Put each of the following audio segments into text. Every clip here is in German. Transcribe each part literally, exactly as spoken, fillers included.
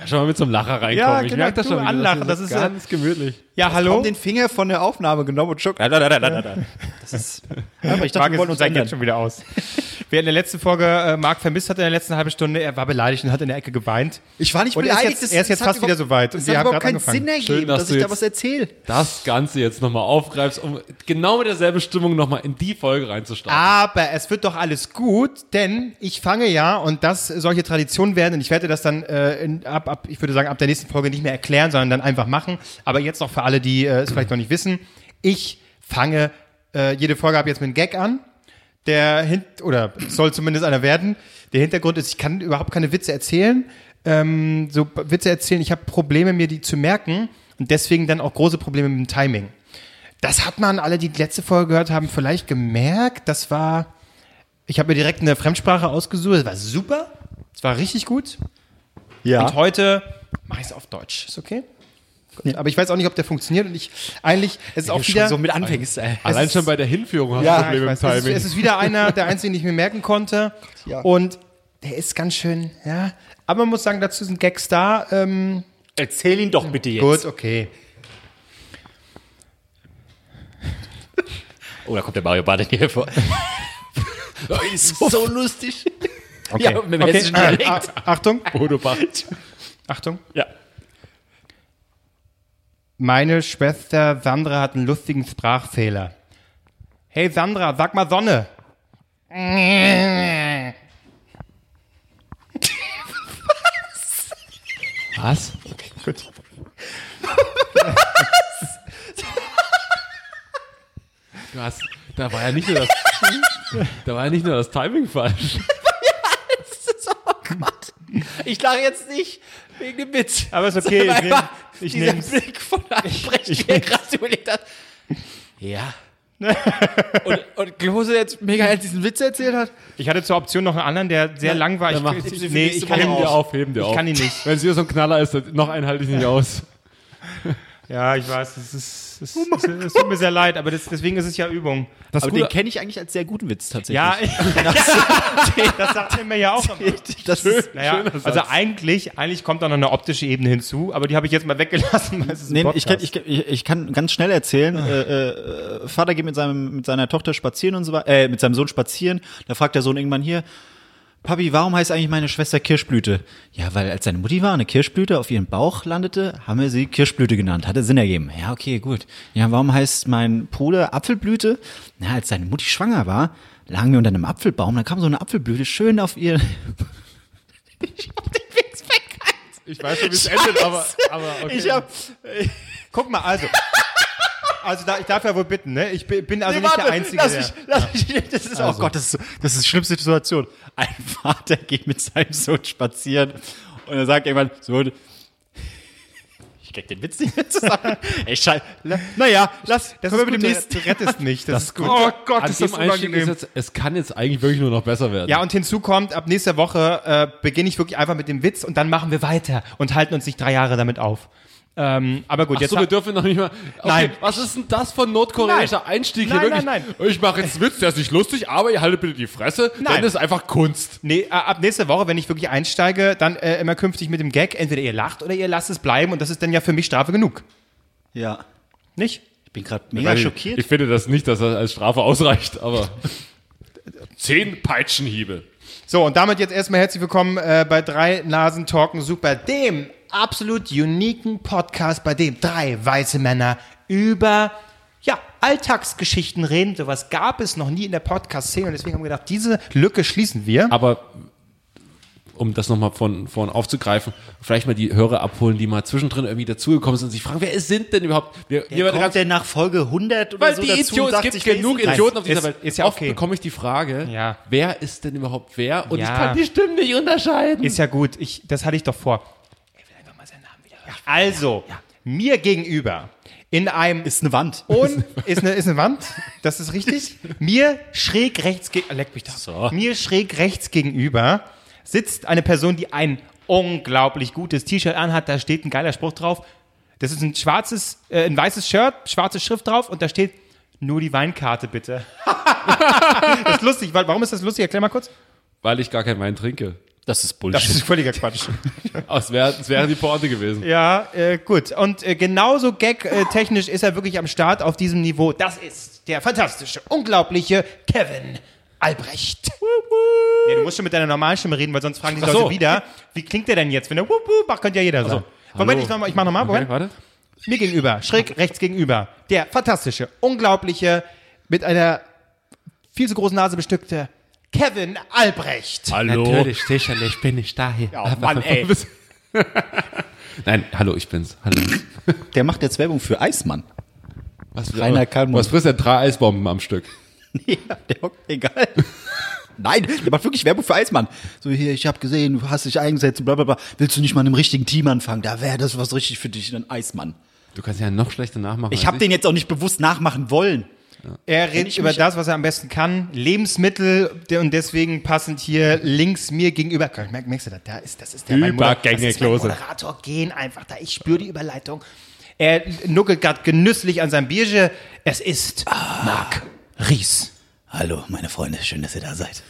schon mal mit so einem Lacher reinkommen. Ja, ich genau, merke das du schon wieder. anlachen, das das ist ist ganz ja- gemütlich. Ja, Ich hallo? habe den Finger von der Aufnahme genommen und schock. Das ist. Aber ich dachte, Marc wir wollen ist uns steigt jetzt ändern. schon wieder aus. Wer in der letzten Folge äh, Marc vermisst hat in der letzten halben Stunde, er war beleidigt und hat in der Ecke geweint. Ich war nicht Und er ist beleidigt. jetzt- er ist jetzt hat fast wieder überhaupt- soweit. Und Das wir hat haben überhaupt gerade keinen angefangen. Sinn Schön, ergeben, dass dass du ich da jetzt- was erzähle. Das Ganze jetzt nochmal aufgreifst, um genau mit derselben Stimmung nochmal in die Folge reinzustarten. Aber es wird doch alles gut, denn ich fange ja, und das solche Traditionen werden, und ich werde das dann äh, in, ab, ab, ich würde sagen, ab der nächsten Folge nicht mehr erklären, sondern dann einfach machen. Aber jetzt noch für alle, die äh, es vielleicht noch nicht wissen, ich fange äh, jede Folge ab jetzt mit einem Gag an. Der hint oder soll zumindest einer werden. Der Hintergrund ist, ich kann überhaupt keine Witze erzählen. Ähm, so Witze erzählen, ich habe Probleme, mir die zu merken und deswegen dann auch große Probleme mit dem Timing. Das hat man, alle, die die letzte Folge gehört haben, vielleicht gemerkt. Das war, ich habe mir direkt eine Fremdsprache ausgesucht. Das war super. Das war richtig gut. Ja. Und heute mache ich es auf Deutsch. Ist okay? Gut. Aber ich weiß auch nicht, ob der funktioniert. Und ich eigentlich, es ist auch schon wieder so mit anfängst, ey. Allein ist- schon bei der Hinführung hast du ja, ich Probleme weiß, mit es, ist, Timing. es ist wieder einer der einzigen, die ich mir merken konnte. Ja. Und der ist ganz schön, ja. Aber man muss sagen, dazu sind Gags da. Ähm, Erzähl ihn doch bitte jetzt. gut, okay. Oh, da kommt der Mario Barth hier vor. ist so lustig. okay. Ja, mit dem okay. hessischen Äh, Dialekt. ah, Achtung, Bodo Barth. Achtung. Ja. Meine Schwester Sandra hat einen lustigen Sprachfehler. Hey Sandra, sag mal Sonne. Was? Gut. Du hast, da war ja nicht nur das, da war ja nicht nur das Timing falsch. Oh Gott. Ich lache jetzt nicht wegen dem Witz. Aber ist okay, ich Sondern nehm- einfach ich dieser nehm's. Blick von Albrecht, wie er gerade überlegt hat. Ja. und, und Klose jetzt mega ernst diesen Witz erzählt hat. Ich hatte zur Option noch einen anderen, der sehr lang war. Ich, dann mach- ich, Nimm sie für nee, nächste ich kann Woche ihn Heben nicht. dir auf, heben dir Ich auf. kann ihn nicht. Wenn es hier so ein Knaller ist, dann noch einen halte ich nicht aus. Ja, ich weiß, es ist, es, ist, es tut mir sehr leid, aber das, deswegen ist es ja Übung. Das Aber Gute- den kenne ich eigentlich als sehr guten Witz tatsächlich. Ja, ich, das sagt er mir ja auch. immer. das ist, Naja, Schöner Satz. also eigentlich, eigentlich kommt da noch eine optische Ebene hinzu, aber die habe ich jetzt mal weggelassen, weil es ist ein Nee, ich, Podcast. kann, ich, kann- ich, ich kann ganz schnell erzählen. Äh, äh, Vater geht mit, seinem, mit seiner Tochter spazieren und so weiter, äh, mit seinem Sohn spazieren. Da fragt der Sohn irgendwann hier, Papi, warum heißt eigentlich meine Schwester Kirschblüte? Ja, weil als seine Mutti war, eine Kirschblüte auf ihren Bauch landete, haben wir sie Kirschblüte genannt. Hatte Sinn ergeben. Ja, okay, gut. Ja, warum heißt mein Bruder Apfelblüte? Na, als seine Mutti schwanger war, lagen wir unter einem Apfelbaum, dann kam so eine Apfelblüte schön auf ihr... Ich hab den Witz verkackt. Ich weiß schon, wie es endet, aber, aber okay. Ich hab... Guck mal, also. Also da, ich darf ja wohl bitten, ne? Ich bin bin also Nee, nicht warte, der Einzige, lass der... mich, lass mich, das ist, oh Gott, das ist, das ist die schlimmste Situation. Ein Vater geht mit seinem Sohn spazieren und er sagt irgendwann, Sohn, ich krieg den Witz nicht mehr zusammen. Ey, scheiße. Naja, lass, Das können ist wir mit gut, dem du, nächsten. du rettest mich, das, ist gut. Oh Gott, An ist dem das Einstieg ist unangenehm. jetzt, es kann jetzt eigentlich wirklich nur noch besser werden. Ja, und hinzu kommt, ab nächster Woche äh, beginne ich wirklich einfach mit dem Witz und dann machen wir weiter und halten uns nicht drei Jahre damit auf. Ähm, aber gut, Ach jetzt so, ha- wir dürfen noch nicht mal. Okay, Nein. Was ist denn das von nordkoreanischer Einstieg Nein, hier wirklich? nein, Ich mache jetzt einen Witz, der ist nicht lustig, aber ihr haltet bitte die Fresse, Nein. denn es ist einfach Kunst. Nee, äh, ab nächster Woche, wenn ich wirklich einsteige, dann äh, immer künftig mit dem Gag, entweder ihr lacht oder ihr lasst es bleiben und das ist dann ja für mich Strafe genug. Ja, Nicht? ich bin gerade mega Weil ich, schockiert. ich finde das nicht, dass das als Strafe ausreicht, aber zehn Peitschenhiebe. So, und damit jetzt erstmal herzlich willkommen äh, bei Drei Nasen Talken Super, dem absolut uniken Podcast, bei dem drei weiße Männer über ja, Alltagsgeschichten reden. Sowas gab es noch nie in der Podcast-Szene und deswegen haben wir gedacht, diese Lücke schließen wir. Aber um das nochmal von vorn aufzugreifen, vielleicht mal die Hörer abholen, die mal zwischendrin irgendwie dazugekommen sind und sich fragen, wer sind denn überhaupt? Wir, Wer kommt ganz, denn nach Folge hundert oder weil so die dazu und Idioten, es sagt gibt sich, wer genug ist denn das? Idioten auf dieser Ist- Welt. ist ja Oft okay. bekomme ich die Frage, Ja. wer ist denn überhaupt wer? Und Ja. ich kann die Stimmen nicht unterscheiden. Ist ja gut, ich, das hatte ich doch vor. Er will einfach mal seinen Namen wieder hören. Also, mir gegenüber in einem Ist eine Wand. Und ist eine, ist eine Wand, das ist richtig. Mir schräg rechts ge- leck mich doch. So. Mir schräg rechts gegenüber sitzt eine Person, die ein unglaublich gutes T-Shirt anhat. Da steht ein geiler Spruch drauf. Das ist ein schwarzes, äh, ein weißes Shirt, schwarze Schrift drauf und da steht nur die Weinkarte bitte. Das ist lustig, weil warum ist das lustig? Erklär mal kurz. Weil ich gar keinen Wein trinke. Das ist Bullshit. Das ist völliger Quatsch. Das wäre das wär die Pointe gewesen. Ja, äh, gut. Und äh, genauso gag-technisch ist er wirklich am Start auf diesem Niveau. Das ist der fantastische, unglaubliche Kevin Albrecht. Nee, du musst schon mit deiner normalen Stimme reden, weil sonst fragen die Ach Leute so. wieder, wie klingt der denn jetzt? Wenn er wup, wup macht, könnte ja jeder sagen. Moment, ich mach, mal- ich mach nochmal. Okay, Moment. warte. Mir gegenüber, schräg rechts gegenüber, der fantastische, unglaubliche, mit einer viel zu großen Nase bestückte Kevin Albrecht. Hallo. Natürlich, sicherlich bin ich da hier. Oh Mann, ey. Nein, hallo, ich bin's. Hallo. Der macht jetzt Werbung für Eismann. Was, Rainer Kallmund. was frisst denn drei Eisbomben am Stück? Ja, der hockt, egal. Nein, der macht wirklich Werbung für Eismann. So, hier, ich habe gesehen, du hast dich eingesetzt, bla bla bla. Willst du nicht mal in einem richtigen Team anfangen? Da wäre das was richtig für dich, ein Eismann. Du kannst ja noch schlechter nachmachen. Ich als habe den jetzt auch nicht bewusst nachmachen wollen. Er redet ich über mich- das, was er am besten kann, Lebensmittel der- und deswegen passend hier links mir gegenüber. Merk, merkst du das? Da ist, das ist der mein Moder- Übergänge, das ist mein Klose. Moderator gehen einfach da. Ich spüre die Überleitung. Er nuckelt gerade genüsslich an seinem Bierchen. Es ist Marc Ries. Hallo, meine Freunde, schön, dass ihr da seid.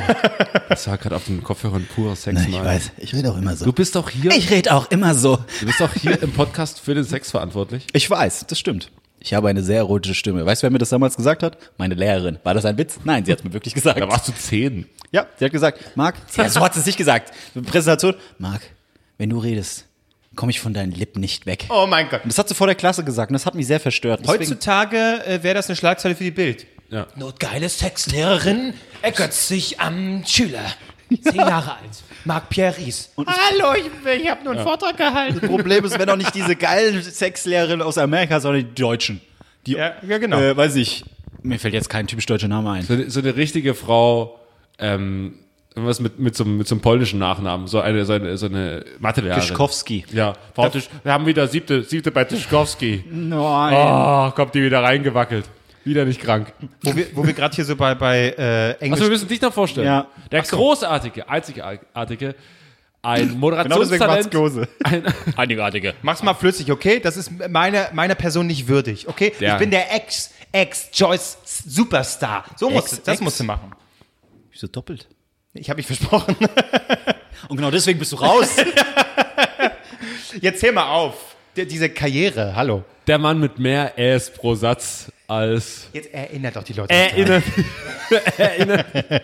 Das war gerade auf den Kopfhörern purer Sex. Na, ich Mann. weiß, ich rede auch immer so. Du bist doch hier. Ich rede auch immer so. Du bist doch hier im Podcast für den Sex verantwortlich. Ich weiß, das stimmt. Ich habe eine sehr erotische Stimme. Weißt du, wer mir das damals gesagt hat? Meine Lehrerin. War das ein Witz? Nein, sie hat es mir wirklich gesagt. Da warst du zehn. Ja, sie hat gesagt, Marc, ja, so hat sie es nicht gesagt. Präsentation, Marc, wenn du redest, komme ich von deinen Lippen nicht weg. Oh mein Gott. Und das hat sie vor der Klasse gesagt und das hat mich sehr verstört. Deswegen- Heutzutage äh, wäre das eine Schlagzeile für die Bild. Ja. Notgeile Sexlehrerin ergötzt sich am Schüler. Zehn Jahre alt. Marc-Pierre Ries. Hallo, ich, ich habe nur einen Vortrag gehalten. Das Problem ist, wenn auch nicht diese geilen Sexlehrerinnen aus Amerika, sondern die Deutschen. Die, Ja, ja, genau. Äh, weiß ich, mir fällt jetzt kein typisch deutscher Name ein. So, eine- so eine richtige Frau, ähm, was mit, mit, so, einem- mit so einem polnischen Nachnamen. So eine, so eine, so eine Mathelehrerin. Tischkowski. Ja, Frau Tisch, wir haben wieder siebte, siebte bei Tischkowski. Nein. Oh, kommt die wieder reingewackelt. Wieder nicht krank. Wo wir, wo wir gerade hier so bei, bei äh, Englisch... Also wir müssen dich noch vorstellen. Ja. Der großartige, einzigartige, ein Genau deswegen macht's Moderationstalent. Klose. ein, Einigartige. Mach's mal flüssig, okay? Das ist meine, meiner Person nicht würdig, okay? Der- Ich bin der Ex, Ex-Joyce-Superstar. So musst du, Ex- das Ex- musst du machen. Wieso doppelt? Ich habe mich versprochen. Und genau deswegen bist du raus. Jetzt hör mal auf. Die, diese Karriere, hallo. der Mann mit mehr Äs pro Satz als Jetzt erinnert doch die Leute. erinnert, erinnert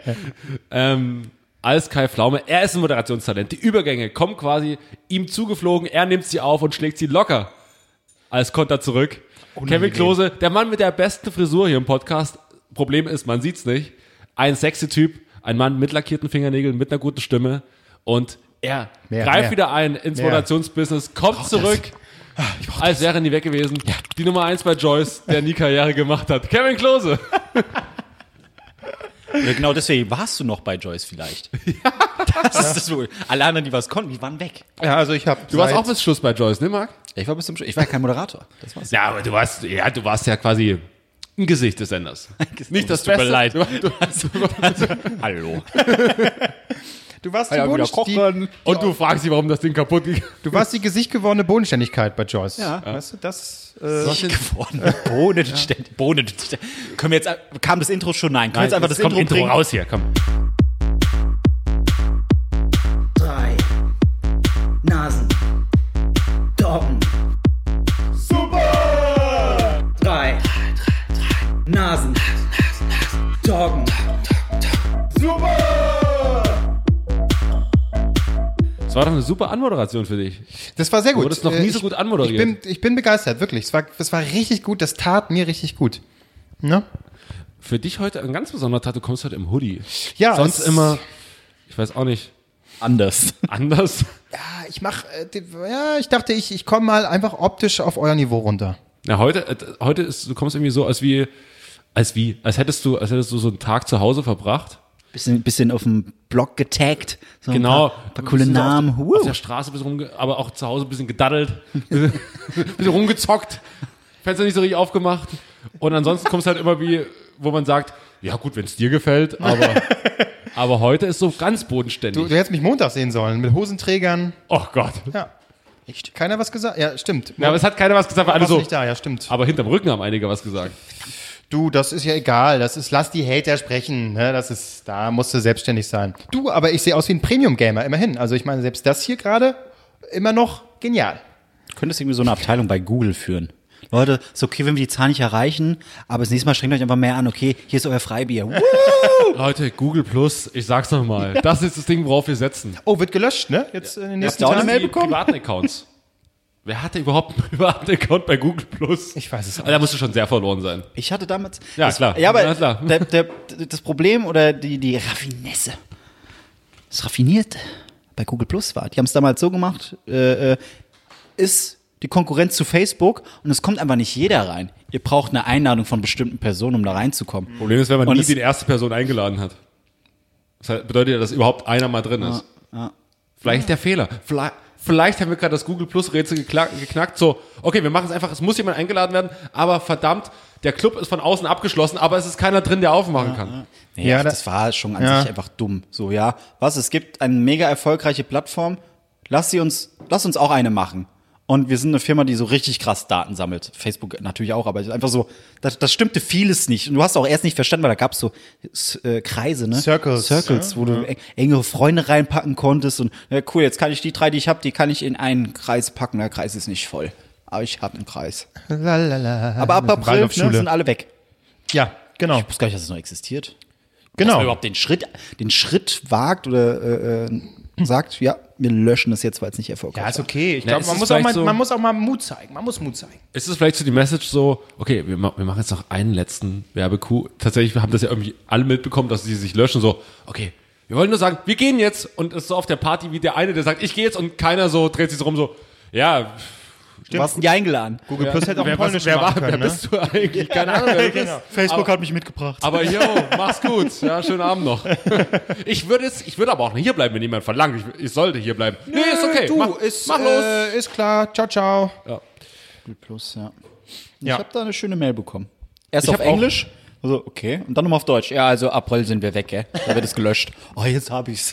ähm, als Kai Pflaume. Er ist ein Moderationstalent. Die Übergänge kommen quasi ihm zugeflogen. Er nimmt sie auf und schlägt sie locker als Konter zurück. Kevin Klose, der Mann mit der besten Frisur hier im Podcast. Problem ist, man sieht's nicht. Ein sexy Typ, ein Mann mit lackierten Fingernägeln, mit einer guten Stimme. Und er Mehr, greift mehr. wieder ein ins Mehr. Moderationsbusiness, kommt zurück, als wäre er nie weg gewesen. Die Nummer eins bei Joyce, der nie Karriere gemacht hat. Kevin Klose. Ja, genau deswegen warst du noch bei Joyce vielleicht. Ja. Das ist das wohl. Alle anderen, die was konnten, die waren weg. Ja, also ich habe. Du warst auch bis Schluss bei Joyce, ne, Marc? Ich war bis zum Schluss. Ich war ja kein Moderator. Das war's. Ja, aber du warst, ja, du warst ja quasi ein Gesicht des Senders. Nicht das tut mir Beste. leid. Du, du, Hallo. Du warst die, Ja, wieder Boden, die, kochen. und du fragst dich, warum das Ding kaputt ging. du warst die Gesicht gewordene Bodenständigkeit bei Joyce. Ja. Weißt du, das. Äh, Ich geworden. Bodenständig. Bodenständig. Können wir jetzt, kam das Intro schon? Nein. Können wir jetzt einfach das kommt Intro bringen? raus hier, komm. Drei Nasen. Doggen. Super! Drei Nasen. Doggen. Das war doch eine super Anmoderation für dich. das war sehr gut. Du wurdest noch Äh, nie so ich- gut anmoderiert. Ich bin, ich bin begeistert, wirklich. Es war, das war richtig gut. Das tat mir richtig gut. Ne? Für dich heute ein ganz besonderer Tag. Du kommst heute im Hoodie. Ja, Sonst es- immer, ich weiß auch nicht, Anders. anders. Ja, ich mach. Äh, die, ja, ich dachte, ich, ich komme mal einfach optisch auf euer Niveau runter. Ja, heute, äh, heute ist, du kommst irgendwie so, als wie, als wie, als hättest du, als hättest du so einen Tag zu Hause verbracht. Bisschen, bisschen auf dem Blog getaggt. So ein Genau. Paar, paar coole Bisschen so Namen. Auf, Woo. auf der Straße ein bisschen rumge, aber auch zu Hause ein bisschen gedaddelt. ein bisschen rumgezockt. Fenster nicht so richtig aufgemacht. Und ansonsten kommst halt immer wie, wo man sagt, ja gut, wenn es dir gefällt, aber, aber heute ist so ganz bodenständig. Du, du hättest mich Montag sehen sollen, mit Hosenträgern. oh Gott. Ja. Echt? Keiner was gesagt? Ja, stimmt. Ja, aber es hat keiner was gesagt, weil alle warst du so. nicht da, ja, stimmt. Aber hinterm Rücken haben einige was gesagt. Du, das ist ja egal. Das ist, lass die Hater sprechen. Ne? Das ist, da musst du selbstständig sein. Du, aber ich sehe aus wie ein Premium-Gamer, immerhin. Also ich meine, selbst das hier gerade immer noch genial. Du könntest irgendwie so eine Abteilung bei Google führen. Leute, ist okay, wenn wir die Zahl nicht erreichen, aber das nächste Mal strengt euch einfach mehr an. Okay, hier ist euer Freibier. Woo! Leute, Google Plus, ich sag's nochmal. Das ist das Ding, worauf wir setzen. Oh, wird gelöscht, ne? Jetzt in den nächsten du auch eine Tagen. Mail Die bekommen? privaten Accounts. Wer hatte überhaupt einen privaten Account bei Google Plus? Ich weiß es auch Also, da musst du schon sehr verloren sein. Ich hatte damals. Ja, das, klar. Ja, aber Ja, klar. Der, der, das Problem oder die, die Raffinesse, das Raffinierte bei Google Plus war, die haben es damals so gemacht, äh, äh, ist die Konkurrenz zu Facebook und es kommt einfach nicht jeder rein. Ihr braucht eine Einladung von bestimmten Personen, um da reinzukommen. Problem ist, wenn man Und nie es- die erste Person eingeladen hat. Das heißt, bedeutet ja, dass überhaupt einer mal drin ist. Ja. Vielleicht der Fehler. Vielleicht, vielleicht haben wir gerade das Google Plus Rätsel geknackt, geknackt. So, okay, wir machen es einfach, es muss jemand eingeladen werden, aber verdammt, der Club ist von außen abgeschlossen, aber es ist keiner drin, der aufmachen kann. Nee, Ja, ach, da- das war schon an ja. sich einfach dumm. So, ja, was, es gibt eine mega erfolgreiche Plattform, lass sie uns, lass uns auch eine machen. Und wir sind eine Firma, die so richtig krass Daten sammelt. Facebook natürlich auch, aber einfach so, das, das stimmte vieles nicht. Und du hast auch erst nicht verstanden, weil da gab es so äh, Kreise, ne? Circles, Circles, wo du eng- engere Freunde reinpacken konntest. Und ja, cool, jetzt kann ich die drei, die ich habe, die kann ich in einen Kreis packen. Der Kreis ist nicht voll. Aber ich habe einen Kreis. Lalala. Aber ab April ne, Waldorfschule. sind alle weg. Ja, genau. Ich wusste gar nicht, dass es noch existiert. Dass Genau. man überhaupt den Schritt, den Schritt wagt oder äh, äh, sagt, ja, wir löschen das jetzt, weil es nicht erfolgreich Ja, ist war. okay. Ich Na, glaube, ist man, es muss auch mal- vielleicht so- man muss auch mal Mut zeigen. Man muss Mut zeigen. Ist es vielleicht so die Message so, okay, wir, ma- wir machen jetzt noch einen letzten Werbecoup. Tatsächlich, wir haben das ja irgendwie alle mitbekommen, dass sie sich löschen, so, okay, wir wollen nur sagen, wir gehen jetzt und es ist so auf der Party wie der eine, der sagt, ich gehe jetzt und keiner so dreht sich so rum, so, ja, Du hast die eingeladen. Google Plus hätte auch wer, ein was, Polnisch wer, war, machen wer können, ne? bist du eigentlich? Keine Ahnung, wer du bist. Facebook hat mich mitgebracht. Aber yo, mach's gut. Ja, schönen Abend noch. Ich würde jetzt, ich würde aber auch noch hier bleiben, wenn jemand verlangt. Ich, ich sollte hier bleiben. Nee, ist okay. Du, mach, ist, mach los. Äh, ist klar. Ciao, ciao. Plus, ja. Ich Ja. habe da eine schöne Mail bekommen. Erst Ich auf hab auch- Englisch. Also, okay. Und dann nochmal auf Deutsch. Ja, also April sind wir weg, gell? Da wird es gelöscht. Oh, jetzt hab ich's.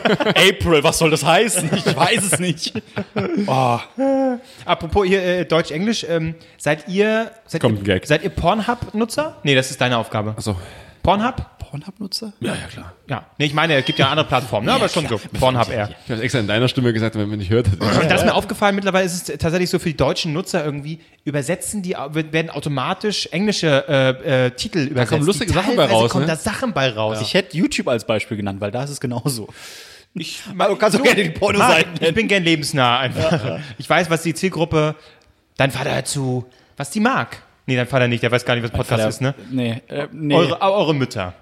April, was soll das heißen? Ich weiß es nicht. Oh. Apropos hier äh, Deutsch-Englisch. Ähm, seid ihr seid Kommt ihr, ein Gag. seid ihr Pornhub-Nutzer? Nee, das ist deine Aufgabe. Achso. Pornhub? Pornhub-Nutzer? Ja, ja, klar. Ja. Nee, ich meine, es gibt ja andere Plattformen, ne? aber schon so. Pornhub eher. Ich habe extra in deiner Stimme gesagt, wenn man nicht hört. Und das ist mir aufgefallen, mittlerweile ist es tatsächlich so für die deutschen Nutzer irgendwie, übersetzen die, werden automatisch englische äh, äh, Titel übersetzt. kommen lustige Die Sachen bei teilweise raus, kommen ne? da Sachen bei raus. Ich hätte YouTube als Beispiel genannt, weil da ist es genauso. Ich, Du kannst auch gerne die Pornoseiten Marc, ich bin gern lebensnah einfach. Ich weiß, was die Zielgruppe, dein Vater hört zu, was die mag. Nee, dein Vater nicht, der weiß gar nicht, was Podcast ist, ne? Nee, äh, nee. Eure, eure Mütter.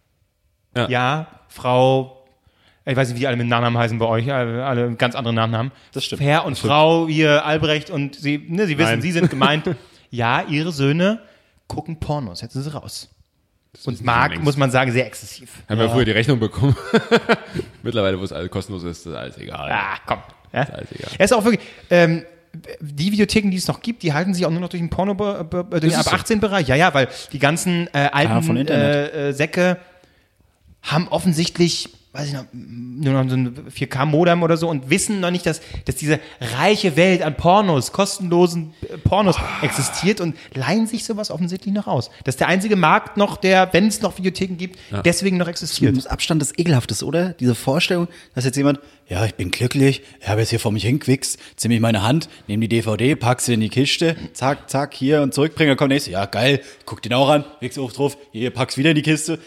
Ja. Ja, Frau, ich weiß nicht, wie die alle mit Nachnamen heißen bei euch, alle, alle ganz andere Namen haben. Das stimmt. Herr und Frau, ihr Albrecht und sie, ne, sie wissen, Nein. sie sind gemeint. Ja, ihre Söhne gucken Pornos, setzen sie raus. Und Marc, längst. muss man sagen, sehr exzessiv. Haben wir früher die Rechnung bekommen. Mittlerweile, wo es alles kostenlos ist, ist alles egal. Ah, komm. Ja? Alles egal. Er ist auch wirklich, ähm, die Videotheken, die es noch gibt, die halten sich auch nur noch durch den Porno, be- be- durch den ist ab so. achtzehn Bereich. Ja, ja, weil die ganzen äh, alten von Internet. äh, äh, Säcke haben offensichtlich, weiß ich noch, nur noch so ein vier K Modem oder so und wissen noch nicht, dass, dass diese reiche Welt an Pornos, kostenlosen äh, Pornos existiert und leihen sich sowas offensichtlich noch aus. Das ist der einzige Markt noch, der, wenn es noch Videotheken gibt, deswegen noch existiert. Mit Abstand des Ekelhaftes, oder? Diese Vorstellung, dass jetzt jemand, ja, ich bin glücklich, ich habe jetzt hier vor mich hingewichst, zieh mich meine Hand, nehm die D V D, pack sie in die Kiste, zack, zack, hier und zurückbringen, dann kommt nächste, ja, geil, guck den auch an, wichs auf drauf, hier, pack's wieder in die Kiste.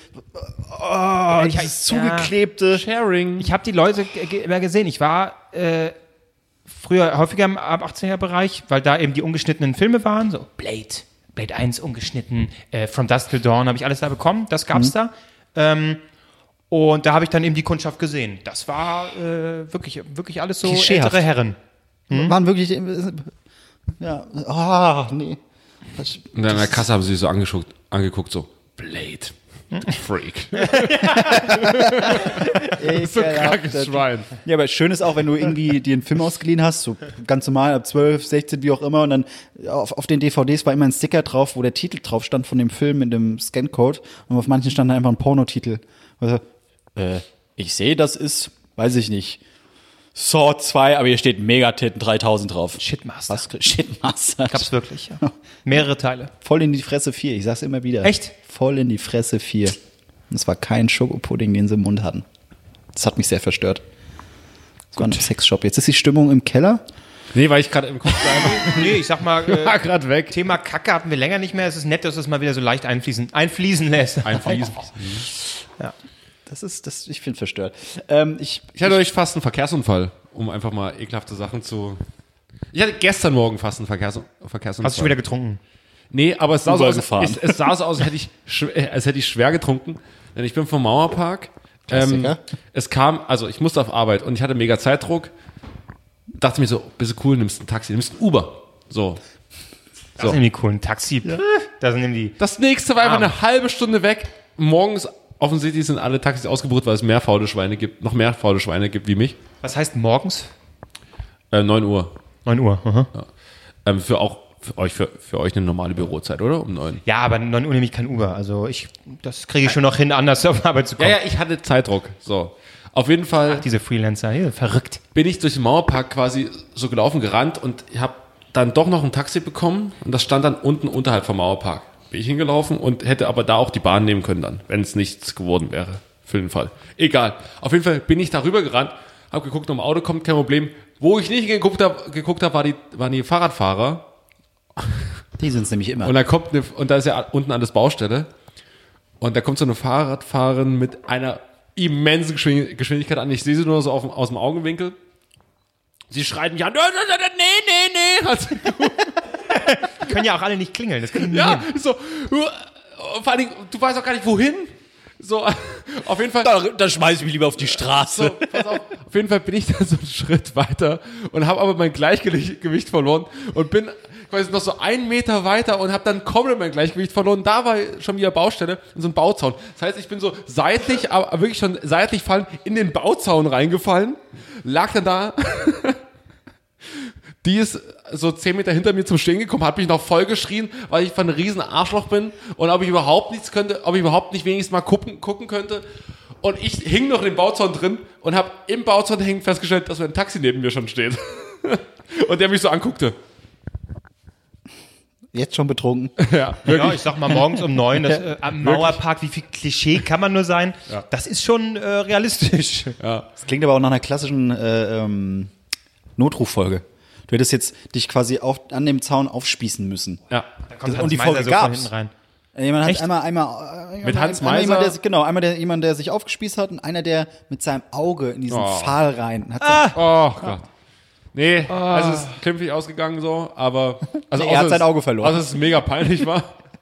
Oh, ich- dieses zugeklebte. Sharing. Ich habe die Leute ge- ge- immer gesehen. Ich war äh, früher häufiger im ab achtzehner Bereich, weil da eben die ungeschnittenen Filme waren. So Blade, Blade eins ungeschnitten, äh, From Dusk Till Dawn habe ich alles da bekommen. Das gab's da. Ähm, und da habe ich dann eben die Kundschaft gesehen. Das war äh, wirklich, wirklich alles so Klischeehaft. ältere Herren. Waren wirklich, ja, ah, nee. Das- Und dann an der Kasse haben sie sich so angeguckt, angeguckt so, Blade. Freak. so ein krankes Schwein. Ja, aber schön ist auch, wenn du irgendwie dir einen Film ausgeliehen hast, so ganz normal ab zwölf, sechzehn, wie auch immer, und dann auf, auf den D V Ds war immer ein Sticker drauf, wo der Titel drauf stand von dem Film mit dem Scancode und auf manchen stand dann einfach ein Pornotitel. Also, äh, ich sehe, das ist, weiß ich nicht, Saw zwei, aber hier steht Megatitten dreitausend drauf. Shitmaster. Was? Shitmaster. Gab's wirklich, ja. Mehrere Teile. Voll in die Fresse vier, ich sag's immer wieder. Echt? Voll in die Fresse vier. Und es war kein Schokopudding, den sie im Mund hatten. Das hat mich sehr verstört. Das war ein Sexshop. Jetzt ist die Stimmung im Keller. Nee, weil ich gerade im Kopf bleibe. Nee, ich sag mal, äh, War gerade weg. Thema Kacke hatten wir länger nicht mehr. Es ist nett, dass es mal wieder so leicht einfließen, einfließen lässt. Einfließen. Das ist, das, ich finde verstört. Ähm, ich, Ich hatte euch fast einen Verkehrsunfall, um einfach mal ekelhafte Sachen zu... Ich hatte gestern Morgen fast einen Verkehrs Verkehrsunfall. Hast du schon wieder getrunken? Nee, aber es sah so Uber aus, gefahren. es, es sah so aus, als hätte ich, schw- als hätte ich schwer getrunken. Denn ich bin vom Mauerpark. Ähm, Klassiker. es kam, also ich musste auf Arbeit und ich hatte mega Zeitdruck. Dachte mir so, bist du cool, nimmst ein Taxi, nimmst ein Uber. So. Das sind die coolen Taxi. Da sind die. Das nächste war einfach Arm. eine halbe Stunde weg. Morgens offensichtlich sind alle Taxis ausgebucht, weil es mehr faule Schweine gibt, noch mehr faule Schweine gibt wie mich. Was heißt morgens? Äh, neun Uhr. neun Uhr. Aha. Ähm, für auch für euch, für, für euch eine normale Bürozeit, oder? Um neun. Ja, aber neun Uhr nehme ich kein Uber. Also ich, das kriege ich schon noch hin, anders auf Arbeit zu Ja, kommen. ja, ich hatte Zeitdruck. So. Auf jeden Fall Diese Freelancer, hier, verrückt. bin ich durch den Mauerpark quasi so gelaufen, gerannt und habe dann doch noch ein Taxi bekommen und das stand dann unten unterhalb vom Mauerpark. Bin ich hingelaufen und hätte aber da auch die Bahn nehmen können dann, wenn es nichts geworden wäre. Für den Fall. Egal. Auf jeden Fall bin ich da rüber gerannt, habe geguckt, ob ein Auto kommt, kein Problem. Wo ich nicht geguckt habe, geguckt hab, war die, waren die Fahrradfahrer. die sind es nämlich immer. Und da kommt eine, und da ist ja unten alles Baustelle. Und da kommt so eine Fahrradfahrerin mit einer immensen Geschwing- Geschwindigkeit an. Ich sehe sie nur so auf, dem- aus dem Augenwinkel. Sie schreit mich an. Nee, nee, nee. Hat sie Die können ja auch alle nicht klingeln. Das kriegen die Ja, hin. so. Vor allen Dingen, du weißt auch gar nicht, wohin. So, auf jeden Fall. Dann, dann schmeiße ich mich lieber auf die Straße. So, pass auf. Auf jeden Fall bin ich dann so einen Schritt weiter und habe aber mein Gleichgewicht Gewicht verloren und bin quasi noch so einen Meter weiter und habe dann komplett mein Gleichgewicht verloren. Da war schon wieder Baustelle und so ein Bauzaun. Das heißt, ich bin so seitlich, aber wirklich schon seitlich fallen, in den Bauzaun reingefallen, lag dann da. Die ist so zehn Meter hinter mir zum Stehen gekommen, hat mich noch voll geschrien, weil ich von einem riesen Arschloch bin und ob ich überhaupt nichts könnte, ob ich überhaupt nicht wenigstens mal gucken, gucken könnte. Und ich hing noch in dem Bauzaun drin und habe im Bauzaun hängen festgestellt, dass ein Taxi neben mir schon steht. Und der mich so anguckte. Jetzt schon betrunken. Ja, Ja, ich sag mal morgens um neun, das, äh, am Mauerpark, wie viel Klischee kann man nur sein? Ja. Das ist schon äh, realistisch. Das klingt aber auch nach einer klassischen äh, ähm, Notruffolge. Du hättest jetzt dich quasi auf, an dem Zaun aufspießen müssen. Ja. Da kommt Und Hans die Meiser Folge so von gab's. hinten rein. Jemand hat Echt? einmal, einmal, äh, Mit Hans einmal Meiser? Jemand, der, sich- genau, einmal der, jemand, der sich aufgespießt hat und einer, der mit seinem Auge in diesen Oh. Pfahl rein hat. Ah. Oh Gott. Nee, also es ist klimpflich ausgegangen so, aber... Also Nee, er hat außer sein es- Auge verloren. Außer es mega peinlich war.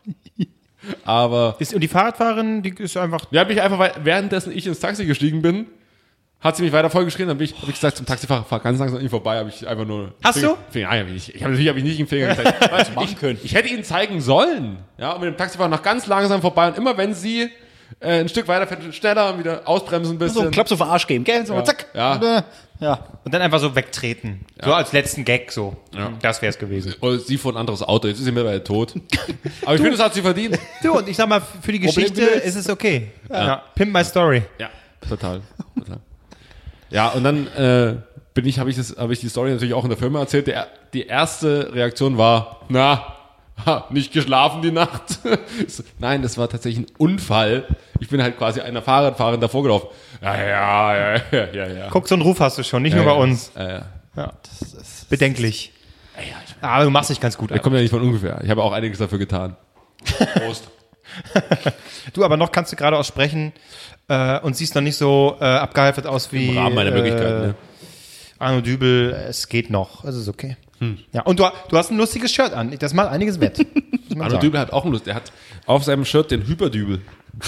Aber... Ist, und die Fahrradfahrerin, die ist einfach. Die hat mich einfach, wei- währenddessen ich ins Taxi gestiegen bin, hat sie mich weiter vollgeschrien, dann bin ich, habe ich gesagt zum Taxifahrer, fahr ganz langsam an ihm vorbei, habe ich einfach nur... Hast Finger, du? Finger, nein, hab ich nicht. Ich habe natürlich hab ich nicht den Finger gezeigt. Weil machen ich, können. ich hätte ihn zeigen sollen. Ja, und mit dem Taxifahrer noch ganz langsam vorbei und immer wenn sie äh, ein Stück weiter fährt, schneller wieder ausbremsen ein bisschen. So einen Klaps auf den Arsch geben, gell? So, Ja. zack. Ja. Und, äh, ja. Und dann einfach so wegtreten. So als letzten Gag so. Das wär's gewesen. Oder sie fuhr ein anderes Auto, jetzt ist sie mittlerweile tot. Aber ich finde, das hat sie verdient. Du, und ich sag mal, für die Problem Geschichte gelöst. ist es okay. Ja. Pimp my story. Ja, total. total. Ja, und dann äh, bin ich, habe ich das, habe ich die Story natürlich auch in der Firma erzählt. Der, die erste Reaktion war, na, ha, nicht geschlafen die Nacht. So, nein, das war tatsächlich ein Unfall. Ich bin halt quasi einer Fahrradfahrerin davor gelaufen. Ja, ja, ja, ja, ja, ja. Guck, so einen Ruf hast du schon, nicht nur ja, bei uns. Ja, ja. Ja. Bedenklich. Aber du machst dich ganz gut Der an. kommt ja nicht von ungefähr. Ich habe auch einiges dafür getan. Prost. Du, aber noch kannst du gerade aussprechen äh, und siehst noch nicht so äh, abgehalftert aus wie Im Rahmen meiner Möglichkeiten, äh, ne? Arno Dübel. Es geht noch. Es ist okay. Ja, und du, du hast ein lustiges Shirt an. Das macht einiges wett. Muss man Arno sagen. Dübel hat auch einen Lust. Er hat auf seinem Shirt den Hyperdübel.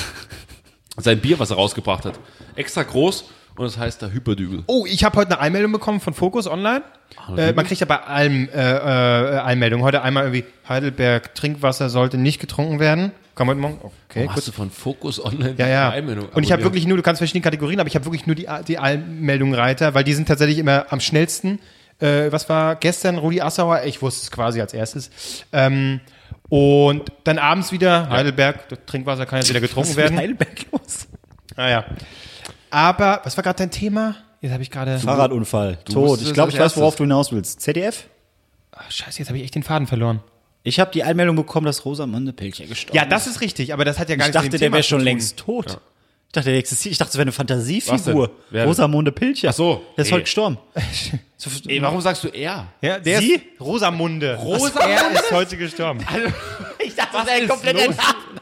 Sein Bier, was er rausgebracht hat. Extra groß und es heißt der Hyperdübel. Oh, ich habe heute eine Einmeldung bekommen von Focus Online. Äh, man kriegt ja bei allem äh, äh, Einmeldungen. Heute einmal irgendwie Heidelberg Trinkwasser sollte nicht getrunken werden. Kam heute Morgen. Okay, Warum gut. hast du von Focus Online Ja, ja. eine Einmeldung Und ich habe abonniert? wirklich nur, du kannst verschiedene Kategorien, aber ich habe wirklich nur die, die Einmeldungen-Reiter, weil die sind tatsächlich immer am schnellsten. Äh, was war gestern? Rudi Assauer, ich wusste es quasi als erstes. Ähm, und dann abends wieder Heidelberg, das Trinkwasser kann jetzt wieder getrunken Was ist mit werden. Heidelberg los? Naja. Aber, was war gerade dein Thema? Jetzt habe ich gerade... Fahrradunfall, Tod. wusstest Ich es glaube, als ich weiß, worauf erstes. du hinaus willst. Z D F? Ach, scheiße, jetzt habe ich echt den Faden verloren. Ich habe die Einmeldung bekommen, dass Rosamunde Pilcher gestorben Ja, das ist richtig, aber das hat ja gar Ich nichts mit dachte, dem der Thema wäre zu schon tun. längst tot. Ich dachte, der existiert. Ich dachte, das wäre eine Was Fantasiefigur. denn? Wer denn? Rosamunde Pilcher. Ach so. Der ist Nee. heute gestorben. So, Ey, warum sagst du er? Ja, der Sie? ist Rosamunde. Rosamunde? Er ist heute gestorben. ich dachte, das wäre ein kompletter los?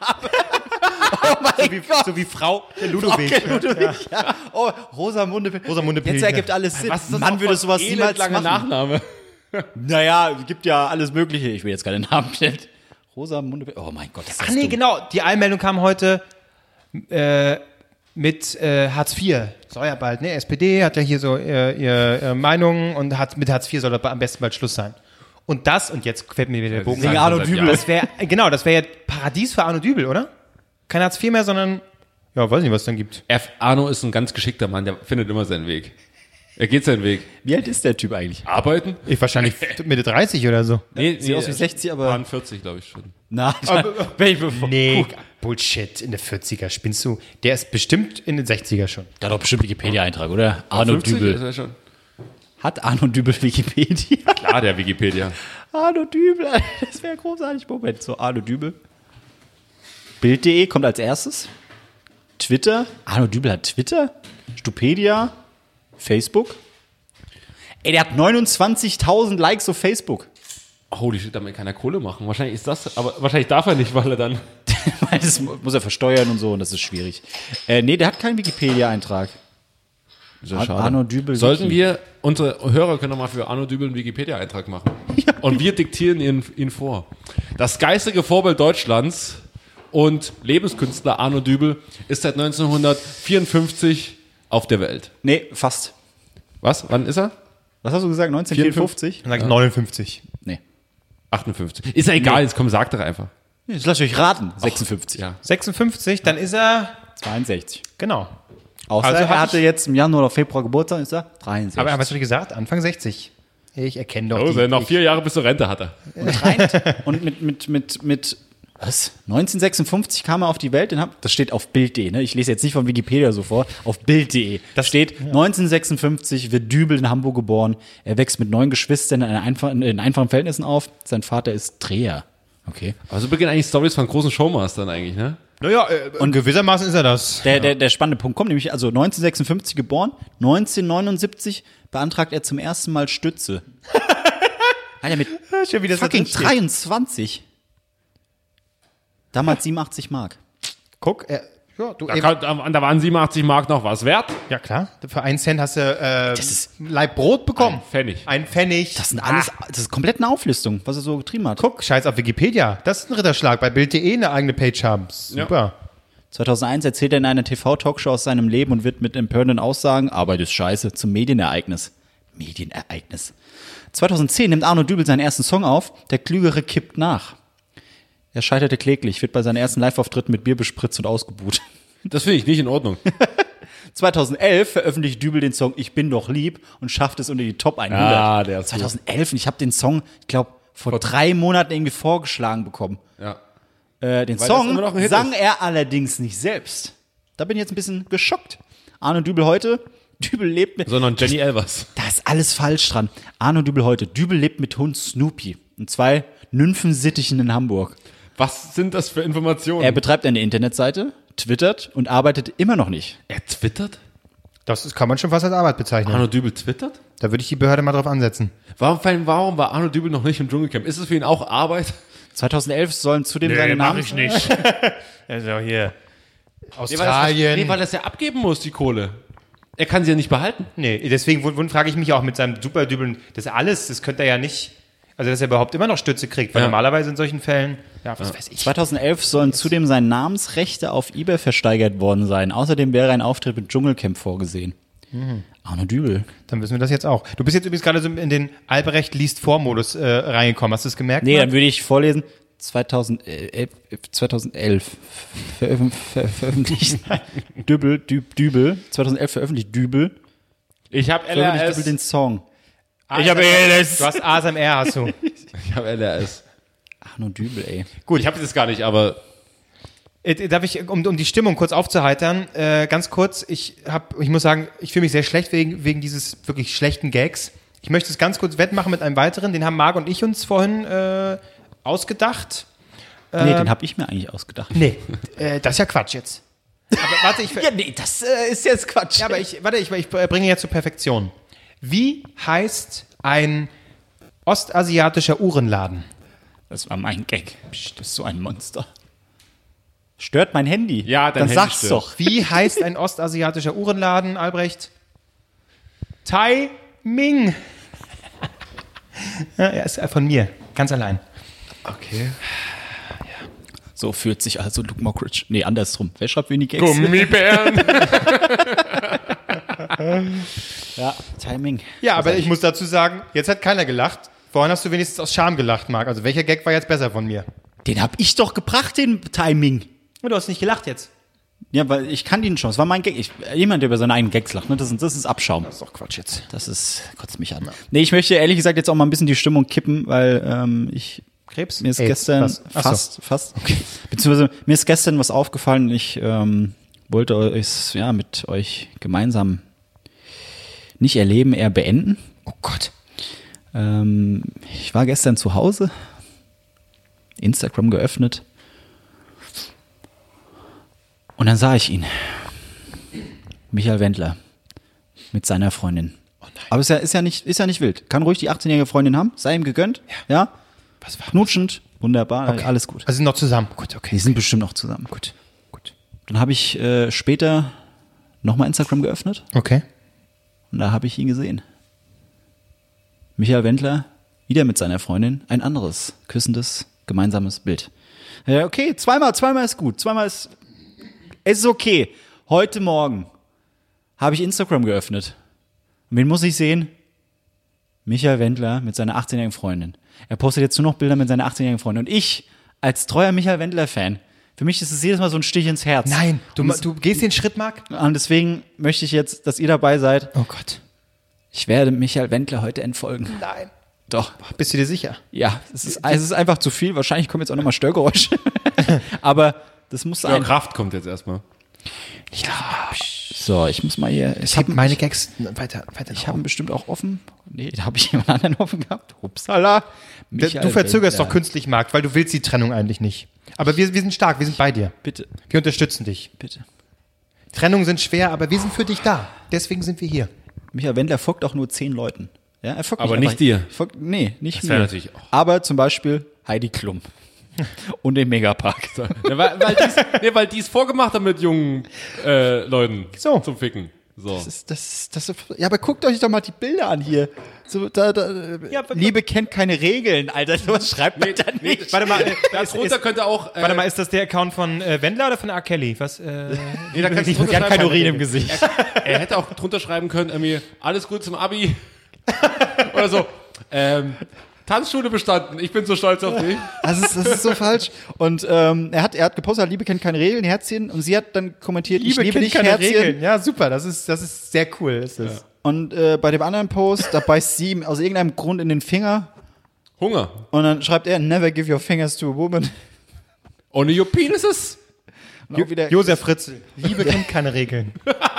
So wie, so wie Frau Ludwig. ja. Oh, Rosamunde Pilcher. Rosamunde Jetzt Pilcher. ergibt alles Sinn. Was ist das Mann auch würde für sowas ein niemals elendlanger machen. Nachname. Naja, gibt ja alles Mögliche. Ich will jetzt keine Namen nennen. Rosamunde Pilcher. Oh mein Gott, ist das Ach nee, dumm. genau. Die Einmeldung kam heute äh, mit äh, Hartz vier. Soll ja bald, ne? S P D hat ja hier so äh, ihre äh, Meinungen und hat, mit Hartz vier soll aber am besten bald Schluss sein. Und das, und jetzt fällt mir wieder der Bogen. Wegen ein. Arno Dübel. Das wäre, genau, das wäre ja Paradies für Arno Dübel, oder? Kein Hartz vier mehr, sondern, ja, weiß nicht, was es dann gibt. F. Arno ist ein ganz geschickter Mann, der findet immer seinen Weg. Er geht seinen Weg. Wie alt ist der Typ eigentlich? Arbeiten? Ich wahrscheinlich Mitte dreißig oder so. Nee, Sieht aus wie sechzig, aber- Waren vierzig, glaube ich schon. Na, Nee, Bullshit, in den vierziger, spinnst du? Der ist bestimmt in den sechziger schon. Da hat doch bestimmt Wikipedia-Eintrag, oder? Arno fünfzig ist Dübel. er schon. Hat Arno Dübel Wikipedia? Klar, der Wikipedia. Arno Dübel, das wäre großartig. Moment, so Arno Dübel. Bild punkt de kommt als erstes. Twitter. Arno Dübel hat Twitter. Stupedia. Facebook. Ey, der hat neunundzwanzigtausend Likes auf Facebook. Holy shit, damit kann er Kohle machen. Wahrscheinlich ist das, aber wahrscheinlich darf er nicht, weil er dann. Weil das muss er versteuern und so und das ist schwierig. Äh, nee, der hat keinen Wikipedia-Eintrag. Sehr Ar- Arno Dübel. Sollten Wiki. wir, unsere Hörer können doch mal für Arno Dübel einen Wikipedia-Eintrag machen. Und wir diktieren ihn, ihn vor. Das geistige Vorbild Deutschlands und Lebenskünstler Arno Dübel ist seit neunzehnhundertvierundfünfzig auf der Welt. Nee, fast. Was? Wann ist er? Was hast du gesagt? neunzehnhundertvierundfünfzig? Dann sag ich neunundfünfzig. Nee. achtundfünfzig. Ist ja egal, jetzt komm, sag doch einfach. Jetzt lasst euch raten. sechsundfünfzig. Ja. sechsundfünfzig, dann ist er, zweiundsechzig. genau. Außer Also er hatte hatte ich- jetzt im Januar oder Februar Geburtstag, ist er dreiundsechzig. Aber was habe ich gesagt? Anfang sechzig. Ich erkenne doch Oh, die. noch vier Jahre bis zur Rente hat er. Und mit, mit, mit, mit, was? neunzehnhundertsechsundfünfzig kam er auf die Welt, den hab, das steht auf Bild punkt de, ne? Ich lese jetzt nicht von Wikipedia so vor, auf Bild punkt de. Das steht, neunzehnhundertsechsundfünfzig wird Dübel in Hamburg geboren. Er wächst mit neun Geschwistern in, einer einfach, in einfachen Verhältnissen auf. Sein Vater ist Dreher. Okay. Aber so beginnen eigentlich Stories von großen Showmastern eigentlich, ne? Naja, äh, und gewissermaßen ist er das. Der, der, der spannende Punkt kommt nämlich, also neunzehnhundertsechsundfünfzig geboren, neunzehnhundertneunundsiebzig beantragt er zum ersten Mal Stütze. Alter, mit Schon wie das da fucking drin steht. dreiundzwanzig. Damals siebenundachtzig Mark. Guck, er, ja, du, Da, eben, kann, da waren siebenundachtzig Mark noch was wert. ja klar, für einen Cent hast du äh, ist- Leib Brot bekommen. Ein Pfennig. Ein Pfennig. Das sind alles, das ist komplett eine Auflistung, was er so getrieben hat. Guck, scheiß auf Wikipedia. Das ist ein Ritterschlag. Bei Bild punkt de eine eigene Page haben. Super. zweitausendeins erzählt er in einer T V-Talkshow aus seinem Leben und wird mit empörenden Aussagen, Arbeit ist scheiße, zum Medienereignis. Medienereignis. zweitausendzehn nimmt Arno Dübel seinen ersten Song auf, Der Klügere kippt nach. Er scheiterte kläglich, wird bei seinen ersten Live-Auftritten mit Bier bespritzt und ausgebuht. Das finde ich nicht in Ordnung. zweitausendelf veröffentlicht Dübel den Song Ich bin doch lieb und schafft es unter die Top hundert. Ah, der ist gut. zweitausendelf, und ich habe den Song, ich glaube, vor drei Monaten irgendwie vorgeschlagen bekommen. Ja. Äh, den Weil das Song immer noch ein Hit sang ist. er allerdings nicht selbst. Da bin ich jetzt ein bisschen geschockt. Arno Dübel heute, Dübel lebt mit... Sondern Jenny Elvers. Da ist alles falsch dran. Arno Dübel heute, Dübel lebt mit Hund Snoopy und zwei Nymphensittichen in Hamburg. Was sind das für Informationen? Er betreibt eine Internetseite, twittert und arbeitet immer noch nicht. Er twittert? Das ist, kann man schon fast als Arbeit bezeichnen. Arno Dübel twittert? Da würde ich die Behörde mal drauf ansetzen. Warum, warum war Arno Dübel noch nicht im Dschungelcamp? Ist es für ihn auch Arbeit? zweitausendelf sollen zudem seine Namen... nicht. Also hier. Nee, weil, Australien. das, nee, weil das ja abgeben muss, die Kohle. Er kann sie ja nicht behalten. Nee, deswegen wund- wund- frage ich mich auch mit seinem Superdübeln, das alles, das könnte er ja nicht, also dass er überhaupt immer noch Stütze kriegt, weil Ja. normalerweise in solchen Fällen, ja, was weiß ich. zweitausendelf sollen zudem seine Namensrechte auf eBay versteigert worden sein. Außerdem wäre ein Auftritt mit Dschungelcamp vorgesehen. Arno Dübel. Dann wissen wir das jetzt auch. Du bist jetzt übrigens gerade so in den Albrecht liest vor-Modus äh, reingekommen, hast du es gemerkt? Nee, Marc? dann würde ich vorlesen. zweitausendelf, zweitausendelf veröf- ver- veröffentlicht Dübel, Düb, Dübel, zweitausendelf veröffentlicht Dübel, Ich habe L R veröffentlicht Dübel S. den Song. Ich habe L S. Du hast A S M R, hast du. Ich habe L R S. Arno Dübel, ey. Gut, ich habe das gar nicht, aber Äh, darf ich, um, um die Stimmung kurz aufzuheitern, äh, ganz kurz, ich hab, ich muss sagen, ich fühle mich sehr schlecht wegen, wegen dieses wirklich schlechten Gags. Ich möchte es ganz kurz wettmachen mit einem weiteren, den haben Marc und ich uns vorhin äh, ausgedacht. Nee, Ähm, den habe ich mir eigentlich ausgedacht. Nee, äh, das ist ja Quatsch jetzt. Aber warte, ich, Ja, nee, das äh, ist jetzt Quatsch. ja, aber ich, warte, ich, ich bringe jetzt zur Perfektion. Wie heißt ein ostasiatischer Uhrenladen? Das war mein Gag. Psst, du bist so ein Monster. Stört mein Handy? Ja, dein Dann Handy sag's stört. doch. Wie heißt ein ostasiatischer Uhrenladen, Albrecht? Tai Ming. Ja, er ist von mir, ganz allein. Okay. So fühlt sich also Luke Mockridge. Nee, andersrum. Wer schreibt wenig Gags? Gummibären. Ja, Timing. Ja, aber ich muss dazu sagen, jetzt hat keiner gelacht. Vorhin hast du wenigstens aus Scham gelacht, Marc. Also welcher Gag war jetzt besser von mir? Den hab ich doch gebracht, den Timing. Und du hast nicht gelacht jetzt. Ja, weil ich kann den schon. Es war mein Gag. Ich, jemand, der über seine eigenen Gags lacht, ne? das, ist, das ist Abschaum. Das ist doch Quatsch jetzt. Das ist, kotzt mich an. Nee, ich möchte ehrlich gesagt jetzt auch mal ein bisschen die Stimmung kippen, weil ähm, ich Krebs? mir ist AIDS, gestern was? Ach so. fast, fast, okay. beziehungsweise mir ist gestern was aufgefallen. Ich ähm, wollte euch ja mit euch gemeinsam nicht erleben, eher beenden. Oh Gott. Ähm, ich war gestern zu Hause, Instagram geöffnet und dann sah ich ihn, Michael Wendler, mit seiner Freundin. Oh nein. Aber ist ja, ist ja nicht, ist ja nicht wild. Kann ruhig die achtzehnjährige Freundin haben, sei ihm gegönnt. Ja. Was war Knutschend, wunderbar, Okay. alles gut. Also sind noch zusammen. Gut, Die okay. sind bestimmt noch zusammen. Gut, gut. Dann habe ich äh, später nochmal Instagram geöffnet Okay. und da habe ich ihn gesehen. Michael Wendler, wieder mit seiner Freundin, ein anderes, küssendes, gemeinsames Bild. Ja, okay, zweimal, zweimal ist gut. Zweimal ist, es ist okay. Heute Morgen habe ich Instagram geöffnet. Und wen muss ich sehen? Michael Wendler mit seiner achtzehnjährigen Freundin. Er postet jetzt nur noch Bilder mit seiner achtzehnjährigen Freundin. Und ich, als treuer Michael Wendler-Fan, für mich ist es jedes Mal so ein Stich ins Herz. Nein, du, Und, du gehst den Schritt, Marc? und deswegen möchte ich jetzt, dass ihr dabei seid. Oh Gott. Ich werde Michael Wendler heute entfolgen. Nein. Doch. Bist du dir sicher? Ja, es ist, es ist einfach zu viel. Wahrscheinlich kommen jetzt auch nochmal Störgeräusche. Aber das muss Ja, sein. Kraft kommt jetzt erstmal. So, ich muss mal hier. Ich Ich habe habe meine Gags weiter, weiter. ich hab ihn bestimmt auch offen. Nee, da habe ich jemand anderen offen gehabt. Upsala. Du Michael verzögerst Wendler. doch künstlich, Marc, weil du willst die Trennung eigentlich nicht. Aber wir, wir sind stark, wir sind bei dir. Bitte, Wir unterstützen dich. bitte. Trennungen sind schwer, aber wir sind für dich da. Deswegen sind wir hier. Michael Wendler folgt auch nur zehn Leuten. Ja, er folgt Aber einfach- nicht dir. Folgt, nee, nicht Das mir. wär natürlich auch- Aber zum Beispiel Heidi Klum. Und den Megapark. Ja, weil, weil, die's, nee, weil die es vorgemacht haben mit jungen äh, Leuten So. zum Ficken. So. Das ist, das, ist- das ist, ja, aber guckt euch doch mal die Bilder an hier. So, da, da, Ja, aber- Liebe kennt keine Regeln, Alter. Was schreibt man da nicht? Warte mal, äh, ist, Darunter ist, könnte auch. Äh, warte mal, ist das der Account von äh, Wendler oder von R. Kelly? Was? Äh, nee, da kannst du Die drunter hat schreiben, kein Urin er- im Gesicht. Er, er hätte auch drunter schreiben können, irgendwie, alles gut zum Abi. Oder so. Ähm, Tanzschule bestanden. Ich bin so stolz auf dich. Das ist, das ist so falsch. Und ähm, er, hat, er hat gepostet, Liebe kennt keine Regeln, Herzchen. Und sie hat dann kommentiert, ich liebe dich, Herzchen. Ja, super. Das ist, das ist sehr cool. Ist das. Und äh, bei dem anderen Post, da beißt sie ihm aus irgendeinem Grund in den Finger. Hunger. Und dann schreibt er, never give your fingers to a woman. Only your penises. Und auch wieder, Josef Fritzl. Liebe kennt keine Regeln.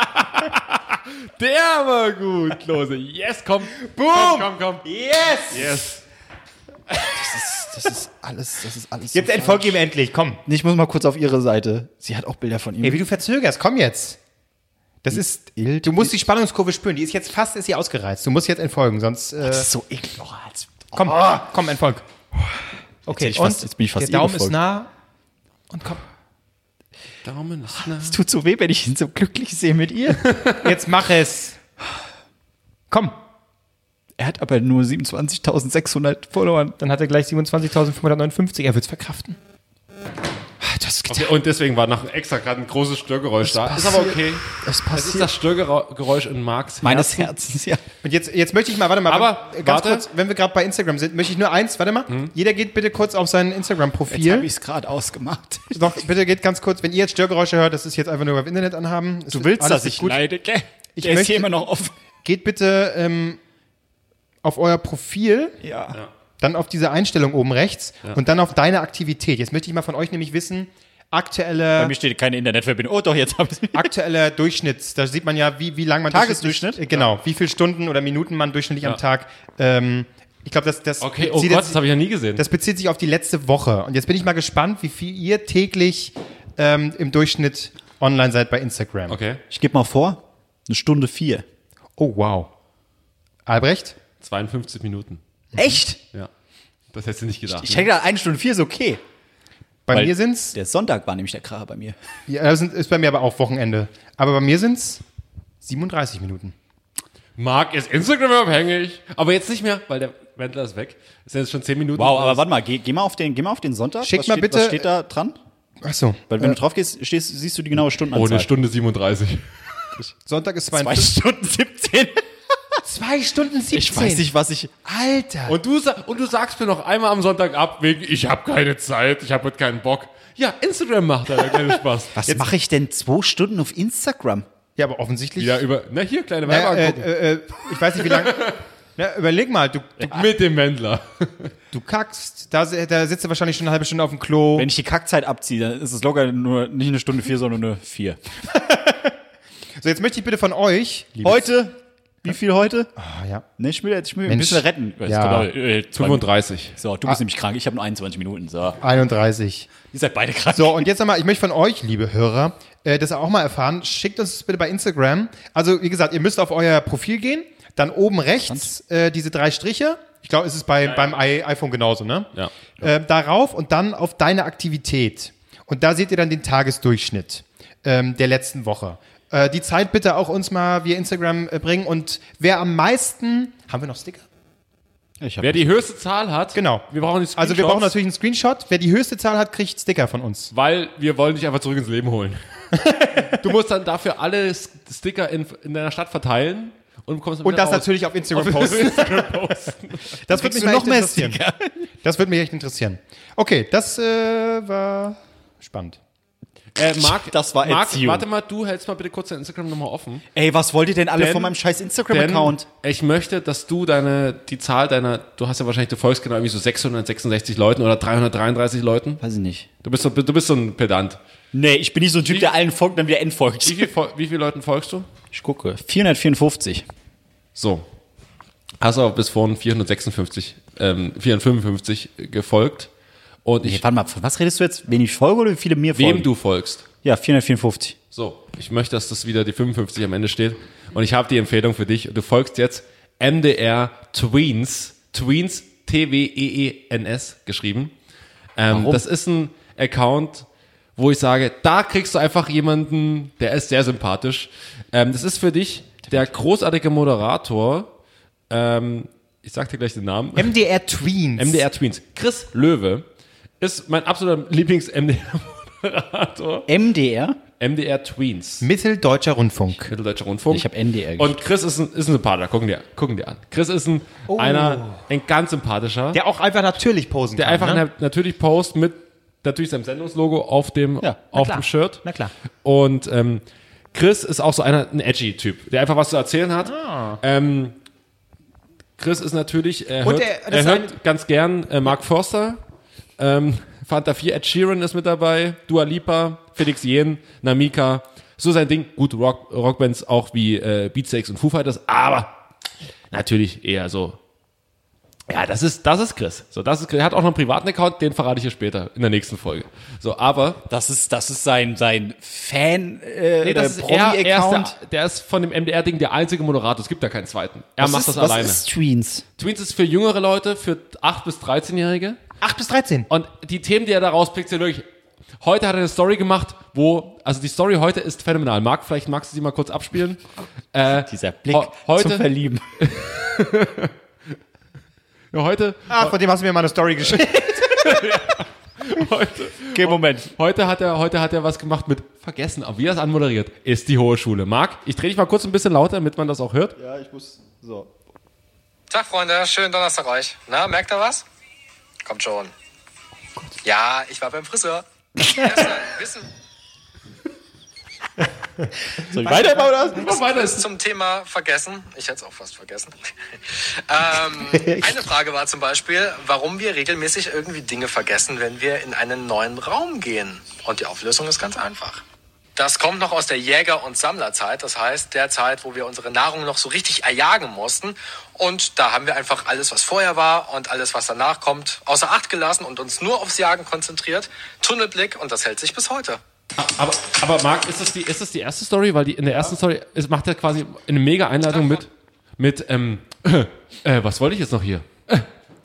Der war gut, Klose. Yes, komm. Boom. Komm, komm, komm. Yes! Yes. das ist alles, das ist alles. Jetzt so entfolg falsch. ihm endlich. Komm. Ich muss mal kurz auf ihre Seite. Sie hat auch Bilder von ihm. Ey, wie du verzögerst. Komm jetzt. Das ist. Ild- Du musst die Spannungskurve spüren. Die ist jetzt fast ist sie ausgereizt. Du musst jetzt entfolgen, sonst. Äh, Das ist so eklig. Oh, als, komm, komm, entfolg. Okay, Jetzt, hätte ich fast, jetzt bin ich fast der Daumen ihr ist gefolgt. nah. Und komm. Daumen ist nah. Es tut so weh, wenn ich ihn so glücklich sehe mit ihr. Jetzt mach es. Komm. Er hat aber nur siebenundzwanzigtausendsechshundert Follower. Dann hat er gleich siebenundzwanzigtausendfünfhundertneunundfünfzig. Er wird's verkraften. Das, Okay, und deswegen war nach extra gerade ein großes Störgeräusch da. Ist aber okay. das Das ist passiert. das Störgeräusch in Marks Meines Herzen. Herzens, ja. Und jetzt, jetzt möchte ich mal, warte mal, Aber, wenn, ganz warte. kurz, wenn wir gerade bei Instagram sind, möchte ich nur eins, warte mal. Jeder geht bitte kurz auf sein Jetzt habe Instagram-Profil. ich es gerade ausgemacht. Doch, bitte geht ganz kurz, wenn ihr jetzt Störgeräusche hört, das ist jetzt einfach nur beim Internet anhaben. Es Du ist willst, alles dass ich gut. leide, gell? Ich Der ist möchte- hier immer noch offen. Geht bitte ähm, auf euer Profil, Ja. dann auf diese Einstellung oben rechts und dann auf deine Aktivität. Jetzt möchte ich mal von euch nämlich wissen, Aktuelle, Bei mir steht keine Internetverbindung. Oh doch, jetzt habe ich es. aktueller Durchschnitt, da sieht man ja, wie, wie lange man Tagesdurchschnitt? durchschnittlich- äh, Genau, wie viele Stunden oder Minuten man durchschnittlich am Tag. Ähm, ich glaube, das, das, Okay, oh bezieht Gott, jetzt- das habe ich ja nie gesehen. das bezieht sich auf die letzte Woche. Und jetzt bin ich mal gespannt, wie viel ihr täglich ähm, im Durchschnitt online seid bei Instagram. Okay, Ich gebe mal vor, eine Stunde vier. Oh, wow. Albrecht? zweiundfünfzig Minuten. Echt? Ja, das hättest du nicht gedacht. Ich ne? denke, eine Stunde vier ist okay. Bei Weil mir sind's, Der Sonntag war nämlich der Kracher bei mir. ja, das sind, ist bei mir aber auch Wochenende. Aber bei mir sind's siebenunddreißig Minuten. Marc ist Instagram abhängig, aber jetzt nicht mehr, weil der Wendler ist weg. Es sind jetzt schon zehn Minuten. Wow, aber warte mal, geh, geh, mal, auf den, geh mal auf den Sonntag. Schick was mal steht, bitte- Was steht da dran? Ach so. Weil wenn du drauf gehst, stehst, siehst du die genaue Oh, Stundenanzahl. eine Stunde siebenunddreißig. Sonntag ist Zwei zweiundfünfzig. Stunden siebzehn. Zwei Stunden siebzehn. Ich weiß nicht, was ich... Alter. Und du, sa- und du sagst mir noch einmal am Sonntag ab, wegen, ich habe keine Zeit, ich habe heute keinen Bock. Ja, Instagram macht da keinen Spaß. Was mache ich denn zwei Stunden auf Instagram? ja, aber offensichtlich. Ja, über, na hier, kleine naja, Weiber äh, angucken. äh, äh, ich weiß nicht, wie lange. Ja, überleg mal, du, du, Mit dem Wendler. du kackst, da, da sitzt du wahrscheinlich schon eine halbe Stunde auf dem Klo. Wenn ich die Kackzeit abziehe, dann ist es locker nur nicht eine Stunde vier, sondern eine vier. So, jetzt möchte ich bitte von euch. liebes- Heute? Wie viel heute? Ah, ja. Ne, ich will jetzt ich will ein Mensch. bisschen retten. Ja. Äh, zwei- fünfunddreißig. So, du bist nämlich krank. Ich habe nur einundzwanzig Minuten. So, einunddreißig. ihr seid beide krank. So, und jetzt einmal, ich möchte von euch, liebe Hörer, äh, das auch mal erfahren. Schickt uns das bitte bei Instagram. Also, wie gesagt, ihr müsst auf euer Profil gehen, dann oben rechts äh, diese drei Striche. Ich glaube, es ist bei, beim I- iPhone genauso, ne? Ja. Äh, darauf und dann auf deine Aktivität. Und da seht ihr dann den Tagesdurchschnitt ähm, der letzten Woche. Äh, die Zeit bitte auch uns mal via Instagram äh, bringen. Und wer am meisten. Haben wir noch Sticker? Ich hab Wer die höchste Zahl hat, Genau. wir brauchen die Also, wir brauchen Screenshots, natürlich einen Screenshot. Wer die höchste Zahl hat, kriegt Sticker von uns. weil wir wollen dich einfach zurück ins Leben holen. Du musst dann dafür alle S- Sticker in, in deiner Stadt verteilen und bekommst dann Und wieder das raus. natürlich auf Instagram Auf posten. Instagram posten. Das würde mich du mal noch echt mehr interessieren. Das würde mich echt interessieren. Okay, das äh, war spannend. Äh, Marc, Das war Marc, Erziehung. warte mal, du hältst mal bitte kurz dein Instagram nochmal offen. Ey, was wollt ihr denn alle Denn- von meinem scheiß Denn Instagram-Account? ich möchte, dass du deine, die Zahl deiner, du hast ja wahrscheinlich, du folgst genau irgendwie so sechshundertsechsundsechzig Leuten oder dreihundertdreiunddreißig Leuten. Weiß ich nicht. Du bist so, du bist so ein Pedant. Nee, ich bin nicht so ein Typ, der allen folgt und dann wieder entfolgt. Wie viel, fol- wie viele Leuten folgst du? Ich gucke. vierhundertvierundfünfzig. So. Hast aber bis vorhin vierhundertsechsundfünfzig, ähm, vierhundertfünfundfünfzig gefolgt. Und Nee, ich, warte mal, von was redest du jetzt? Wen ich folge oder wie viele mir folgen? wem du folgst. Ja, vierhundertvierundfünfzig. So, ich möchte, dass das wieder die fünfundfünfzig am Ende steht. Und ich habe die Empfehlung für dich. Du folgst jetzt M D R Tweens. Tweens, T W E E N S geschrieben. Ähm, Warum? das ist ein Account, wo ich sage, da kriegst du einfach jemanden, der ist sehr sympathisch. Ähm, das ist für dich der großartige Moderator. Ähm, ich sag dir gleich den Namen. M D R Tweens. M D R Tweens. Chris Löwe ist mein absoluter Lieblings-M D R-Moderator. M D R? M D R Tweens. Mitteldeutscher Rundfunk. Mitteldeutscher Rundfunk. Ich habe N D R Und Chris ist ein, ist ein Sympathischer. Gucken dir, gucken dir an. Chris ist ein, einer, ein ganz sympathischer, der, Der auch einfach natürlich posen kann. einfach ne? na- natürlich post mit natürlich seinem Sendungslogo auf dem, Ja, na auf klar. dem Shirt. Na klar. Und ähm, Chris ist auch so einer, ein edgy Typ, der einfach was zu erzählen hat. Ähm, Chris ist natürlich, er Und hört, er- das er ist hört ganz gern äh, Mark Forster, ähm, Fanta vier, Ed Sheeran ist mit dabei, Dua Lipa, Felix Jähn, Namika, so sein Ding. Gut, Rock, Rockbands auch wie äh, Beatsteaks und Foo Fighters, aber natürlich eher so. Ja, das ist, das ist Chris. So, das ist Chris. Er hat auch noch einen privaten Account, den verrate ich dir später in der nächsten Folge. So, aber Das ist, das ist sein, sein Fan, äh, nee, das ist er, er ist Promi-Account. der, der ist von dem M D R-Ding der einzige Moderator. Es gibt da keinen zweiten. Er Was macht ist, das was alleine. ist Tweens? Tweens ist für jüngere Leute, für acht bis dreizehnjährige. acht bis dreizehn. Und die Themen, die er da rauspickt, sind wirklich. Heute hat er eine Story gemacht, wo, also die Story heute ist phänomenal. Marc, vielleicht magst du sie mal kurz abspielen. Äh, Dieser Blick Ho- heute- zum Verlieben. ja, heute, Ah, von dem hast du mir mal eine Story geschickt. heute, Okay, Moment. heute hat er, heute hat er was gemacht mit vergessen, aber wie er es anmoderiert, ist die hohe Schule. Marc, ich drehe dich mal kurz ein bisschen lauter, damit man das auch hört. Ja, ich muss, so. Tag, Freunde. Schönen Donnerstag euch. Na, merkt ihr was? Kommt schon. Ja, ich war beim Friseur. Gestern, wissen. Soll ich weitermachen oder was? Was weiter ist zum Thema Vergessen. Ich hätte es auch fast vergessen. ähm, eine Frage war zum Beispiel, warum wir regelmäßig irgendwie Dinge vergessen, wenn wir in einen neuen Raum gehen. Und die Auflösung ist ganz einfach. Das kommt noch aus der Jäger- und Sammlerzeit. Das heißt, der Zeit, wo wir unsere Nahrung noch so richtig erjagen mussten. Und da haben wir einfach alles, was vorher war und alles, was danach kommt, außer Acht gelassen und uns nur aufs Jagen konzentriert. Tunnelblick, und das hält sich bis heute. Aber, aber Marc, ist das, die, ist das die erste Story? Weil die, in der ersten Story ist, macht er quasi eine mega Einleitung mit, mit ähm, äh, äh, was wollte ich jetzt noch hier? Äh,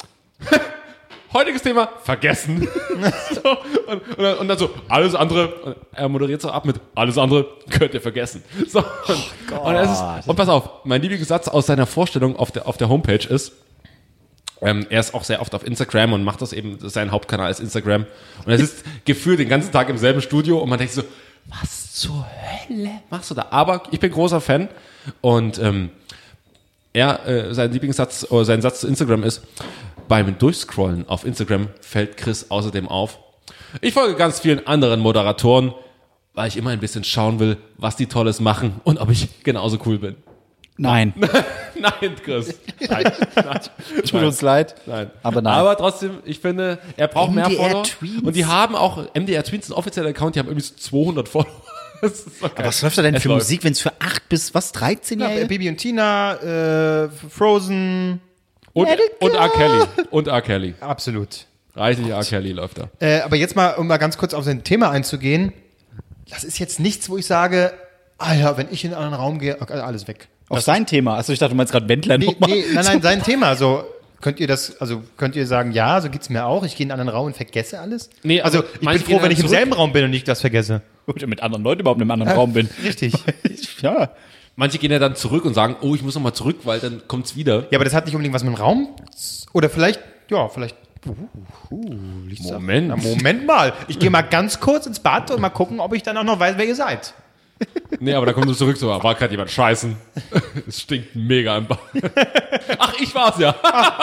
heutiges Thema, vergessen. so, und, und, dann, und dann so, alles andere, und er moderiert so ab mit, alles andere könnt ihr vergessen. So, und, oh und, es ist, und pass auf, mein Lieblingssatz aus seiner Vorstellung auf der, auf der Homepage ist, Ähm, er ist auch sehr oft auf Instagram und macht das eben, sein Hauptkanal ist Instagram. Und er sitzt gefühlt den ganzen Tag im selben Studio und man denkt so, was zur Hölle machst du da? Aber ich bin großer Fan und ähm, er, äh, sein Lieblingssatz, oder sein Satz zu Instagram ist, beim Durchscrollen auf Instagram fällt Chris außerdem auf. Ich folge ganz vielen anderen Moderatoren, weil ich immer ein bisschen schauen will, was die Tolles machen und ob ich genauso cool bin. Nein. Nein, Chris. Nein, nein. Tut uns leid. Nein. Aber nein. Aber trotzdem, ich finde, er braucht mehr M D R Follower. Tweets. Und die haben auch, M D R Tweets, ein offizieller Account, die haben irgendwie so zweihundert Follower. Das ist so geil. Aber was läuft da denn Es für läuft. Musik, wenn es für acht bis was, dreizehn Ja, Jahre? Baby und Tina, äh, Frozen. Und, und R. Kelly. Und R. Kelly. Absolut. Reichlich R. Kelly läuft da. Äh, aber jetzt mal, um mal ganz kurz auf sein Thema einzugehen. Das ist jetzt nichts, wo ich sage, ah ja, wenn ich in einen anderen Raum gehe, okay, alles weg. Auf sein Thema. Also ich dachte, du meinst gerade Wendler Nee, nochmal. nee, nein, nein, sein Thema. So, könnt ihr das, also könnt ihr sagen, ja, so geht's mir auch. Ich gehe in einen anderen Raum und vergesse alles. Nee, also aber ich bin manche froh, gehen wenn ich dann im zurück. selben Raum bin und nicht das vergesse. Oder mit anderen Leuten überhaupt in einem anderen Raum bin. Richtig. Ja. Manche gehen ja dann zurück und sagen, oh, ich muss nochmal zurück, weil dann kommt's wieder. Ja, aber das hat nicht unbedingt was mit dem Raum. Oder vielleicht, ja, vielleicht. Uh, uh, liegt's da- Moment. Na, Moment mal. Ich gehe mal ganz kurz ins Bad und mal gucken, ob ich dann auch noch weiß, wer ihr seid. Nee, aber dann kommst du zurück, so, war gerade jemand scheißen. Es stinkt mega im Bad. Ach, ich war's ja.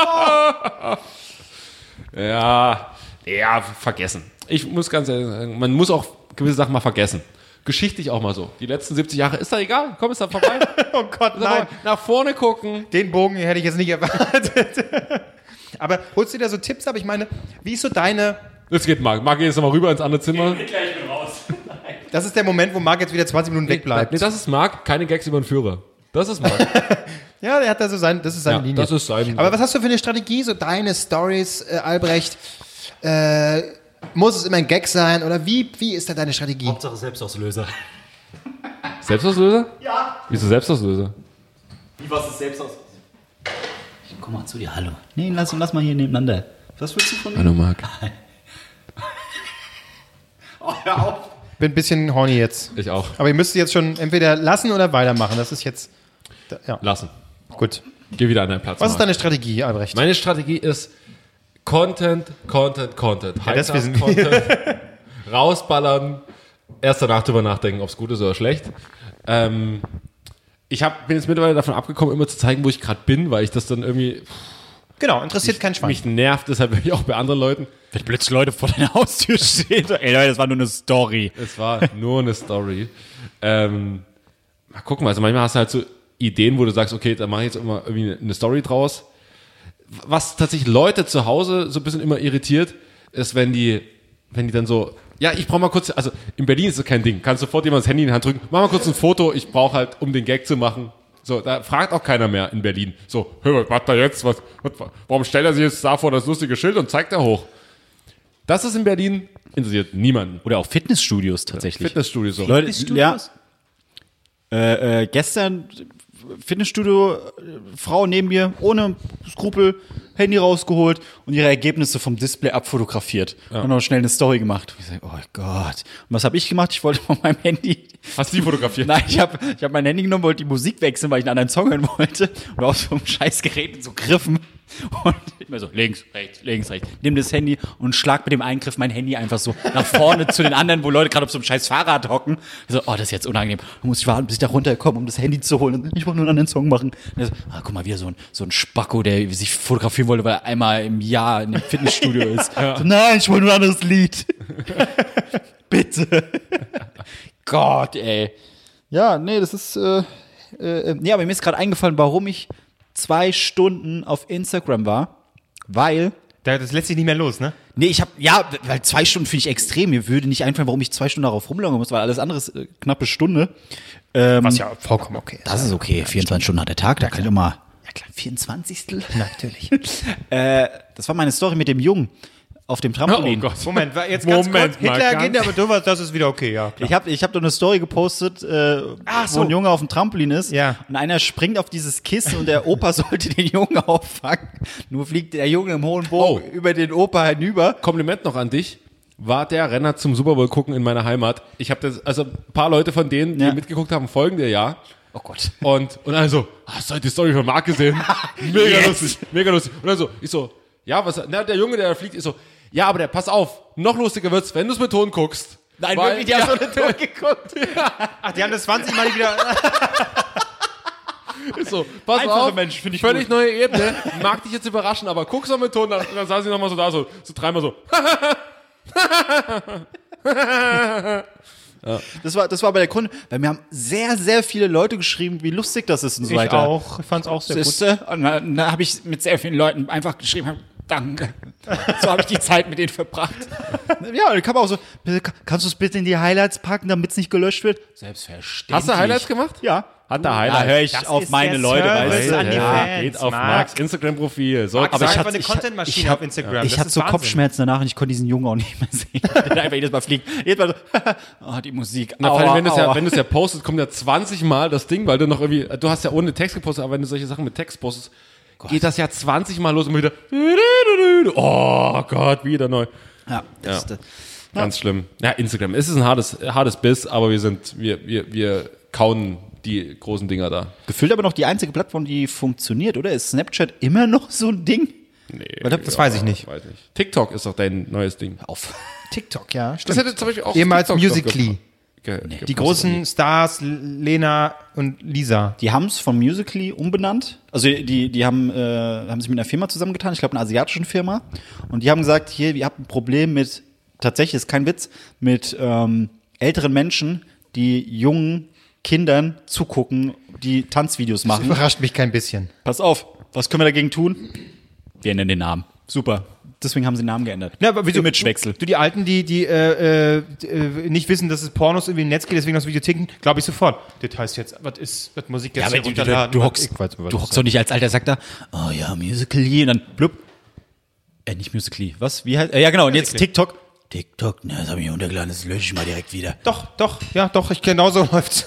ja, ja, vergessen. Ich muss ganz ehrlich sagen, man muss auch gewisse Sachen mal vergessen. Geschichtlich auch mal so. Die letzten siebzig Jahre, ist da egal, komm, ist da vorbei. Oh Gott, Ist da vorbei. Nach vorne gucken. Den Bogen hätte ich jetzt nicht erwartet. Aber holst du dir da so Tipps ab? Ich meine, wie ist so deine. Jetzt geht Marc. Marc geht jetzt nochmal rüber ins andere Zimmer. Das ist der Moment, wo Marc jetzt wieder zwanzig Minuten wegbleibt. Nee, das ist Marc, keine Gags über den Führer. Das ist Marc. Ja, der hat da so sein, das ist seine Ja, Linie. das ist sein- Aber was hast du für eine Strategie, so deine Stories, äh, Albrecht? Äh, muss es immer ein Gag sein oder wie, wie ist da deine Strategie? Hauptsache Selbstauslöser. Selbstauslöser? Ja. Wieso Selbstauslöser? Wie was ist Selbstauslöser? Ich komm mal zu dir, hallo. Nee, lass, lass mal hier nebeneinander. Was willst du von mir? Hallo Marc. Oh, hör auf. Bin ein bisschen horny jetzt. Ich auch. Aber ihr müsst jetzt schon entweder lassen oder weitermachen. Das ist jetzt. Da, ja, Lassen. gut. Geh wieder an deinen Platz. Was ist Marc. deine Strategie, Albrecht? Meine Strategie ist Content, Content, Content. Ja, das wissen wir. Content. Rausballern. Erst danach drüber nachdenken, ob es gut ist oder schlecht. Ähm, ich hab, bin jetzt mittlerweile davon abgekommen, immer zu zeigen, wo ich gerade bin, weil ich das dann irgendwie Genau, interessiert kein Schwein. mich nervt. Deshalb bin ich auch bei anderen Leuten. Wenn plötzlich Leute vor deiner Haustür stehen. Ey Leute, das war nur eine Story. Es war nur eine Story. Ähm, mal gucken, also manchmal hast du halt so Ideen, wo du sagst, okay, da mache ich jetzt immer irgendwie eine Story draus. Was tatsächlich Leute zu Hause so ein bisschen immer irritiert, ist, wenn die, wenn die dann so, ja, ich brauche mal kurz, also in Berlin ist das kein Ding, kannst sofort jemand das Handy in die Hand drücken, mach mal kurz ein Foto, ich brauche halt, um den Gag zu machen. So, da fragt auch keiner mehr in Berlin. So, hör, was macht er jetzt? Was, was, warum stellt er sich jetzt da vor das lustige Schild und zeigt er hoch? Das ist in Berlin, interessiert niemanden. Oder auch Fitnessstudios tatsächlich. Fitnessstudio so. Leute, ja. Äh, äh, gestern Fitnessstudio, äh, Frau neben mir, ohne Skrupel, Handy rausgeholt und ihre Ergebnisse vom Display abfotografiert. Und noch schnell eine Story gemacht. Und ich sag, oh Gott. Und was habe ich gemacht? Ich wollte von meinem Handy. Hast du die fotografiert? Nein, ich habe ich hab mein Handy genommen, wollte die Musik wechseln, weil ich einen anderen Song hören wollte. Und auf so einem scheiß Gerät mit so Griffen. Und ich mir so, links, rechts, links, rechts. Nimm das Handy und schlag mit dem Eingriff mein Handy einfach so nach vorne zu den anderen, wo Leute gerade auf so einem scheiß Fahrrad hocken. Ich so, oh, das ist jetzt unangenehm. Da muss ich warten, bis ich da runterkomme, um das Handy zu holen. Und ich wollte nur einen anderen Song machen. Und so, ah, guck mal, wieder so ein, so ein Spacko, der sich fotografieren wollte, weil er einmal im Jahr in einem Fitnessstudio ist. So, nein, ich wollte nur ein anderes Lied. Bitte. Gott, ey. Ja, nee, das ist, äh, äh, nee, aber mir ist gerade eingefallen, warum ich zwei Stunden auf Instagram war, weil, Das lässt sich nicht mehr los, ne? nee, ich hab, ja, weil zwei Stunden finde ich extrem, mir würde nicht einfallen, warum ich zwei Stunden darauf rumlaufen muss, weil alles andere ist äh, knappe Stunde. Ähm, Was ja vollkommen okay ist. Das ist okay, vierundzwanzig Stunden hat der Tag, da kann ich immer, ja klar, vierundzwanzigstel Natürlich. äh, das war meine Story mit dem Jungen auf dem Trampolin. Oh Gott. Moment, wa- jetzt ganz Moment kurz. mal, Hitler ganz- geht, aber du warst, das ist wieder okay, ja. Klar. Ich habe ich hab doch eine Story gepostet, äh, Ach so. wo ein Junge auf dem Trampolin ist. Ja. Und einer springt auf dieses Kissen und der Opa sollte den Jungen auffangen. Nur fliegt der Junge im hohen Bogen Oh. über den Opa hinüber. Kompliment noch an dich. War der Renner zum Super Bowl gucken in meiner Heimat. Ich habe das, also ein paar Leute von denen, die Ja. mitgeguckt haben, folgen dir ja. Oh Gott. Und, und also, hast du heute die Story von Marc gesehen? Mega Yes. lustig, mega lustig. Und dann so, ich so, ja, was, na, der Junge, der fliegt, ist so, ja, aber der, pass auf, noch lustiger wird's, wenn du es mit Ton guckst. Nein, Weil- wirklich, die haben so eine Ton geguckt. Ach, die haben das zwanzig Mal wieder. Ist so, pass Einfache auf, Mensch, finde ich völlig gut. neue Ebene, mag dich jetzt überraschen, aber guck's noch mit Ton, dann, dann saß sie nochmal so da, so, so dreimal so. Das war, das war aber der Grund, weil mir haben sehr, sehr viele Leute geschrieben, wie lustig das ist und so Ich weiter. auch. Ich fand's auch sehr gut. Siehste? Und dann, dann habe ich mit sehr vielen Leuten einfach geschrieben, danke. So habe ich die Zeit mit denen verbracht. Ja, dann kann man auch so, bitte, kannst du es bitte in die Highlights packen, damit es nicht gelöscht wird? Selbstverständlich. Hast du Highlights gemacht? Ja. Hat der Da Highlights? höre ich Das auf ist meine der Leute, Service weißt du? an die ja, Fans, geht auf Marc. Marks Instagram-Profil. So, Marc aber ist ich einfach hatte, eine Content-Maschine ich hab- auf Instagram. Ich Das hatte ist so Wahnsinn. Kopfschmerzen danach und ich konnte diesen Jungen auch nicht mehr sehen. Der einfach jedes Mal fliegt. Jedes Mal so, oh, die Musik. Na, vor allem, Aua, wenn du es ja, aua. wenn du es ja postest, kommt ja zwanzig Mal das Ding, weil du noch irgendwie, du hast ja ohne Text gepostet, aber wenn du solche Sachen mit Text postest, geht das ja zwanzig Mal los und wieder, oh Gott, wieder neu. Ja, das Ja. ist, Ganz schlimm. Ja, Instagram. Es ist ein hartes, hartes Biss, aber wir sind, wir, wir, wir kauen die großen Dinger da. gefühlt aber noch die einzige Plattform, die funktioniert, oder? Ist Snapchat immer noch so ein Ding? Nee, Das weiß ich nicht. Weiß nicht. TikTok ist doch dein neues Ding. Auf. TikTok, ja, Das stimmt. hätte zum Beispiel auch Ehemals TikTok Musical.ly. Ge ge Die großen Stars, L- Lena und Lisa. Die haben es von Musical.ly umbenannt. Also die, die haben, äh, haben sich mit einer Firma zusammengetan, ich glaube einer asiatischen Firma. Und die haben gesagt, hier, ihr habt ein Problem mit, tatsächlich ist kein Witz, mit ähm, älteren Menschen, die jungen Kindern zugucken, die Tanzvideos Das machen. überrascht mich kein bisschen. Pass auf, was können wir dagegen tun? Wir ändern den Namen. Super. Deswegen haben sie den Namen geändert. Ja, aber wieso? Imagewechsel. Du, die Alten, die, die äh, äh, äh, nicht wissen, dass es Pornos irgendwie im Netz geht, deswegen aus Videotheken, glaube ich sofort. Das heißt jetzt, was ist, was Musik jetzt hier du, runterladen? du, was- hockst, ich weiß, was du das hockst doch nicht als alter Sack da, oh ja, Musical.ly, und dann blub. Äh, nicht Musical.ly, was? Wie heißt, äh, ja genau, und jetzt TikTok. TikTok, ne, das habe ich runtergeladen, das lösche ich mal direkt wieder. Doch, doch, ja, doch, ich genau so läuft's.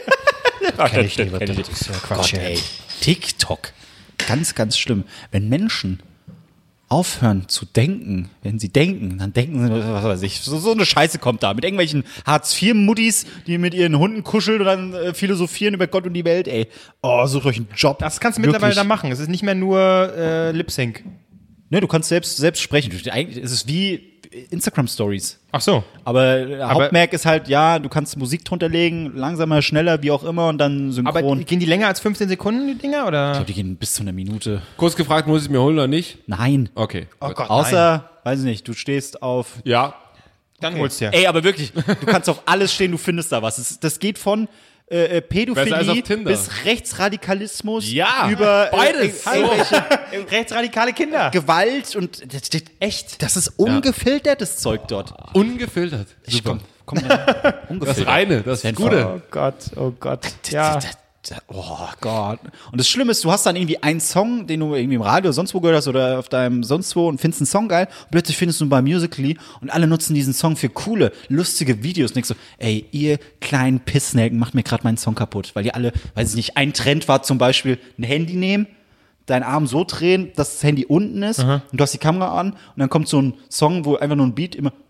Kenn ich nicht, was das ist ja Quatsch. Gott, ey. TikTok. Ganz, ganz schlimm. Wenn Menschen aufhören zu denken, wenn sie denken, dann denken sie, was weiß ich, so, so eine Scheiße kommt da. Mit irgendwelchen Hartz vier Muttis, die mit ihren Hunden kuscheln und dann äh, philosophieren über Gott und die Welt, ey. Oh, sucht euch einen Job. Das kannst du Wirklich. mittlerweile da machen. Es ist nicht mehr nur äh, Lip-Sync. Ne, du kannst selbst, selbst sprechen. Du- Eigentlich ist es wie Instagram-Stories. Ach so. Aber, äh, Hauptmerk ist halt, ja, du kannst Musik drunter legen, langsamer, schneller, wie auch immer und dann Aber synchron. gehen die länger als fünfzehn Sekunden, die Dinger? ich Oder? glaube, die gehen bis zu einer Minute. Kurz gefragt, muss ich mir holen oder nicht? Nein. Okay. Oh gut. Gott, Außer, weiß ich nicht, du stehst auf. Ja. Dann holst du ja. Ey, aber wirklich, du kannst auf alles stehen, du findest da was. Das, das geht von äh, äh, Besser als Pädophilie auf Tinder. bis Rechtsradikalismus Ja, über äh, beides. äh, irgendwelche Rechtsradikale Kinder. Gewalt und das, das, echt, das ist ungefiltertes Zeug dort. Ungefiltert. Ich komm, komm ja, ungefiltert. Das reine, das Fan Gute. Oh Gott, oh Gott. Ja. Oh Gott. Und das Schlimme ist, du hast dann irgendwie einen Song, den du irgendwie im Radio oder sonst wo gehört hast oder auf deinem sonst wo und findest einen Song geil und plötzlich findest du ihn bei Musical.ly und alle nutzen diesen Song für coole, lustige Videos und denkst so, ey, ihr kleinen Pissnelken macht mir gerade meinen Song kaputt, weil ihr alle, weiß ich nicht, ein Trend war zum Beispiel ein Handy nehmen, deinen Arm so drehen, dass das Handy unten ist und du hast die Kamera an und dann kommt so ein Song, wo einfach nur ein Beat immer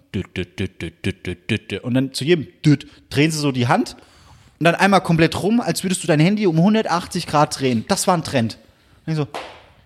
und dann zu jedem drehen sie so die Hand und dann einmal komplett rum, als würdest du dein Handy um hundertachtzig Grad drehen. Das war ein Trend. Und ich so,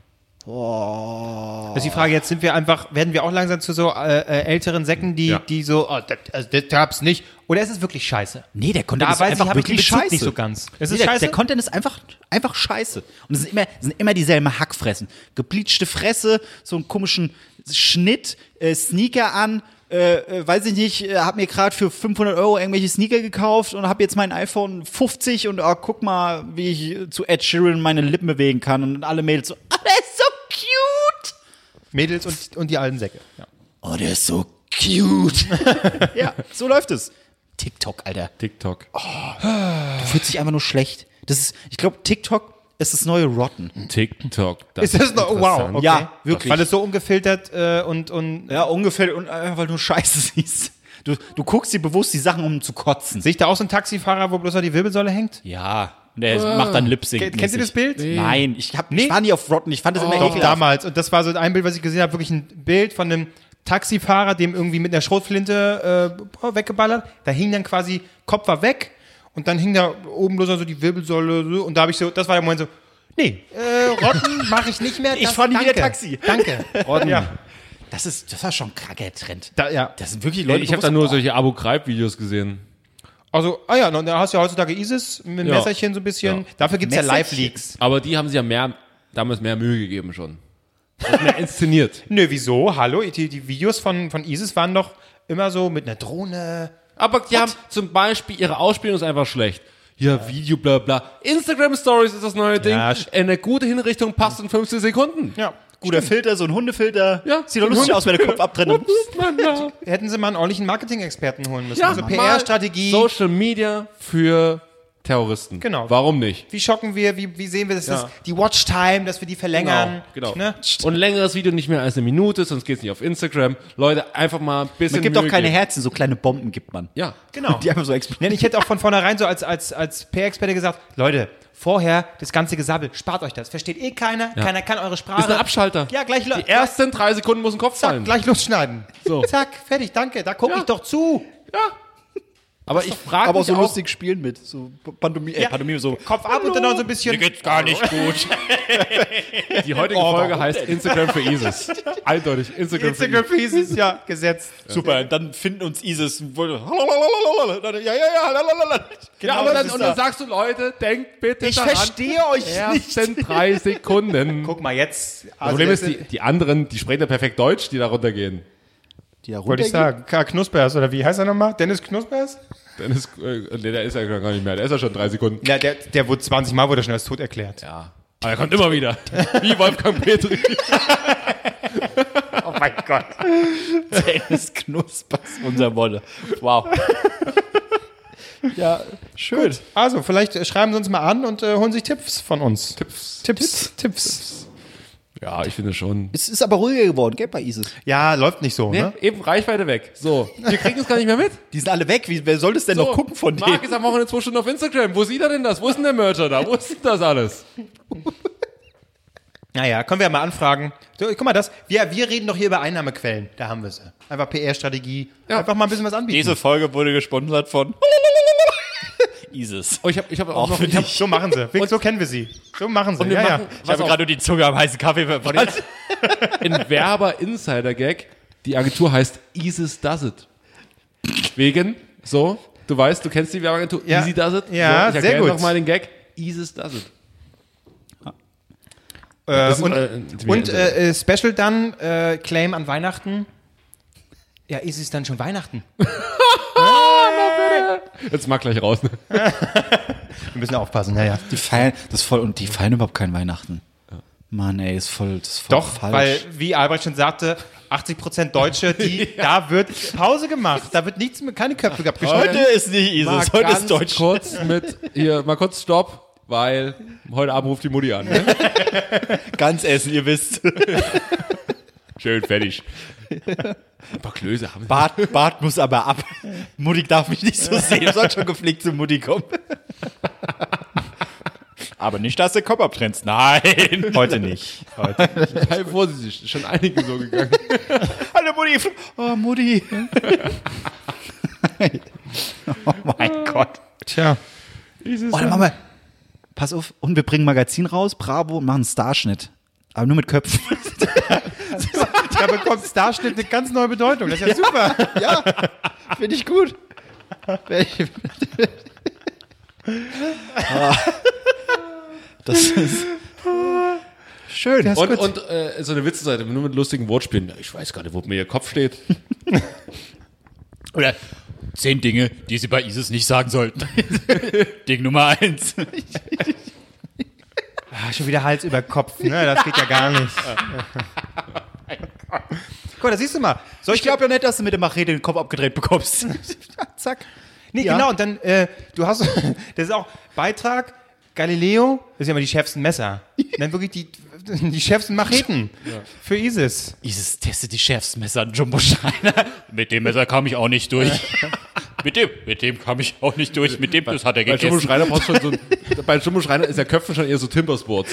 Das ist die Frage, jetzt sind wir einfach, werden wir auch langsam zu so äh, äh, älteren Säcken, die, Ja. die so, oh, das, also, das gab's nicht. Oder ist es wirklich scheiße? nee, der Content Da ist weiß ich, einfach habe ich den wirklich Bezug scheiße. nicht so ganz. Ist Nee, es der, scheiße? der Content ist einfach, einfach scheiße. Und es sind immer, es sind immer dieselben Hackfressen. Gebleachte Fresse, so einen komischen Schnitt, äh, Sneaker an, äh, äh, weiß ich nicht, äh, hab mir gerade für fünfhundert Euro irgendwelche Sneaker gekauft und hab jetzt mein iPhone fünfzig und oh, guck mal, wie ich zu Ed Sheeran meine Lippen bewegen kann und alle Mädels so, oh, der ist so cute. Mädels und, und die alten Säcke. Ja. Oh, der ist so cute. Ja, so läuft es. TikTok, Alter. TikTok. Du fühlst dich einfach nur schlecht. Das ist, ich glaube, TikTok ist das neue Rotten. TikTok. Ist das noch? Wow. interessant. Okay. Ja, wirklich. Weil es so ungefiltert äh, und, und Ja, ungefähr, und einfach weil du Scheiße siehst. Du, du guckst dir bewusst die Sachen, um zu kotzen. sehe ich da auch so einen Taxifahrer, wo bloß noch die Wirbelsäule hängt? Ja, der macht dann Lip-Sync. Ke- Kennst du das Bild? Nein, ich, hab, ich war nie auf Rotten, ich fand das immer Doch, ekelhaft. damals. Und das war so ein Bild, was ich gesehen habe, wirklich ein Bild von einem Taxifahrer, dem irgendwie mit einer Schrotflinte äh, weggeballert. Da hing dann quasi, Kopf war weg und dann hing da oben bloß noch so die Wirbelsäule so, und da habe ich so, das war der Moment so, nee, äh, Rotten mache ich nicht mehr. Ich das, fahr nie danke, wieder Taxi. Danke. Rotten. Ja. Das ist, das war schon ein kranker Trend. Da, ja. Das sind wirklich Leute, Ich habe da nur solche Abu Ghraib-Videos gesehen. Also, ah ja, da hast du ja heutzutage ISIS mit dem Ja. Messerchen so ein bisschen. Ja. Dafür gibt's ja Messerchen. Live-Leaks. Aber die haben sich ja mehr, damals mehr Mühe gegeben schon. Das ist mehr inszeniert. Nö, wieso? Hallo? Die, die Videos von, von ISIS waren doch immer so mit einer Drohne. Aber die haben zum Beispiel, ihre Ausspielung ist einfach schlecht. Ja, Video, bla bla. Instagram Stories ist das neue Ding. Ja, sch- Eine gute Hinrichtung passt in fünfzehn Sekunden. Ja. Guter Filter, so ein Hundefilter. Ja, Sieht doch ein lustig aus, wenn der Kopf abtrennt. Ja, Hätten sie mal einen ordentlichen Marketing-Experten holen müssen. ja, also P mal R-Strategie. Social Media für Terroristen. Genau. Warum nicht? Wie schocken wir, wie, wie sehen wir das, Ja. das? Die Watchtime, dass wir die verlängern. Genau. Ne? Und längeres Video nicht mehr als eine Minute, sonst geht's nicht auf Instagram. Leute, einfach mal ein bisschen Man gibt Mühe auch keine geben. Herzen, so kleine Bomben gibt man. Ja. Genau. Die einfach so explodieren. Ja, ich hätte auch von vornherein so als, als, als P R-Experte gesagt, Leute, vorher das ganze Gesabbel, spart euch das. Versteht eh keiner, keiner kann eure Sprache. Ist ein Abschalter. Ja, gleich, lo- Die ersten drei Sekunden muss ein Kopf zack, fallen. gleich losschneiden. So. Zack, fertig, danke, da gucke Ja. ich doch zu. Ja. Aber ich frage Aber mich so auch, lustig spielen mit. So Pantomime, äh, Ja. Pantomime so. Kopf ab und dann noch so ein bisschen. geht's gar nicht gut. die heutige Folge heißt Instagram für ISIS. Eindeutig, Instagram, Instagram für Pieces, ja, gesetzt. Super, dann finden uns ISIS. Ja, ja, ja. Ja, aber dann, und dann sagst du, Leute, denkt bitte Ich daran. verstehe euch nicht. Ersten drei Sekunden. Guck mal jetzt. Das Also Problem das ist, die, die anderen, die sprechen ja perfekt Deutsch, die da runtergehen. Die da wollte ich sagen, Karl Knuspers, oder wie heißt er nochmal? Dennis Knuspers? Dennis, äh, nee, der ist ja gar nicht mehr, der ist ja schon drei Sekunden. Ja, der, der wurde zwanzig Mal wurde schon als tot erklärt. Ja. Aber er kommt immer wieder. Wie Wolfgang Petri. Oh mein Gott. Dennis Knuspers, unser Wolle. Wow. Ja, schön. Also, vielleicht äh, schreiben Sie uns mal an und äh, holen sich Tipps von uns. Tipps. Tipps. Tipps. Ja, ich finde schon. Es ist aber ruhiger geworden, gell, bei ISIS. Ja, läuft nicht so, Nee, ne? eben Reichweite weg. So, wir kriegen es gar nicht mehr mit. Die sind alle weg. Wie, wer soll das denn So, noch gucken von denen? Marc ist am Wochenende zwei Stunden auf Instagram. Wo sieht er denn das? Wo ist denn der Mercher da? Wo ist denn das alles? Naja, können wir ja mal anfragen. So, guck mal, das, wir, wir reden doch hier über Einnahmequellen. Da haben wir sie. Einfach P R-Strategie. Ja. Einfach mal ein bisschen was anbieten. Diese Folge wurde gesponsert von ISIS. Oh, ich habe ich hab auch, Auch noch... für Ich hab, dich. So machen sie. Wirklich, so kennen wir sie. So machen sie. und wir Ja, machen, ja. Ich habe gerade nur die Zunge am heißen Kaffee verbrannt. ein Werber-Insider-Gag. Die Agentur heißt Isis Does It. Wegen, so, du weißt, du kennst die Werbeagentur Ja. Easy Does It. Ja, so, ich sehr erkläre gut. noch mal den Gag. Isis Does It. Äh, Das ist, und äh, und äh, äh, Special dann, äh, Claim an Weihnachten. Ja, ist es dann schon Weihnachten? Jetzt mag gleich raus. Ne? Wir müssen aufpassen, ja, ja. Die feiern, das ist voll, und die feiern überhaupt kein Weihnachten. Mann, ey, ist voll, das ist voll Doch, falsch. weil, wie Albrecht schon sagte, achtzig Prozent Deutsche, die, da wird Pause gemacht. Da wird nichts mehr, keine Köpfe abgeschnitten. heute ist nicht ISIS, Mal heute ganz ist Deutsch. kurz mit, hier, mal kurz Stopp, weil heute Abend ruft die Mutti an. Ne? Ganz essen, ihr wisst. Schön, fertig. Ein paar Klöße haben sie. Bart, Bart muss aber ab. Mutti darf mich nicht so sehen, soll schon gepflegt zu Mutti kommen. Aber nicht, dass du den Kopf abtrennst. Nein. Heute nicht. Heute. Sei vorsichtig, ist schon einige so gegangen. Hallo Mutti. Oh, Mutti. Oh mein Gott. Tja. Oh, dann machen wir, pass auf, und wir bringen ein Magazin raus, Bravo, und machen einen Starschnitt. Aber nur mit Köpfen. Da bekommt Starschnitt eine ganz neue Bedeutung. Das ist ja, super. Ja, finde ich gut. Das ist Schön. Der ist Und, gut. und äh, so eine Witzeseite, nur mit lustigen Wortspielen. Ich weiß gar nicht, wo mir ihr Kopf steht. Oder zehn Dinge, die sie bei ISIS nicht sagen sollten. Ding Nummer eins. Ah, schon wieder Hals über Kopf, ne? Das geht ja gar nicht. Guck mal, da siehst du mal. Soll Ich glaube ja nicht, dass du mit der Machete den Kopf abgedreht bekommst. Zack. Nee, Ja. genau, und dann, äh, du hast, das ist auch Beitrag, Galileo, das sind ja immer die schärfsten Messer. Und dann wirklich die, die schärfsten Macheten für ISIS. ISIS testet die schärfsten Messer an Jumbo Schreiner. Mit dem Messer kam ich auch nicht durch. mit dem, mit dem kam ich auch nicht durch. Mit dem, das hat er Bei Jumbo gegessen. Schreiner brauchst schon so ein, bei Jumbo Schreiner ist der Köpfen schon eher so Timbersports.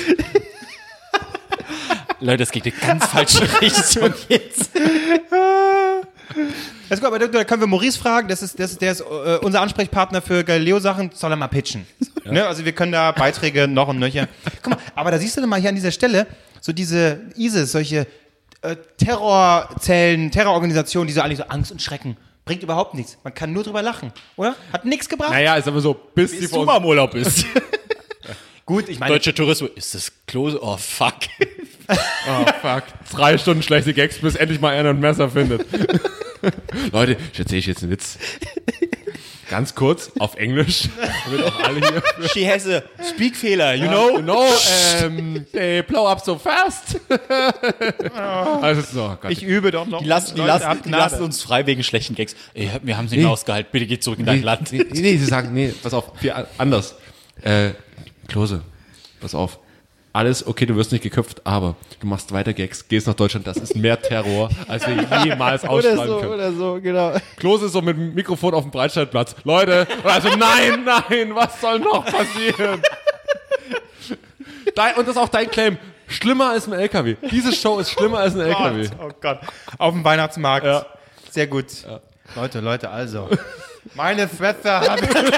Leute, das geht in ganz falsche Richtung jetzt. Das ist gut, aber da, da können wir Maurice fragen, das ist, das ist, der ist äh, unser Ansprechpartner für Galileo-Sachen, soll er mal pitchen. Ne? Also wir können da Beiträge noch und nöcher. Guck mal, aber da siehst du dann mal hier an dieser Stelle, so diese ISIS, solche äh, Terrorzellen, Terrororganisationen, die so eigentlich so Angst und Schrecken, bringt überhaupt nichts. Man kann nur drüber lachen, oder? Hat nichts gebracht. Naja, ist aber so, bis die Bis vor du mal im Urlaub bist. Gut, ich meine, Deutscher Tourismus. Ist das Klose? Oh, fuck. Oh, fuck. Drei Stunden schlechte Gags, bis endlich mal einer ein Messer findet. Leute, ich erzähle euch jetzt einen Witz. Ganz kurz, auf Englisch. Damit auch alle hier. She has a Speakfehler, you No, know? no, ähm, they blow up so fast. Also, so, oh Gott. ich übe doch noch. Die lassen, die, Leute, lassen, habt die Gnade. lassen uns frei wegen schlechten Gags. Ey, wir haben sie nicht Nee. mehr ausgehalten. Bitte geht zurück in dein Land. Nee, nee, sie sagen, nee, pass auf, viel a- anders. Äh, Klose, pass auf. Alles, okay, du wirst nicht geköpft, aber du machst weiter Gags, gehst nach Deutschland, das ist mehr Terror, als wir jemals ausstrahlen können. oder so, genau. Klose ist so mit dem Mikrofon auf dem Breitscheidplatz. Leute, und also nein, nein, was soll noch passieren? Dein, und das ist auch dein Claim. Schlimmer als ein L K W. Diese Show ist schlimmer als ein L K W. Oh Gott. Auf dem Weihnachtsmarkt. Ja. Sehr gut. Leute, Leute, also. Meine Schwester hat.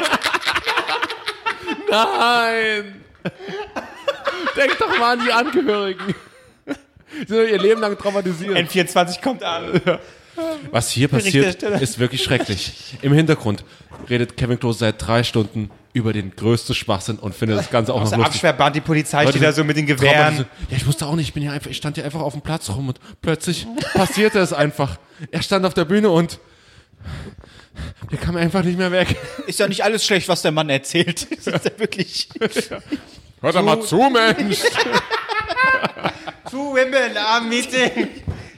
Nein! Denk doch mal an die Angehörigen. Die sind ihr Leben lang traumatisiert. N vierundzwanzig kommt an. Was hier passiert, Berichterstatter. ist wirklich schrecklich. Im Hintergrund redet Kevin Klose seit drei Stunden über den größten Schwachsinn und findet das Ganze auch noch Der lustig. Absperrband, die Polizei Leute steht da so mit den Gewehren. traumatisiert. Ja, ich wusste auch nicht, ich bin ja einfach, ich stand hier einfach auf dem Platz rum und plötzlich passierte es einfach. Er stand auf der Bühne und der kam einfach nicht mehr weg. Ist ja nicht alles schlecht, was der Mann erzählt. Das ist ja wirklich. Hört doch mal zu, Mensch. Two women am Meeting.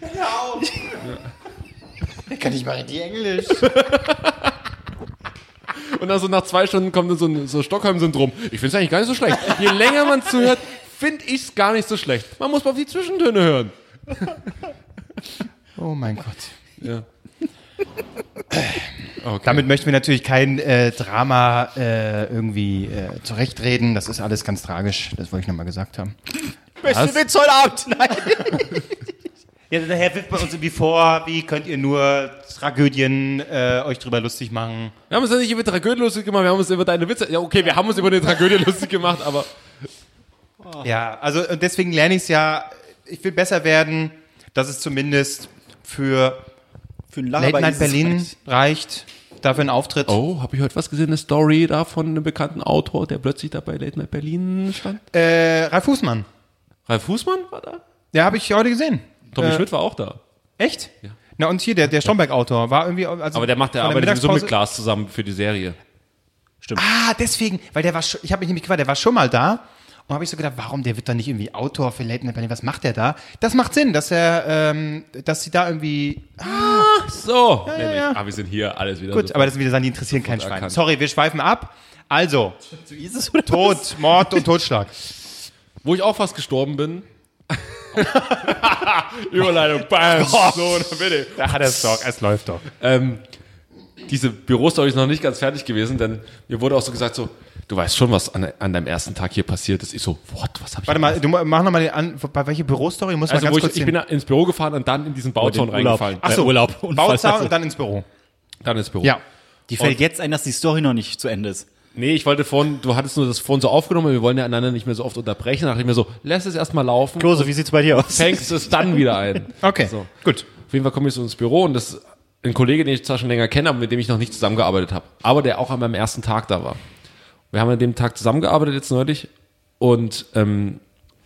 Ich kann nicht mal richtig Englisch. Und dann so nach zwei Stunden kommt dann so ein so Stockholm-Syndrom. Ich finde es eigentlich gar nicht so schlecht. Je länger man zuhört, finde ich es gar nicht so schlecht. Man muss mal auf die Zwischentöne hören. Oh mein Gott. Ja. Okay. Damit möchten wir natürlich kein äh, Drama äh, irgendwie äh, zurechtreden. Das ist alles ganz tragisch. Das wollte ich nochmal gesagt haben. Beste Witz heute Abend. Nein. Ja, daher wirft man uns irgendwie vor, wie könnt ihr nur Tragödien äh, euch drüber lustig machen. Wir haben uns ja nicht über Tragödie lustig gemacht, wir haben uns über deine Witze. Ja, okay, wir haben uns über eine Tragödie lustig gemacht, aber. Ja, also und deswegen lerne ich es ja. Ich will besser werden, dass es zumindest für Für einen Lacher Late bei Night ISIS Berlin reicht. reicht. Dafür ein Auftritt. Oh, habe ich heute was gesehen? Eine Story da von einem bekannten Autor, der plötzlich da bei Late Night Berlin stand? Äh, Ralf Fußmann. Ralf Fußmann war da? Ja, habe ich heute gesehen. Tommy Äh, Schmidt war auch da. Echt? Ja. Na und hier, der, der Stromberg-Autor war irgendwie. Also Aber der macht der von arbeitet sowieso mit Mittagspause- Klaas zusammen für die Serie. Ah, deswegen, weil der war schon, ich habe mich nämlich gefragt, der war schon mal da. Und habe ich so gedacht, warum, der wird doch nicht irgendwie Autor für Late Night Berlin, was macht der da? Das macht Sinn, dass er, ähm, dass sie da irgendwie, So, nämlich. ja. Ah, wir sind hier alles wieder. gut, so. aber das sind wieder Sachen, die interessieren kein Schwein. erkannt. Sorry, wir schweifen ab. Also, Tod, Mord und Totschlag. Wo ich auch fast gestorben bin. Überleitung, bam, so, dann bitte. Da hat er es doch, es läuft doch. Ähm, diese Bürostory ist noch nicht ganz fertig gewesen, denn mir wurde auch so gesagt, so, du weißt schon, was an, an deinem ersten Tag hier passiert ist. Ich so, what, was habe ich Warte mal, du mach nochmal den an, bei welcher Bürostory? Muss Also mal wo ganz ich, kurz ich bin da ins Büro gefahren und dann in diesen Bauzaun reingefallen. Ach so, Urlaub. Bauzaun und dann ins Büro. Dann ins Büro. Ja. Die fällt jetzt ein, dass die Story noch nicht zu Ende ist. Nee, ich wollte vorhin, du hattest nur das vorhin so aufgenommen, wir wollen ja einander nicht mehr so oft unterbrechen. Da dachte ich mir so, lass es erstmal laufen. Klose, wie sieht's bei dir aus? Fängst es dann wieder ein. Okay, So. gut. Auf jeden Fall komme ich so ins Büro und das ist ein Kollege, den ich zwar schon länger kenne, aber mit dem ich noch nicht zusammengearbeitet habe. Aber der auch an meinem ersten Tag da war. Wir haben an dem Tag zusammengearbeitet jetzt neulich und ähm,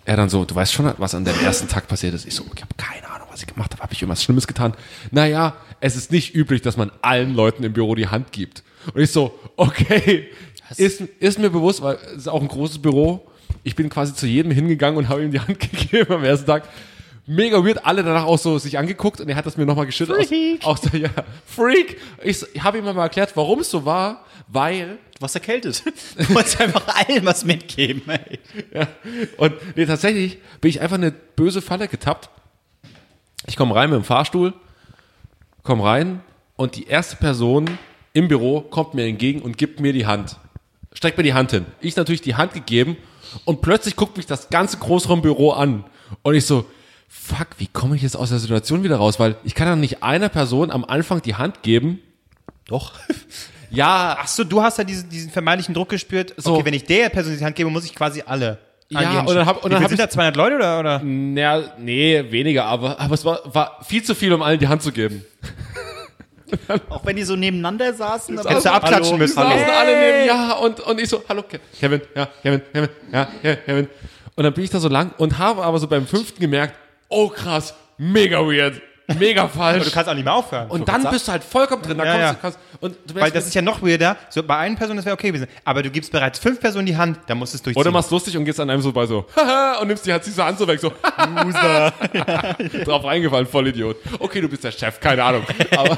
er dann so, du weißt schon, was an dem ersten Tag passiert ist. Ich so, ich habe keine Ahnung, was ich gemacht habe. Habe ich irgendwas Schlimmes getan? Naja, es ist nicht üblich, dass man allen Leuten im Büro die Hand gibt. Und ich so, okay, ist, ist mir bewusst, weil es ist auch ein großes Büro. Ich bin quasi zu jedem hingegangen und habe ihm die Hand gegeben am ersten Tag. Mega weird, alle danach auch so sich angeguckt und er hat das mir nochmal geschüttelt. Freak. Aus, aus der, ja, Freak. Ich, so, ich habe ihm mal erklärt, warum es so war, weil... Du warst erkältet. Du wolltest einfach allen was mitgeben, ey. Ja. Und nee, tatsächlich bin ich einfach eine böse Falle getappt. Ich komme rein mit dem Fahrstuhl, komme rein und die erste Person im Büro kommt mir entgegen und gibt mir die Hand. Streckt mir die Hand hin. Ich natürlich die Hand gegeben und plötzlich guckt mich das ganze Großraumbüro an. Und ich so, fuck, wie komme ich jetzt aus der Situation wieder raus? Weil ich kann doch nicht einer Person am Anfang die Hand geben. Doch. Ja, Ach so, du hast ja diesen, diesen vermeintlichen Druck gespürt. So. Okay, wenn ich der Person die Hand gebe, muss ich quasi alle. Ja, an die Hand und dann hab- schieben. und Wie dann viel hab sind ich- da zweihundert Leute oder? oder? naja, nee, weniger, aber, aber es war, war viel zu viel, um allen die Hand zu geben. Auch wenn die so nebeneinander saßen. aber- Hättest du abklatschen Hallo. müssen. Die saßen alle neben, ja, und, und ich so, hallo, Ke- Kevin, ja, Kevin, Kevin, ja, ja, Kevin. Und dann bin ich da so lang und habe aber so beim fünften gemerkt, oh krass, mega weird, mega Aber falsch. du kannst auch nicht mehr aufhören. Und dann bist du halt vollkommen drin, da Ja, kommst ja. du, kannst, und du Weil merkst, das ist ja noch weirder. So, bei einer Person, das wäre okay gewesen. Aber du gibst bereits fünf Personen die Hand, dann musst du es durchziehen. oder machst lustig und gehst an einem so bei so, haha, und nimmst die Hand, ziehst die Hand so weg, so, Loser. Drauf reingefallen, voll Idiot. Okay, du bist der Chef, keine Ahnung. Aber,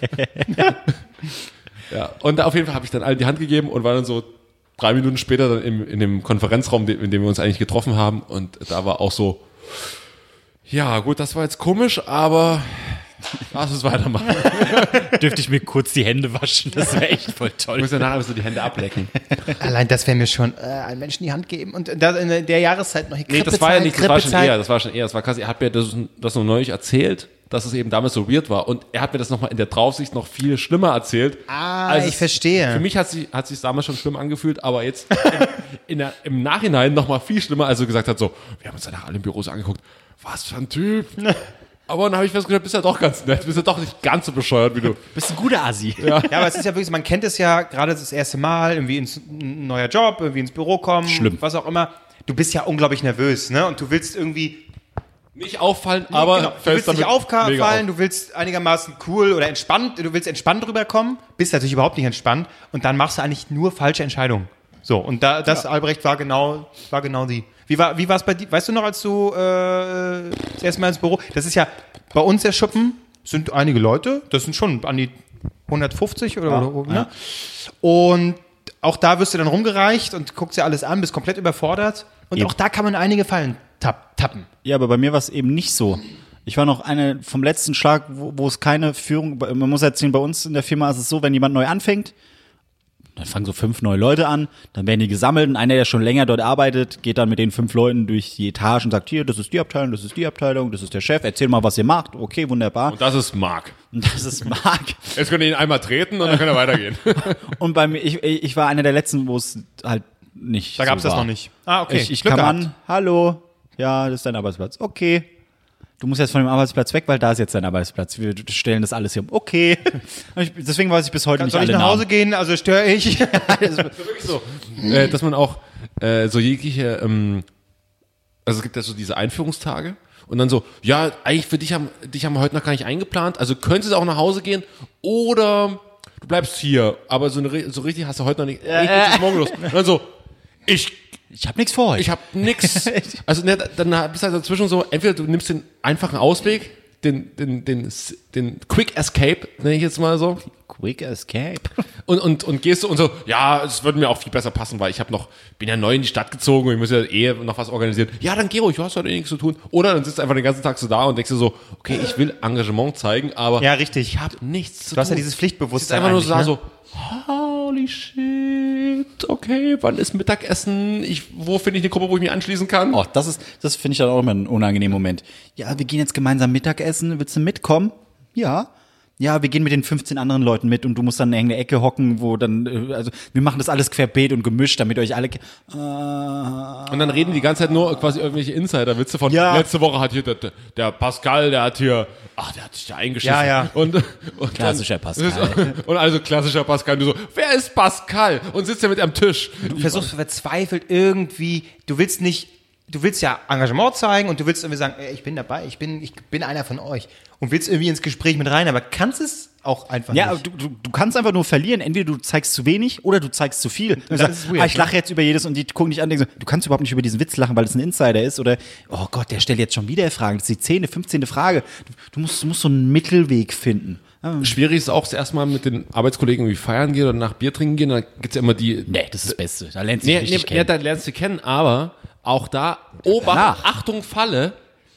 ja, und auf jeden Fall habe ich dann allen die Hand gegeben und war dann so drei Minuten später dann im, in dem Konferenzraum, in dem wir uns eigentlich getroffen haben. Und da war auch so, ja, gut, das war jetzt komisch, aber lass uns weitermachen. Dürfte ich mir kurz die Hände waschen? Das wäre echt voll Ich toll. muss ja nachher so die Hände ablecken. Allein das wäre mir schon, äh, einem Menschen die Hand geben und da in der Jahreszeit noch Nee, das war ja nicht, das war schon eher, das war schon eher, das war quasi, er hat mir das, das noch neulich erzählt, dass es eben damals so weird war und er hat mir das nochmal in der Draufsicht noch viel schlimmer erzählt. Ah, als ich es- verstehe. Für mich hat sich hat sich damals schon schlimm angefühlt, aber jetzt in, in der, im Nachhinein nochmal viel schlimmer, als er gesagt hat so, wir haben uns danach alle im Büro so angeguckt, was für ein Typ. Aber dann habe ich festgestellt, bist ja doch ganz nett, bist ja doch nicht ganz so bescheuert wie du. Bist ein guter Assi. Ja, aber es ist ja wirklich so, man kennt es ja gerade das erste Mal, irgendwie ins ein neuer Job, irgendwie ins Büro kommen, Schlimm. was auch immer. Du bist ja unglaublich nervös, ne? Und du willst irgendwie, Nicht auffallen, aber genau, du willst nicht mega auffallen, auf. du willst einigermaßen cool oder entspannt, du willst entspannt rüberkommen, bist natürlich überhaupt nicht entspannt und dann machst du eigentlich nur falsche Entscheidungen. So, und da, das, Albrecht, war genau, war genau die. Wie war, wie war es bei dir? Weißt du noch, als du äh, das erste Mal ins Büro, das ist ja, bei uns der Schuppen sind einige Leute, das sind schon an die hundertfünfzig oder, oder ne? Und auch da wirst du dann rumgereicht und guckst dir alles an, bist komplett überfordert. Und Ja. auch da kann man einige Fallen tapp, tappen. Ja, aber bei mir war es eben nicht so. Ich war noch eine vom letzten Schlag, wo, wo es keine Führung, man muss erzählen, bei uns in der Firma ist es so, wenn jemand neu anfängt, dann fangen so fünf neue Leute an, dann werden die gesammelt und einer, der schon länger dort arbeitet, geht dann mit den fünf Leuten durch die Etage und sagt, hier, das ist die Abteilung, das ist die Abteilung, das ist der Chef, erzähl mal, was ihr macht. Okay, wunderbar. Und das ist Marc. Und das ist Marc. Jetzt könnt ihr ihn einmal treten und dann könnt ihr weitergehen. Und bei mir, ich, ich war einer der letzten, wo es halt nicht Da gab es so das war. noch nicht. Ah, okay. Ich, ich Glück kam gehabt. an, hallo, ja, das ist dein Arbeitsplatz. Okay. Du musst jetzt von dem Arbeitsplatz weg, weil da ist jetzt dein Arbeitsplatz. Wir stellen das alles hier um. Okay. Und ich, deswegen weiß ich bis heute Soll nicht ich alle nach Hause Namen. gehen? Also störe ich. Wirklich so. Äh, dass man auch äh, so jegliche, ähm, also es gibt ja so diese Einführungstage und dann so, ja, eigentlich für dich haben, dich haben wir heute noch gar nicht eingeplant, also könntest du auch nach Hause gehen oder du bleibst hier, aber so, eine, so richtig hast du heute noch nicht, ich bin bis morgen los. Und dann so, ich Ich hab nichts vor heute. Ich habe nix. Also ne, dann bist du halt dazwischen so, entweder du nimmst den einfachen Ausweg, den, den, den, den Quick Escape, nenne ich jetzt mal so, Quick Escape. und, und, und gehst du und so, ja, es würde mir auch viel besser passen, weil ich habe noch, bin ja neu in die Stadt gezogen und ich muss ja eh noch was organisieren. Ja, dann geh ruhig, du hast heute eh nichts zu tun. Oder dann sitzt du einfach den ganzen Tag so da und denkst dir so, okay, ich will Engagement zeigen, aber Ja, richtig. ich habe nichts zu Du hast ja tun. dieses Sitzt Pflichtbewusstsein. einfach nur so da, eigentlich, so, holy shit, okay, wann ist Mittagessen? Ich, wo finde ich eine Gruppe, wo ich mich anschließen kann? Oh, das ist, das finde ich dann auch immer ein unangenehmer Moment. Ja, wir gehen jetzt gemeinsam Mittagessen. Willst du mitkommen? Ja. Ja, wir gehen mit den fünfzehn anderen Leuten mit und du musst dann in eine Ecke hocken, wo dann, äh, also wir machen das alles querbeet und gemischt, damit euch alle. Äh, Und dann reden die ganze Zeit nur quasi irgendwelche Insider-Witze von, Ja. letzte Woche hat hier der, der Pascal, der hat hier, ach, der hat sich da eingeschissen. Ja, ja. Und, und Klassischer dann, Pascal. Und also klassischer Pascal, du so, wer ist Pascal? Und sitzt ja mit am Tisch. Du versuchst verzweifelt irgendwie, du willst nicht du willst ja Engagement zeigen und du willst irgendwie sagen, ey, ich bin dabei, ich bin, ich bin einer von euch und willst irgendwie ins Gespräch mit rein, aber kannst es auch einfach Ja, nicht. du, du, du kannst einfach nur verlieren. Entweder du zeigst zu wenig oder du zeigst zu viel. Du das sagst, ist weird, ah, ich ne? lache jetzt über jedes und die gucken dich an und denken so, du kannst überhaupt nicht über diesen Witz lachen, weil es ein Insider ist. Oder, oh Gott, der stellt jetzt schon wieder Fragen. Das ist die zehnte, fünfzehnte Frage. Du, du, musst, du musst so einen Mittelweg finden. Schwierig ist auch erstmal mit den Arbeitskollegen irgendwie feiern gehen oder nach Bier trinken gehen. Da gibt's ja immer die. Nee, das ist das Beste. Da lernst du Nee, dich nee, richtig ja, kennen. da lernst du kennen, aber auch da, Obacht, danach. Achtung, Falle.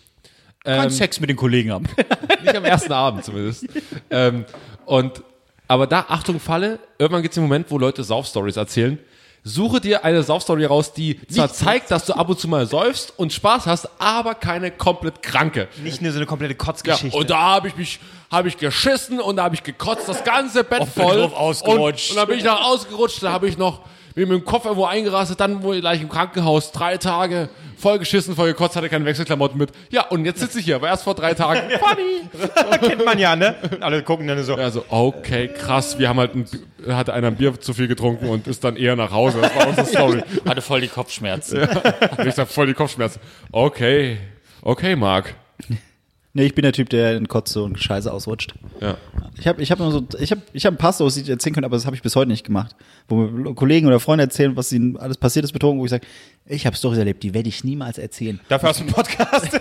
Kein Sex mit den Kollegen haben. Nicht am ersten Abend zumindest. Ähm, und, aber da, Achtung, Falle, irgendwann gibt es den Moment, wo Leute Saufstories erzählen. Suche dir eine Saufstory raus, die zwar zeigt, dass du ab und zu mal säufst und Spaß hast, aber keine komplett kranke. Nicht nur so eine komplette Ja, Kotzgeschichte. und da habe ich mich, habe ich geschissen und da habe ich gekotzt, das ganze Bett Auf den voll. Kopf ausgerutscht. Und, und dann bin ich noch ausgerutscht, da habe ich noch bin mit dem Kopf irgendwo eingerastet, dann wohl gleich im Krankenhaus, drei Tage, voll geschissen, voll gekotzt, hatte keine Wechselklamotten mit. Ja, und jetzt sitze ich hier, aber erst vor drei Tagen. Funny! Kennt man ja, ne? Alle gucken dann so. Ja, so, okay, krass, wir haben halt ein, hatte einer ein Bier zu viel getrunken und ist dann eher nach Hause. Das war unsere Story. Hatte voll die Kopfschmerzen. Und ich sag voll die Kopfschmerzen. Okay, okay, Marc. Nee, ich bin der Typ, der in Kotze und Scheiße ausrutscht. Ja. Ich habe ich hab nur so, ich habe ich hab ein paar Stories, die ich erzählen können, aber das habe ich bis heute nicht gemacht. Wo mir Kollegen oder Freunde erzählen, was ihnen alles passiert ist, betrogen, wo ich sage, ich habe Stories erlebt, die werde ich niemals erzählen. Dafür hast du einen Podcast.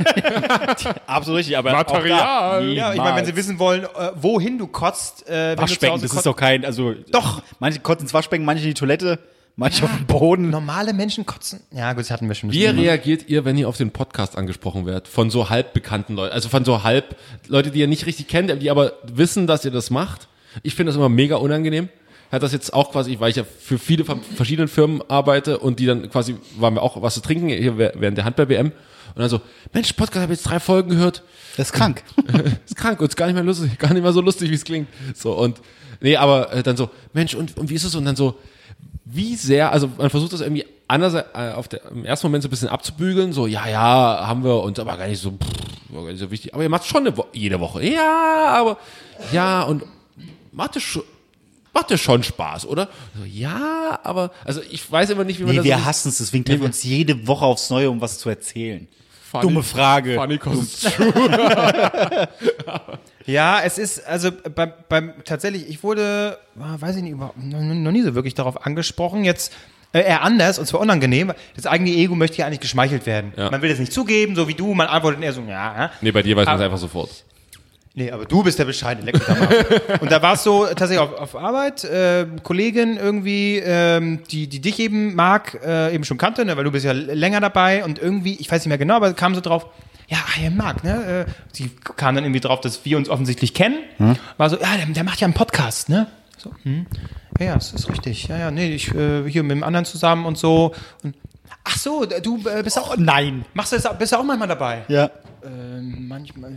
Absolut richtig, aber Material. Ja, ich meine, wenn sie wissen wollen, äh, wohin du kotzt, äh, wenn Waschbecken, du zu das Hause ist doch kein, also Doch. Manche kotzen ins Waschbecken, manche in die Toilette, manche auf den Boden. normale Menschen kotzen. Ja, gut, das hatten wir schon. Das Wie Thema. reagiert ihr, wenn ihr auf den Podcast angesprochen werdet? Von so halb bekannten Leuten, also von so halb Leute, die ihr nicht richtig kennt, die aber wissen, dass ihr das macht. Ich finde das immer mega unangenehm. Hat das jetzt auch quasi, weil ich ja für viele von verschiedenen Firmen arbeite und die dann quasi, waren wir auch was zu trinken, hier während der Handball-W M. Und dann so, Mensch, Podcast, habe jetzt drei Folgen gehört. Das ist krank. Ist krank und ist gar nicht mehr lustig, gar nicht mehr so lustig, wie es klingt. So, und, nee, aber äh, dann so, Mensch, und, und wie ist es? Und dann so, wie sehr, also man versucht das irgendwie anders, äh, auf der, im ersten Moment so ein bisschen abzubügeln, so, ja, ja, haben wir, und aber gar nicht so, pff, war gar nicht so wichtig. Aber ihr macht schon eine Wo- jede Woche. Ja, aber, ja, und macht es schon, macht es schon Spaß, oder? So, ja, aber, also ich weiß immer nicht, wie man Nee, das wir so- hassen es, deswegen treffen wir uns jede Woche aufs Neue, um was zu erzählen. Funny- Dumme Frage. Funny cause it's true. Ja, es ist, also beim, beim tatsächlich, ich wurde, ah, weiß ich nicht, überhaupt noch, noch nie so wirklich darauf angesprochen. Jetzt äh, eher anders und zwar unangenehm. Das eigene Ego möchte ja eigentlich geschmeichelt werden. Ja. Man will das nicht zugeben, so wie du, man antwortet eher so, ja, ja. Nee, bei dir weiß man es Aber- einfach sofort. Nee, aber du bist der Bescheidene. Leck mich doch mal. Und da war es so, tatsächlich auf, auf Arbeit, äh, Kollegin irgendwie, ähm, die, die dich eben mag, äh, eben schon kannte, ne, weil du bist ja l- länger dabei und irgendwie, ich weiß nicht mehr genau, aber kam so drauf, ja, hier Marc, ne, äh, sie kam dann irgendwie drauf, dass wir uns offensichtlich kennen, war so, ja, der, der macht ja einen Podcast, ne, so, hm. Ja, ja, das ist richtig, ja, ja, nee, ich, äh, hier mit dem anderen zusammen und so und, ach so, du äh, bist auch, Nein. machst du das, auch- bist du auch manchmal dabei? Ja. Ähm, manchmal.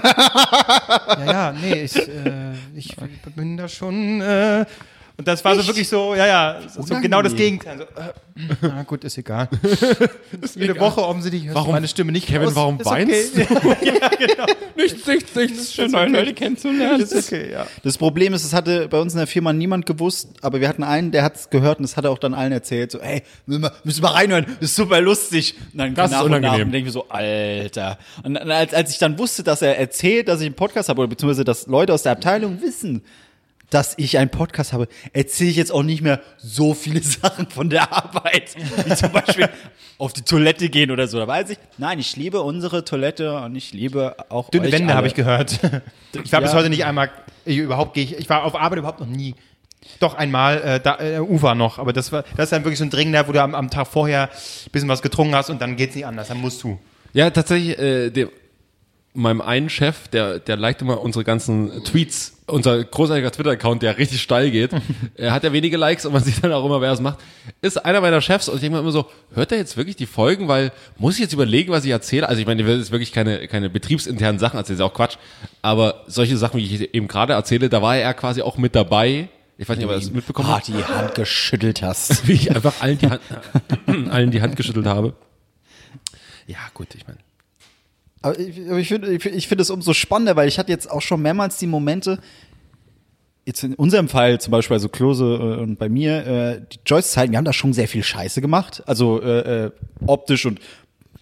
ja, ja, nee, ich, äh, ich bin da schon. Äh, und das war so wirklich so, ja, ja, so, so genau das Gegenteil. So, äh, na gut, ist egal. Jede Woche offensichtlich hörst Warum- du meine Stimme nicht Kevin, raus. warum Ist okay. weinst ja, genau. Nichts, nichts, nichts. Schön, neue Leute kennenzulernen. Ist okay, ja. Das Problem ist, es hatte bei uns in der Firma niemand gewusst, aber wir hatten einen, der hat es gehört und das hat er auch dann allen erzählt. So, ey, müssen wir, müssen wir reinhören, das ist super lustig. Und dann Das ist nach und nach unangenehm. und denken wir so, Alter. Und dann, als, als ich dann wusste, dass er erzählt, dass ich einen Podcast habe, oder beziehungsweise dass Leute aus der Abteilung wissen, dass ich einen Podcast habe, erzähle ich jetzt auch nicht mehr so viele Sachen von der Arbeit, wie zum Beispiel auf die Toilette gehen oder so. Da weiß ich, nein, ich liebe unsere Toilette und ich liebe auch Dünne euch Wände alle. habe ich gehört. Ich war bis Ja. heute nicht einmal, ich, überhaupt gehe ich, ich war auf Arbeit überhaupt noch nie. Doch einmal, äh, da, äh, Ufer noch, aber das war, das ist dann wirklich so ein dringender, wo du am, am Tag vorher ein bisschen was getrunken hast und dann geht's nicht anders, dann musst du. Ja, tatsächlich, äh, dem, meinem einen Chef, der, der liked immer unsere ganzen Tweets, unser großartiger Twitter-Account, der richtig steil geht. Er hat ja wenige Likes und man sieht dann auch immer, wer es macht. Ist einer meiner Chefs und ich denke mir immer so, hört er jetzt wirklich die Folgen? Weil, muss ich jetzt überlegen, was ich erzähle? Also ich meine, ich will jetzt wirklich keine, keine betriebsinternen Sachen erzählen, ist auch Quatsch. Aber solche Sachen, wie ich eben gerade erzähle, da war er quasi auch mit dabei. Ich weiß nicht, ob er das mitbekommen Ah, hat, die Hand geschüttelt hast. wie ich einfach allen die Hand, allen die Hand geschüttelt habe. Ja, gut, ich meine. Aber ich, aber ich finde ich, ich find es umso spannender, weil ich hatte jetzt auch schon mehrmals die Momente, jetzt in unserem Fall zum Beispiel, also Klose äh, und bei mir, äh, die Joyce-Zeiten, wir haben da schon sehr viel Scheiße gemacht, also äh, äh, optisch und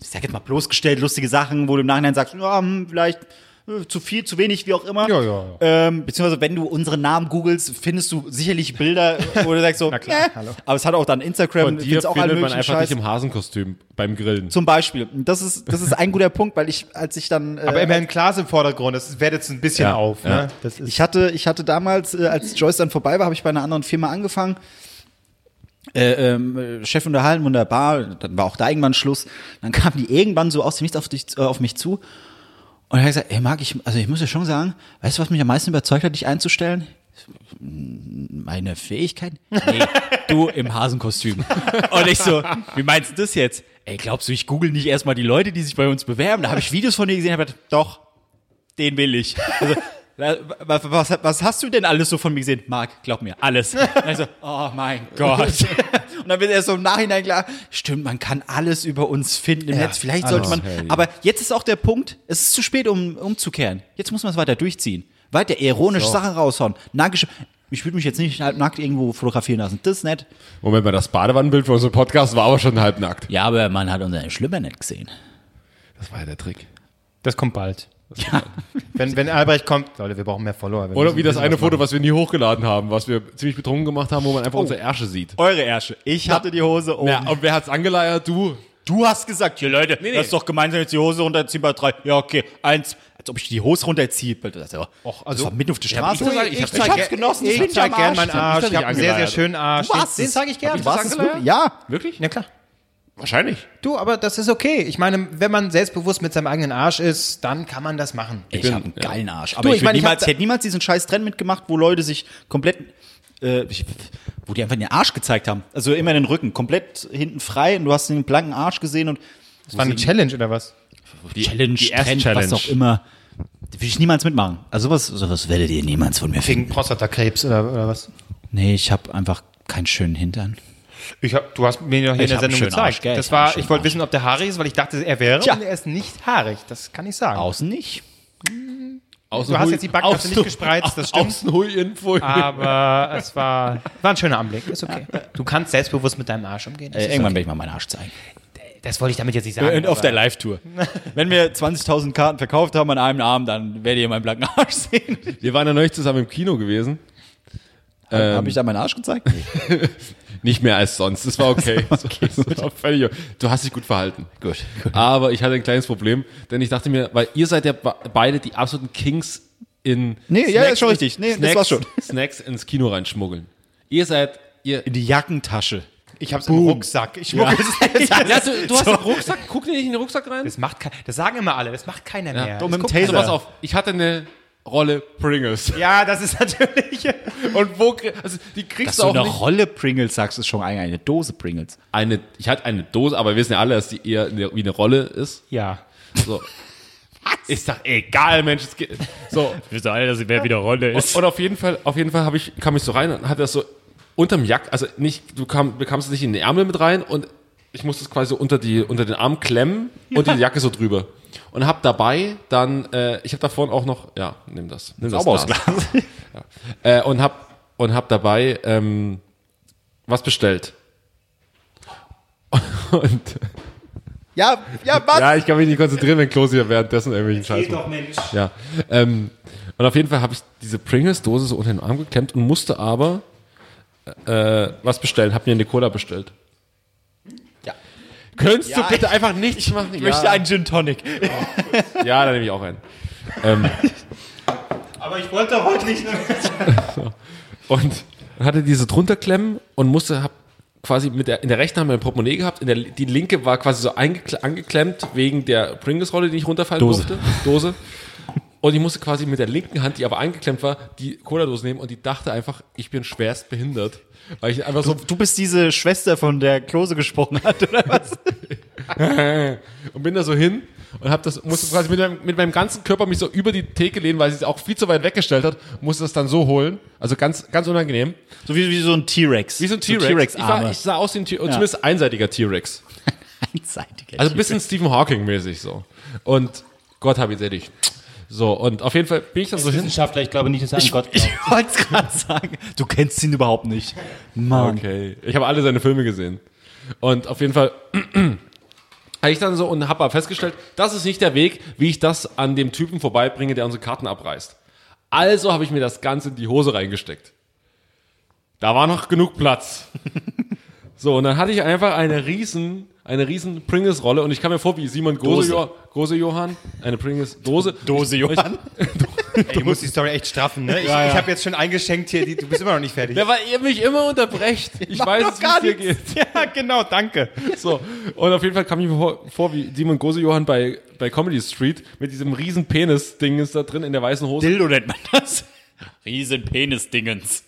ich sag jetzt mal bloßgestellt, lustige Sachen, wo du im Nachhinein sagst, ja, hm, vielleicht äh, zu viel, zu wenig, wie auch immer. Ja, ja, ja. Ähm, beziehungsweise, wenn du unseren Namen googelst, findest du sicherlich Bilder, wo du sagst so, Na klar, äh, hallo. aber es hat auch dann Instagram, Von dir findest auch alle findet man möglichen einfach Scheiß. nicht im Hasenkostüm beim Grillen. Zum Beispiel. Und Das ist, das ist ein guter Punkt, weil ich, als ich dann. Äh, Aber immerhin Klaas im Vordergrund, das wertet ein bisschen Ja, auf. ja. Ne? Das ist Ich hatte, ich hatte damals, äh, als Joyce dann vorbei war, habe ich bei einer anderen Firma angefangen. Äh, ähm, Chef unterhalten, wunderbar. Dann war auch da irgendwann Schluss. Dann kam die irgendwann so aus dem Nichts auf, dich, äh, auf mich zu. Und dann habe ich gesagt, ey Marc, ich, also ich muss ja schon sagen, weißt du, was mich am meisten überzeugt hat, dich einzustellen? Meine Fähigkeiten? Nee, du im Hasenkostüm. Und ich so, wie meinst du das jetzt? Ey, glaubst du, ich google nicht erstmal die Leute, die sich bei uns bewerben? Da habe ich Videos von dir gesehen, habe gedacht, doch, den will ich. Also, was, was, was hast du denn alles so von mir gesehen? Marc, glaub mir, alles. Also, oh mein Gott. Und dann wird erst so im Nachhinein klar, stimmt, man kann alles über uns finden im Ja, Netz. Vielleicht sollte man, Hey. aber jetzt ist auch der Punkt, es ist zu spät, um umzukehren. Jetzt muss man es weiter durchziehen. Weiter ironische Sachen raushauen. Nackische, ich würde mich jetzt nicht halbnackt irgendwo fotografieren lassen. Das ist nett. Moment mal, das Badewannenbild für unseren Podcast war aber schon halbnackt. Ja, aber man hat unseren Schlüpper nicht gesehen. Das war ja der Trick. Das kommt bald. Wenn, wenn Albrecht kommt, Leute, wir brauchen mehr Follower. Wir Oder müssen wie das ein eine bisschen Foto, was was wir nie hochgeladen haben, was wir ziemlich betrunken gemacht haben, wo man einfach unsere Ärsche sieht. Eure Ärsche. Ich hatte die Hose oben. Ja, und wer hat's angeleiert? Du. Du hast gesagt, hier Leute, nee. das ist doch gemeinsam jetzt die Hose runterziehen bei drei. Ja, okay, eins. Als ob ich die Hose runterziehe. Das, ja, Och, das also- war mitten auf der ich Straße. das sagen, ich hab- ich hab's genossen. Ich find zeig am gerne meinen Arsch. Arsch. Ich nicht habe einen sehr, sehr angeleiert. schönen Arsch. Du Den, warst den es. zeige ich gerne. Du warst es wirklich? Ja. Wirklich? Ja, klar. Wahrscheinlich. Du, aber das ist okay. Ich meine, wenn man selbstbewusst mit seinem eigenen Arsch ist, dann kann man das machen. Ich, bin- habe einen ja. geilen Arsch. Du, Aber ich ich, meine, ich niemals, hab- hätte niemals diesen scheiß Trend mitgemacht, wo Leute sich komplett, äh, ich, wo die einfach den Arsch gezeigt haben. Also immer den Rücken, komplett hinten frei und du hast den blanken Arsch gesehen und Das war eine Challenge oder was? Die, Challenge, die erste Trend, Challenge. was auch immer. Will ich niemals mitmachen. Also sowas, sowas werdet ihr niemals von mir finden. Wegen Prostatakrebs oder, oder was? Nee, ich habe einfach keinen schönen Hintern. Ich hab, du hast mir doch hier Ich in der hab einen Sendung schönen gezeigt. Arsch, gell? Das Ich hab einen war, schönen ich wollte Arsch. wissen, ob der haarig ist, weil ich dachte, er wäre. Tja. Und er ist nicht haarig. Das kann ich sagen. Außen nicht. Außen Du hast hui- jetzt die Backpfeife nicht außen- gespreizt, das stimmt. Außen hui, innen pfui. Aber es war, war ein schöner Anblick. Ist okay. Du kannst selbstbewusst mit deinem Arsch umgehen. Das, Äh, ist irgendwann okay. werde ich mal meinen Arsch zeigen. Das wollte ich damit jetzt nicht sagen. Und auf aber- der Live-Tour. Wenn wir zwanzigtausend Karten verkauft haben an einem Abend, dann werdet ihr meinen blanken Arsch sehen. Wir waren ja neulich zusammen im Kino gewesen. Ähm, Habe ich da meinen Arsch gezeigt? Nicht mehr als sonst. Das war okay. Das war völlig okay. Du hast dich gut verhalten. Gut, Aber ich hatte ein kleines Problem, denn ich dachte mir, weil ihr seid ja be- beide die absoluten Kings in Nee, ja, ist schon richtig. Nee, das Snacks, war's schon. Snacks ins Kino reinschmuggeln. Ihr seid, ihr, In die Jackentasche. Ich hab's im Rucksack. Ich schmuggel es. ja, du, du hast einen Rucksack, guck dir nicht in den Rucksack rein. Das macht kein, das sagen immer alle, das macht keiner mehr. dumm Das im guckt Taser. Also keiner. pass auf, ich hatte eine Rolle Pringles. Ja, das ist natürlich. Und wo, krie- also die kriegst Dass du du auch eine nicht. Rolle Pringles sagst, ist schon eigentlich eine Dose Pringles. Eine, ich hatte eine Dose, aber wir wissen ja alle, dass die eher eine, wie eine Rolle ist. Ja. So. Ich sag, egal, Mensch, es geht. So. Wir wissen alle, dass wer wieder Rolle Und, und auf jeden Fall, auf jeden Fall habe ich, kam ich so rein und hatte das so unterm Jack, also nicht, du kam, bekamst es nicht in den Ärmel mit rein und ich musste es quasi so unter die, unter den Arm klemmen und die Jacke so drüber. Und hab dabei dann, äh, ich habe da vorne auch noch, ja, nimm das, nimm das Sauber aus Glas. Ja. Äh, und hab, und hab dabei, ähm, was bestellt. Und, Ja, ja, was? ja, ich kann mich nicht konzentrieren, wenn Klose hier währenddessen irgendwelchen Scheiß macht. Doch, Mensch. Ja. Ähm, und auf jeden Fall habe ich diese Pringles-Dose so unter den Arm geklemmt und musste aber äh, was bestellen. Hab mir eine Cola bestellt. Ja. Könntest Ja, du bitte einfach nichts machen? Ich möchte einen Gin Tonic. Ja, da nehme ich auch einen. Ähm, Aber ich wollte heute nicht. und hatte diese drunter klemmen und musste, hab quasi mit der, in der rechten Hand mein Portemonnaie gehabt, in der, die linke war quasi so eingekle- angeklemmt wegen der Pringles-Rolle, die ich runterfallen Dose. durfte. Dose. Und ich musste quasi mit der linken Hand, die aber eingeklemmt war, die Cola-Dose nehmen und die dachte einfach, ich bin schwerst behindert. Weil ich einfach so, Du bist diese Schwester, von der Klose gesprochen hat, oder was? und bin da so hin und hab das, musste quasi mit meinem, mit meinem ganzen Körper mich so über die Theke lehnen, weil sie es auch viel zu weit weggestellt hat, musste das dann so holen. Also ganz, ganz unangenehm. So wie, wie so ein T-Rex. Wie so ein So T-Rex. ich, war, T-Rex-Arme. ich sah aus wie ein T-Rex, zumindest einseitiger T-Rex. Einseitiger Also ein bisschen Stephen Hawking-mäßig so. Und Gott hab ihn selig. So, und auf jeden Fall bin ich dann so hin. Wissenschaftler, ich glaube nicht, dass er an Gott Ich wollte es gerade sagen. Du kennst ihn überhaupt nicht. Mann. Okay. Ich habe alle seine Filme gesehen. Und auf jeden Fall Habe ich dann so und habe aber festgestellt, das ist nicht der Weg, wie ich das an dem Typen vorbeibringe, der unsere Karten abreißt. Also habe ich mir das Ganze in die Hose reingesteckt. Da war noch genug Platz. So, und dann hatte ich einfach eine riesen, eine riesen Pringles-Rolle und ich kam mir vor wie Simon Gose, jo- Gose Johann, eine Pringles-Dose. Dose Johann. Ey, du musst die Story echt straffen, ne? Ich, Ja, ja. ich habe jetzt schon eingeschenkt hier, die, du bist immer noch nicht fertig. Der war ihr mich immer unterbrecht. Ich Mach weiß doch jetzt, gar wie es dir nichts. geht. Ja, genau, danke. So, und auf jeden Fall kam ich mir vor, vor wie Simon Gose Johann bei, bei Comedy Street mit diesem riesen Penis-Ding ist da drin in der weißen Hose. Dildo nennt man das. Riesen Penis-Dingens.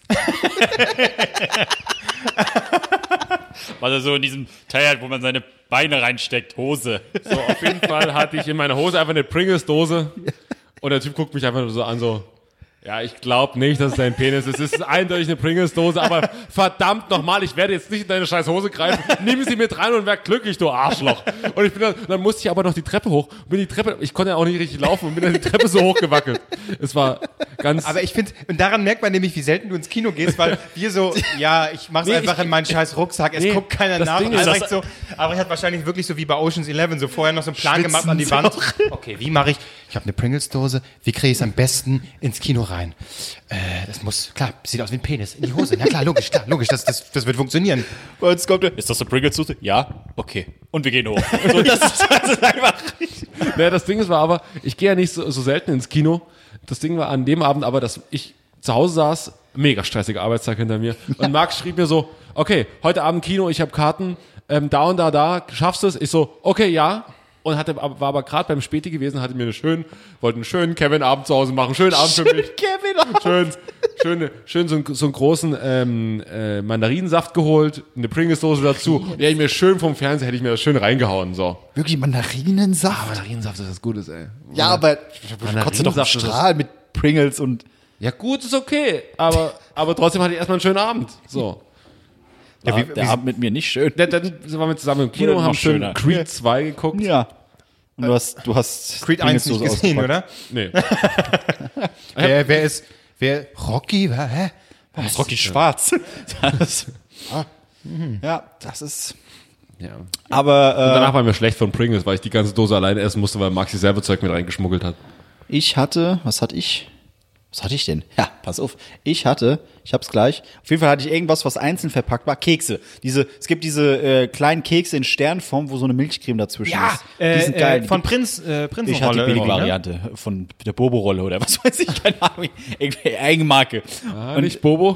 Was er so in diesem Teil hat, wo man seine Beine reinsteckt. Hose. So, auf jeden Fall hatte ich in meiner Hose einfach eine Pringles-Dose und der Typ guckt mich einfach nur so an, so, ja, ich glaube nicht, dass es dein Penis ist. Es ist eindeutig eine Pringles-Dose, aber verdammt nochmal, ich werde jetzt nicht in deine scheiß Hose greifen. Nimm sie mit rein und werd glücklich, du Arschloch. Und ich bin dann, dann musste ich aber noch die Treppe hoch. Bin die Treppe, ich konnte ja auch nicht richtig laufen und bin dann die Treppe so hochgewackelt. Es war ganz... Aber ich finde, und daran merkt man nämlich, wie selten du ins Kino gehst, weil wir so, ja, ich mach's Nee, einfach ich- in meinen scheiß Rucksack, es Nee, guckt keiner das nach. Ding ist, Albrecht das- so, aber ich hat wahrscheinlich wirklich so wie bei Ocean's Eleven so vorher noch so einen Plan Schwitzen gemacht an die sie Wand. auch. Okay, wie mache ich? Ich habe eine Pringles-Dose, wie kriege ich es am besten ins Kino rein? Äh, das muss, klar, sieht aus wie ein Penis, in die Hose. Na klar, logisch, klar, logisch, das, das, das wird funktionieren. Und jetzt kommt er, ist das eine Pringles-Dose? Ja? Okay. Und wir gehen hoch. So, das, ist, das ist einfach... Ja, das Ding ist war aber, ich gehe ja nicht so, so selten ins Kino. Das Ding war an dem Abend aber, dass ich zu Hause saß, mega stressiger Arbeitstag hinter mir. Und Max schrieb mir so, okay, heute Abend Kino, ich habe Karten, ähm, da und da, da, schaffst du es? Ich so, okay, ja. Und hatte, war aber gerade beim Späti gewesen, hatte mir eine schönen, wollte einen schönen Kevin-Abend zu Hause machen, schönen Abend für mich. Kevin, Schön, schön, schön so, einen, so einen großen ähm, äh, Mandarinensaft geholt, eine Pringles-Dose dazu. Und die hätte ich mir schön vom Fernseher, hätte ich mir das schön reingehauen, so. Wirklich Mandarinensaft? Mandarinensaft ist das Gutes, ey. Ja, aber kotzt du doch einen Mandarinensaft ist das- Strahl mit Pringles und... Ja, gut, ist okay, aber, aber trotzdem hatte ich erstmal einen schönen Abend. So. Ja, wie, der wie, Abend mit mir nicht schön. Dann, dann waren wir zusammen im Kino, Wurde noch haben schön schöner. Creed zwei geguckt. Ja. Und du hast, du hast Creed eins nicht Pringles-Dose gesehen, ausgepackt. oder? Nee. Wer, wer ist, wer, Rocky, war, hä? Warum ist Rocky schwarz? Das, ja, das ist... Ja. Aber äh, Danach war mir schlecht von Pringles, weil ich die ganze Dose alleine essen musste, weil Maxi selber Zeug mit reingeschmuggelt hat. ich hatte... Was hatte ich? Was hatte ich denn? Ja, pass auf. Ich hatte, ich hab's gleich. Auf jeden Fall hatte ich irgendwas, was einzeln verpackt war. Kekse. Diese, es gibt diese äh, kleinen Kekse in Sternform, wo so eine Milchcreme dazwischen Ja, ist. äh, Die sind geil. äh, von Prinz, äh, Prinzenrolle. Ich hatte die billige irgendwie, ne? Variante von der Bobo-Rolle oder was weiß ich, keine Ahnung. Irgendeine Eigenmarke. Ah, und, nicht Bobo?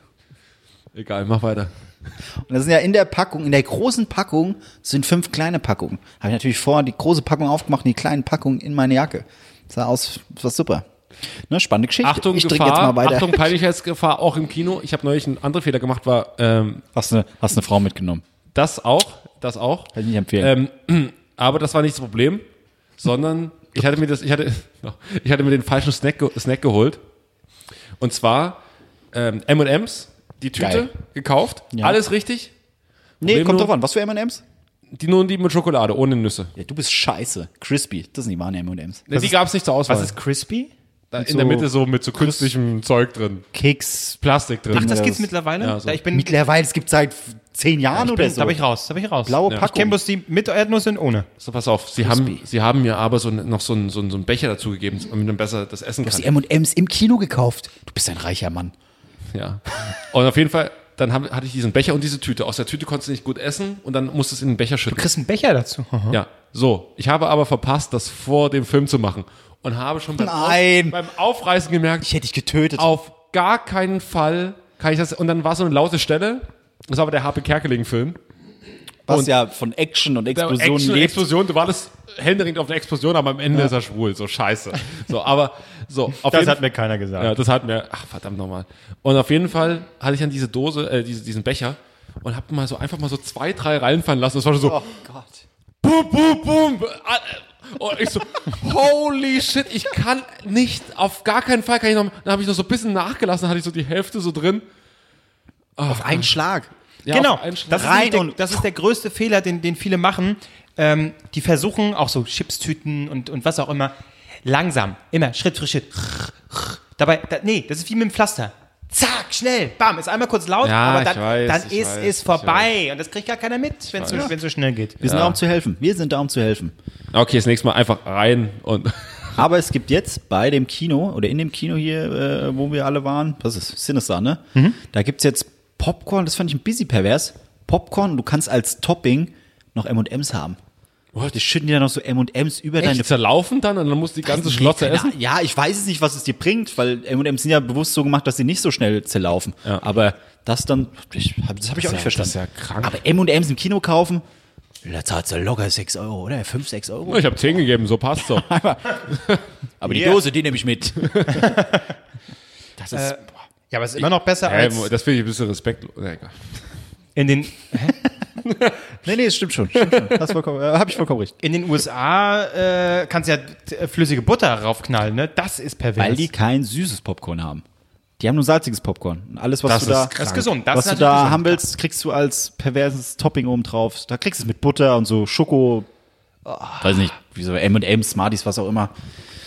Egal, mach weiter. und das sind ja in der Packung, in der großen Packung sind fünf kleine Packungen. Habe ich natürlich vorher die große Packung aufgemacht und die kleinen Packungen in meine Jacke. Sah aus, war super. Ne, spannende Geschichte. Achtung, ich trinke Gefahr, jetzt mal weiter. Achtung, Peinlichkeitsgefahr, auch im Kino. Ich habe neulich einen anderen Fehler gemacht, war ähm, Hast eine, hast eine Frau mitgenommen. das auch, das auch. Kann ich nicht empfehlen. Ähm, aber das war nicht das Problem, sondern ich hatte mir das, ich hatte, ich hatte mir den falschen Snack, ge- Snack geholt. Und zwar ähm, M und M's, die Tüte Geil. gekauft, Ja. alles richtig. Nee, Problem kommt nur- drauf an. Was für M und M's? Die nur die mit Schokolade, ohne Nüsse. Ja, du bist scheiße. Crispy. Das sind die wahren M und M's. Nee, die gab es nicht zur Auswahl. Was ist Crispy? da in so der Mitte so mit so künstlichem Zeug drin, Keks. Plastik drin. Ach, das Ja, gibt's das- mittlerweile? ja, so. Da ich bin, Mittlerweile, es gibt seit zehn Jahren ich oder bin, so. da bin ich raus, da bin ich raus. Blaue Ich Packung. kenne bloß die mit Erdnuss und ohne. So, pass auf, sie haben, sie haben mir aber so, noch so einen, so einen, so einen Becher dazu gegeben, damit man besser das essen Du hast kann. die M und M's im Kino gekauft. Du bist ein reicher Mann. Ja. Und auf jeden Fall, dann hab, hatte ich diesen Becher und diese Tüte. Aus der Tüte konntest du nicht gut essen und dann musst du es in den Becher schütten. Du kriegst einen Becher dazu. Ja, so. Ich habe aber verpasst, das vor dem Film zu machen. Und habe schon beim, Nein. Auf, beim Aufreißen gemerkt, Ich hätte dich getötet. auf gar keinen Fall kann ich das. Und dann war so eine laute Stelle. Das war aber der H P Kerkeling-Film. Was und- ja von Action und Der Explosionen Action, lebt. Explosion, du wartest händeringend auf eine Explosion, aber am Ende ist er schwul. So scheiße. So, aber so. Auf Das jeden hat mir keiner gesagt. Ja, das hat mir, ach verdammt nochmal. Und auf jeden Fall hatte ich dann diese Dose, äh, diese, diesen Becher und hab mal so einfach mal so zwei, drei reinfallen lassen. Das war schon so, Oh Gott. boom, boom, boom. Und ich so, holy shit, ich kann nicht, auf gar keinen Fall kann ich noch, dann habe ich noch so ein bisschen nachgelassen, dann hatte ich so die Hälfte so drin. Auf einen Schlag. Ja, Genau, auf einen Schlag. das ist, Rein nämlich der, und- das ist der größte Fehler, den, den viele machen. Ähm, die versuchen auch so Chipstüten und, und was auch immer, langsam, immer Schritt für Schritt. Dabei, da, nee, das ist wie mit dem Pflaster. zack, schnell, bam, ist einmal kurz laut, Ja, aber ich dann, weiß, dann ich ist weiß, es ich vorbei. Und das kriegt gar keiner mit, wenn es so, wenn's so schnell geht. Wir sind da, um zu helfen. Wir sind da, um zu helfen. Okay, das nächste Mal einfach rein und Aber es gibt jetzt bei dem Kino oder in dem Kino hier, äh, wo wir alle waren, was ist Sinister, ne? Mhm. Da gibt's jetzt Popcorn, das fand ich ein bisschen pervers. Popcorn, du kannst als Topping noch M und M's haben. Die schütten dir dann noch so M und M's über deine deine zerlaufen dann und dann musst du die ganze Schlotze Keine essen. Ahnung. Ja, ich weiß es nicht, was es dir bringt, weil M und M's sind ja bewusst so gemacht, dass sie nicht so schnell zerlaufen. Ja. Aber das dann, ich, hab- das habe ich auch nicht Das verstanden. ist ja krank. Aber M und M's im Kino kaufen, da zahlst du locker sechs Euro, oder? fünf, sechs Euro. Ich habe zehn gegeben, so passt so. Aber die Yeah. Dose, die nehme ich mit. Das ist, Ja, aber es ist immer noch besser Hey, als das finde ich ein bisschen respektlos. Ja, egal. in den, nee, nee, es stimmt schon. Stimmt schon. Das vollkommen, äh, habe ich vollkommen recht. in den U S A äh, kannst du ja äh, flüssige Butter raufknallen, ne? Das ist pervers. Weil die kein süßes Popcorn haben. Die haben nur salziges Popcorn. Und alles, was Das du da, ist das ist gesund. Das was ist du natürlich da gesund. haben willst, kriegst du als perverses Topping oben drauf. Da kriegst du es mit Butter und so Schoko, weiß nicht, wie so M und M's, Smarties, was auch immer.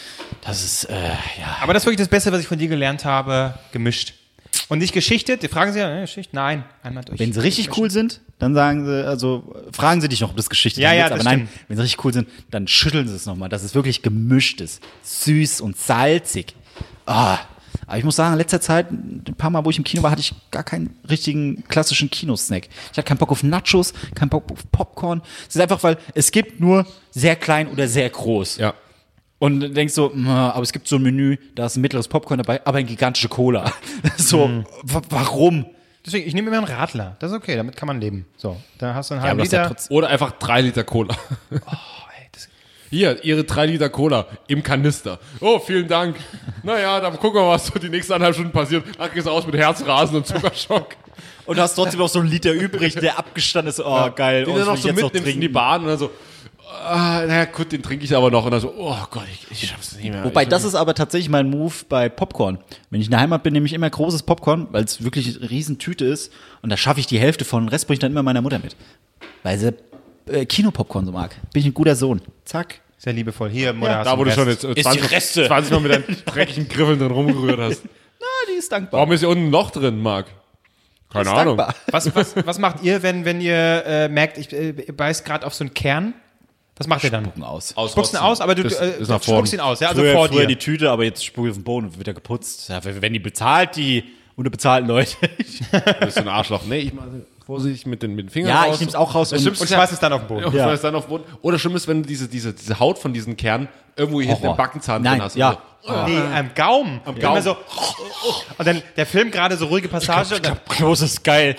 Das ist, äh, ja. Aber das ist wirklich das Beste, was ich von dir gelernt habe, gemischt. Und nicht geschichtet. Die fragen sie ja, ne, Geschichte? Nein, einmal durch. Wenn sie richtig cool sind, dann sagen sie, also fragen sie dich noch, ob das Geschichte Ja, ist. ja, aber das nein, stimmt. wenn sie richtig cool sind, dann schütteln sie es nochmal, dass es wirklich gemischt ist. Süß und salzig. Ah. Aber ich muss sagen, in letzter Zeit, ein paar Mal, wo ich im Kino war, hatte ich gar keinen richtigen klassischen Kinosnack. Ich hatte keinen Bock auf Nachos, keinen Bock auf Popcorn. Es ist einfach, weil es gibt nur sehr klein oder sehr groß. Ja. Und du denkst so, "Mh, aber es gibt so ein Menü, da ist ein mittleres Popcorn dabei, aber eine gigantische Cola. So, Mhm. wa- warum? Deswegen, ich nehme immer einen Radler. Das ist okay, damit kann man leben. So, da hast du einen Ja, halben aber das ist ja Liter. trotzdem- Oder einfach drei Liter Cola. Oh, ey, das, Hier, Ihre drei Liter Cola im Kanister. Oh, vielen Dank. Naja, dann gucken wir mal, was so die nächsten eineinhalb Stunden passiert. Ach, gehst du aus mit Herzrasen und Zuckerschock. Und du hast trotzdem noch so einen Liter übrig, der abgestanden ist. Oh, geil. Den oh, du das will noch ich so jetzt noch mitnimmst in die trinken. Bahn und dann so, ah, naja, gut, den trinke ich aber noch. Und dann so, oh Gott, ich, ich schaff's nicht mehr. Wobei, ich, das ist aber tatsächlich mein Move bei Popcorn. Wenn ich in der Heimat bin, nehme ich immer großes Popcorn, weil es wirklich eine riesen Tüte ist. Und da schaffe ich die Hälfte von. Den Rest bringe ich dann immer meiner Mutter mit. Weil sie äh, Kinopopcorn so mag. Bin ich ein guter Sohn. Zack. sehr liebevoll. Hier, Mutter, hast Da, wo einen du schon Rest. jetzt äh, die zwanzig, Reste. zwanzig Mal mit deinen dreckigen Griffeln drin rumgerührt hast. Ah, die ist dankbar. Warum ist hier unten ein Loch drin, Marc? Keine Ist Ahnung. dankbar. Was, was, was macht ihr, wenn, wenn ihr äh, merkt, ich äh, ihr beißt gerade auf so einen Kern? Was macht ihr dann? Spucken aus. Spuckst ihn aus, aber du Das äh, ist nach du vorn. spuckst ihn aus, ja, also früher, vor früher dir. die Tüte, aber jetzt spucke ich auf den Boden und wird er geputzt. Ja, wenn die bezahlt, die unterbezahlten Leute. Du bist so ein Arschloch. Nee, ich mache vorsichtig mit den, mit den Fingern Ja, raus. ich nehm's auch raus Das und- Schlimmste Und ist ja- schmeißt es dann auf den Boden. Ja, Ja. schmeißt dann auf den Boden. Oder schlimm ist, wenn du diese, diese, diese Haut von diesen Kernen irgendwo hier hinten im Backenzahn Nein, drin hast. ja. Also, Nee, am Gaumen. Am Gaumen. Immer so, und dann der Film gerade so ruhige Passage. Und dann, Groß ist geil.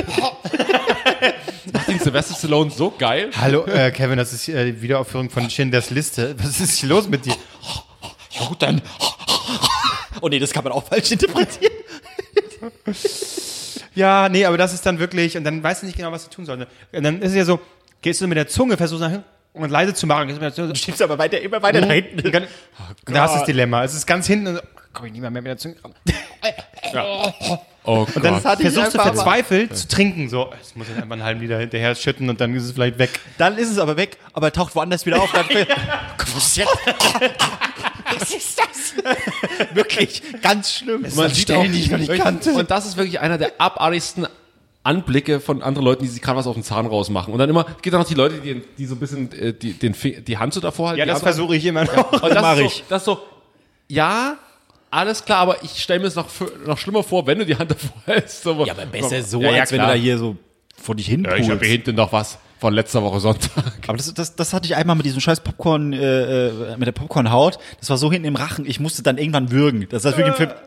macht den Sylvester Stallone so geil. hallo, äh, Kevin, das ist äh, die Wiederaufführung von Schindlers Liste. Was ist hier los mit dir? Ja, gut, dann. Oh nee, das kann man auch falsch interpretieren. Ja, nee, aber das ist dann wirklich, und dann weißt du nicht genau, was du tun sollst. Und dann ist es ja so, gehst du mit der Zunge, versuchst nach hinten und leise zu machen. Gehst du mit der Zunge, Du schiebst aber weiter, immer weiter nach hinten. und dann, und da hast du das Dilemma. Es ist ganz hinten und so, komm ich nicht mehr, mehr mit der Zunge ran. Oh Gott. Und dann hatte ich versuchst du einfach verzweifelt zu trinken. So, es muss jetzt einfach einen halben Liter hinterher schütten und dann ist es vielleicht weg. Dann ist es aber weg, aber taucht woanders wieder auf. Dann was ist jetzt? Was ist das? Wirklich, ganz schlimm. Man sieht auch, die ich noch nicht kannte. Und das ist wirklich einer der abartigsten Anblicke von anderen Leuten, die sich gerade was auf den Zahn rausmachen. Und dann immer, gibt auch noch die Leute, die, die so ein bisschen äh, die, den, Fi- die Hand so davor halten. Ja, die das andere- versuche ich immer noch. Und das, mach ist so, ich. das ist so, ja, alles klar, aber ich stelle mir es noch, für- noch schlimmer vor, wenn du die Hand davor hältst. So, Ja, aber besser so, Ja, ja, als wenn du klar. da hier so vor dich hin Ja, ich habe hier hinten noch was von letzter Woche Sonntag. Aber das, das, das hatte ich einmal mit diesem scheiß Popcorn, äh, äh, mit der Popcornhaut. Das war so hinten im Rachen, ich musste dann irgendwann würgen. Das heißt wirklich im Film.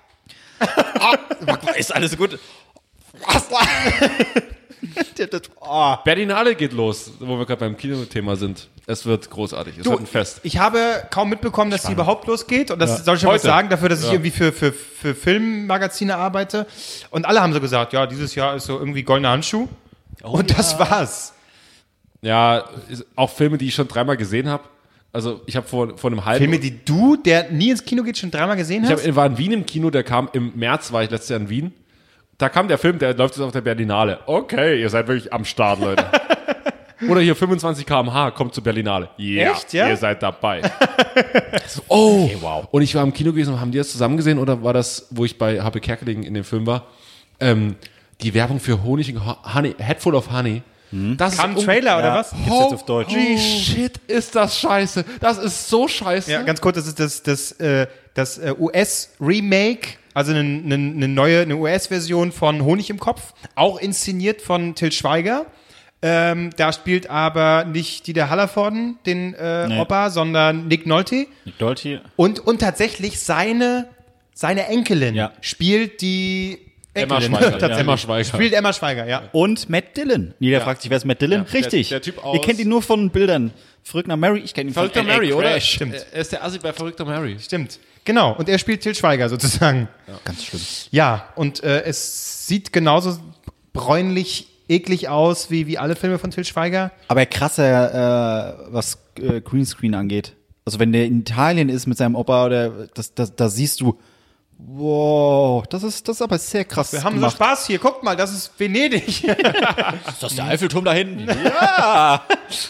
Ist alles gut? Was? das, oh. Berlinale geht los, wo wir gerade beim Kinothema sind. Es wird großartig. Es Du, wird ein Fest. Ich habe kaum mitbekommen, dass die überhaupt losgeht. Und das soll ich schon was Heute. sagen, dafür, dass ich Ja. irgendwie für, für, für Filmmagazine arbeite. Und alle haben so gesagt, ja, dieses Jahr ist so irgendwie goldener Handschuh. und das war's. Ja, ist auch Filme, die ich schon dreimal gesehen habe. Also ich habe vor, vor einem halben... Filme, die du, der nie ins Kino geht, schon dreimal gesehen ich hast? hab, war in Wien im Kino, der kam im März, war ich letztes Jahr in Wien. Da kam der Film, der läuft jetzt auf der Berlinale. Okay, ihr seid wirklich am Start, Leute. Oder hier fünfundzwanzig Kilometer pro Stunde kommt zur Berlinale. Ja, Echt, ja? ihr seid dabei. so, oh, wow. Und ich war im Kino gewesen und haben die das zusammen gesehen oder war das, wo ich bei Happe Kerkeling in dem Film war, ähm, die Werbung für Honig und Honey, Headful of Honey. Das Kam ein ist Trailer oder Ja. was? Gibt's jetzt auf Deutsch. Holy shit, ist das scheiße. Das ist so scheiße. Ja, ganz kurz, das ist das, das, äh, das äh, U S-Remake, also eine, eine, eine neue, eine U S-Version von Honig im Kopf, auch inszeniert von Til Schweiger. Ähm, da spielt aber nicht Dieter Hallervorden, den äh, Nee. Opa, sondern Nick Nolte. Nick Nolte. Und, und tatsächlich seine, seine Enkelin Ja. spielt die Emma Enkelin. Schweiger. Tatsächlich. Emma Schweiger. Spielt Emma Schweiger, ja. Und Matt Dillon. Jeder fragt sich, wer ist Matt Dillon? Richtig. der- der Typ Ihr aus- kennt ihn nur von Bildern. Verrückt nach Mary. Ich kenne ihn Verrückter von L A Mary, oder? Crash. Stimmt. Er ist der Assi bei Verrückter Mary. Stimmt. Genau. Und er spielt Til Schweiger sozusagen. Ganz schlimm. Ja, und äh, es sieht genauso bräunlich, eklig aus wie, wie alle Filme von Til Schweiger. Aber krasser, äh, was äh, Greenscreen angeht. Also wenn der in Italien ist mit seinem Opa, oder das, das, da siehst du, wow, das ist, das ist aber sehr krass Wir haben gemacht. so Spaß hier. Guckt mal, das ist Venedig. Ist das der Eiffelturm da hinten? Ja!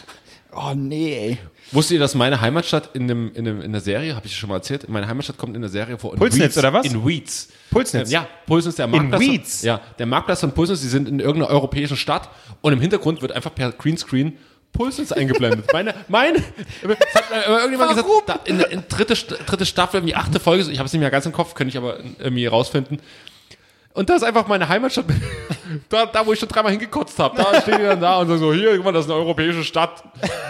Oh nee, ey. Wusstet ihr, dass meine Heimatstadt in, dem, in, dem, in der Serie, habe ich schon mal erzählt, meine Heimatstadt kommt in der Serie vor. In Pulsnitz, Weeds. oder was? In Weeds. Pulsnitz? Ähm, ja, Pulsnitz, der Marktplatz. von- Weeds? Ja, der Marktplatz von Pulsnitz, die sind in irgendeiner europäischen Stadt und im Hintergrund wird einfach per Greenscreen Pulsnitz eingeblendet. Meine, meine, es hat äh, irgendjemand gesagt, da, in, in dritte, St- dritte Staffel, irgendwie achte Folge, so, ich habe es nicht mehr ganz im Kopf, könnte ich aber irgendwie rausfinden. Und da ist einfach meine Heimatstadt, da, da wo ich schon dreimal hingekotzt habe, da stehen die dann da und sagen so, hier, guck mal, das ist eine europäische Stadt.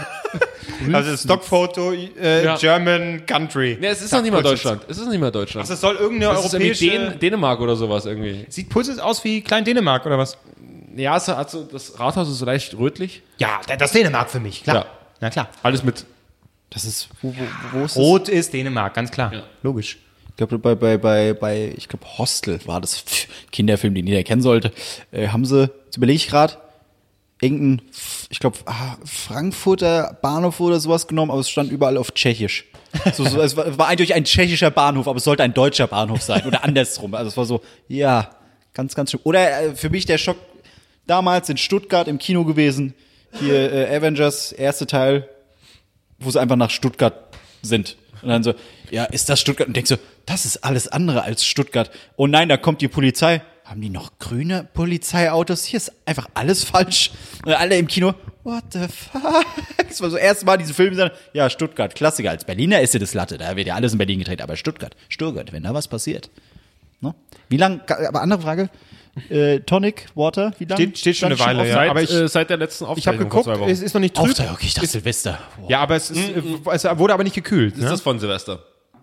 Also Stockfoto, äh, Ja. German Country. Nee, es ist noch nicht mal Deutschland. Es ist nicht mal Deutschland. Das soll irgendeine Das ist irgendwie europäische... Dän Dänemark oder sowas irgendwie. Sieht Pulsnitz aus wie Klein-Dänemark oder was? Ja, es hat so, das Rathaus ist so leicht rötlich. Ja, das Dänemark für mich, klar. Ja. Na klar. Alles mit. Das ist, wo, wo, wo ist das? Rot ist Dänemark, ganz klar. Ja. Logisch. Ich glaube, bei, bei, bei, bei, ich glaube, Hostel war das pff, Kinderfilm, den jeder kennen sollte. Äh, haben sie, jetzt überlege ich gerade, irgendein, ich glaube, ah, Frankfurter Bahnhof oder sowas genommen, aber es stand überall auf Tschechisch. So, so, es war, war eindeutig ein tschechischer Bahnhof, aber es sollte ein deutscher Bahnhof sein oder andersrum. Also es war so, ja, ganz, ganz schön. Oder äh, für mich der Schock damals in Stuttgart im Kino gewesen. Hier äh, Avengers, erste Teil, wo sie einfach nach Stuttgart sind. Und dann so, ja, ist das Stuttgart? Und denkst so, das ist alles andere als Stuttgart. Oh nein, da kommt die Polizei. Haben die noch grüne Polizeiautos? Hier ist einfach alles falsch. Und alle im Kino, what the fuck? Das war so erst mal diese Filme, sagen, ja, Stuttgart, Klassiker. Als Berliner ist ja das Latte, da wird ja alles in Berlin gedreht. Aber Stuttgart, Stuttgart, wenn da was passiert. No? Wie lang, aber andere Frage, äh, Tonic, Water, wie lange? Steht- steht schon eine Weile, ja. Seit, aber ich- äh, seit der letzten Ich habe Aufzeichnung geguckt, vor zwei Wochen. es ist noch nicht trüb. Aufzeichnung, okay, ich dachte Silvester. Wow. Ja, aber es, ist, äh, es wurde aber nicht gekühlt. ist Ne? das von Silvester?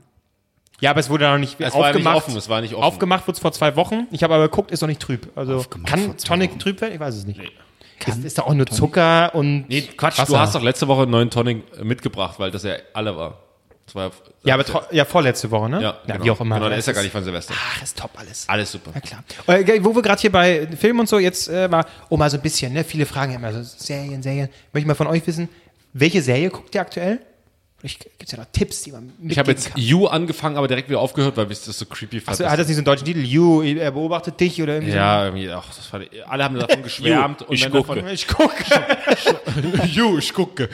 Ja, aber es wurde noch nicht Es war ja nicht aufgemacht. offen, es war nicht offen. Aufgemacht wurde es vor zwei Wochen. Ich habe aber geguckt, ist noch nicht trüb. Also Aufgemacht kann vor zwei Tonic Wochen. trüb werden? Ich weiß es nicht. Ist, ist da auch nur Zucker und Nee, Quatsch, Wasser. du hast doch letzte Woche einen neuen Tonic mitgebracht, weil das ja alle war. Das war Ja, aber tro- ja, vorletzte Woche, ne? ja, ja genau. wie auch immer. Genau, der ist ja Das gar nicht von Silvester. Ach, ist top alles. Alles super. Ja, klar. Äh, wo wir gerade hier bei Film und so jetzt äh, mal, oh, mal so ein bisschen, ne? Viele fragen ja immer so Serien, Serien. Möchte ich mal von euch wissen, welche Serie guckt ihr aktuell? Gibt es ja noch Tipps, die man mitgeben Ich habe jetzt kann. You angefangen, aber direkt wieder aufgehört, weil ich das so creepy fand. Also, hat das nicht so einen deutschen Titel? You, er beobachtet dich oder irgendwie ja, irgendwie, ach, das fand ich, alle haben davon geschwärmt. und ich dann gucke. davon- so? Ich gucke. You, ich gucke.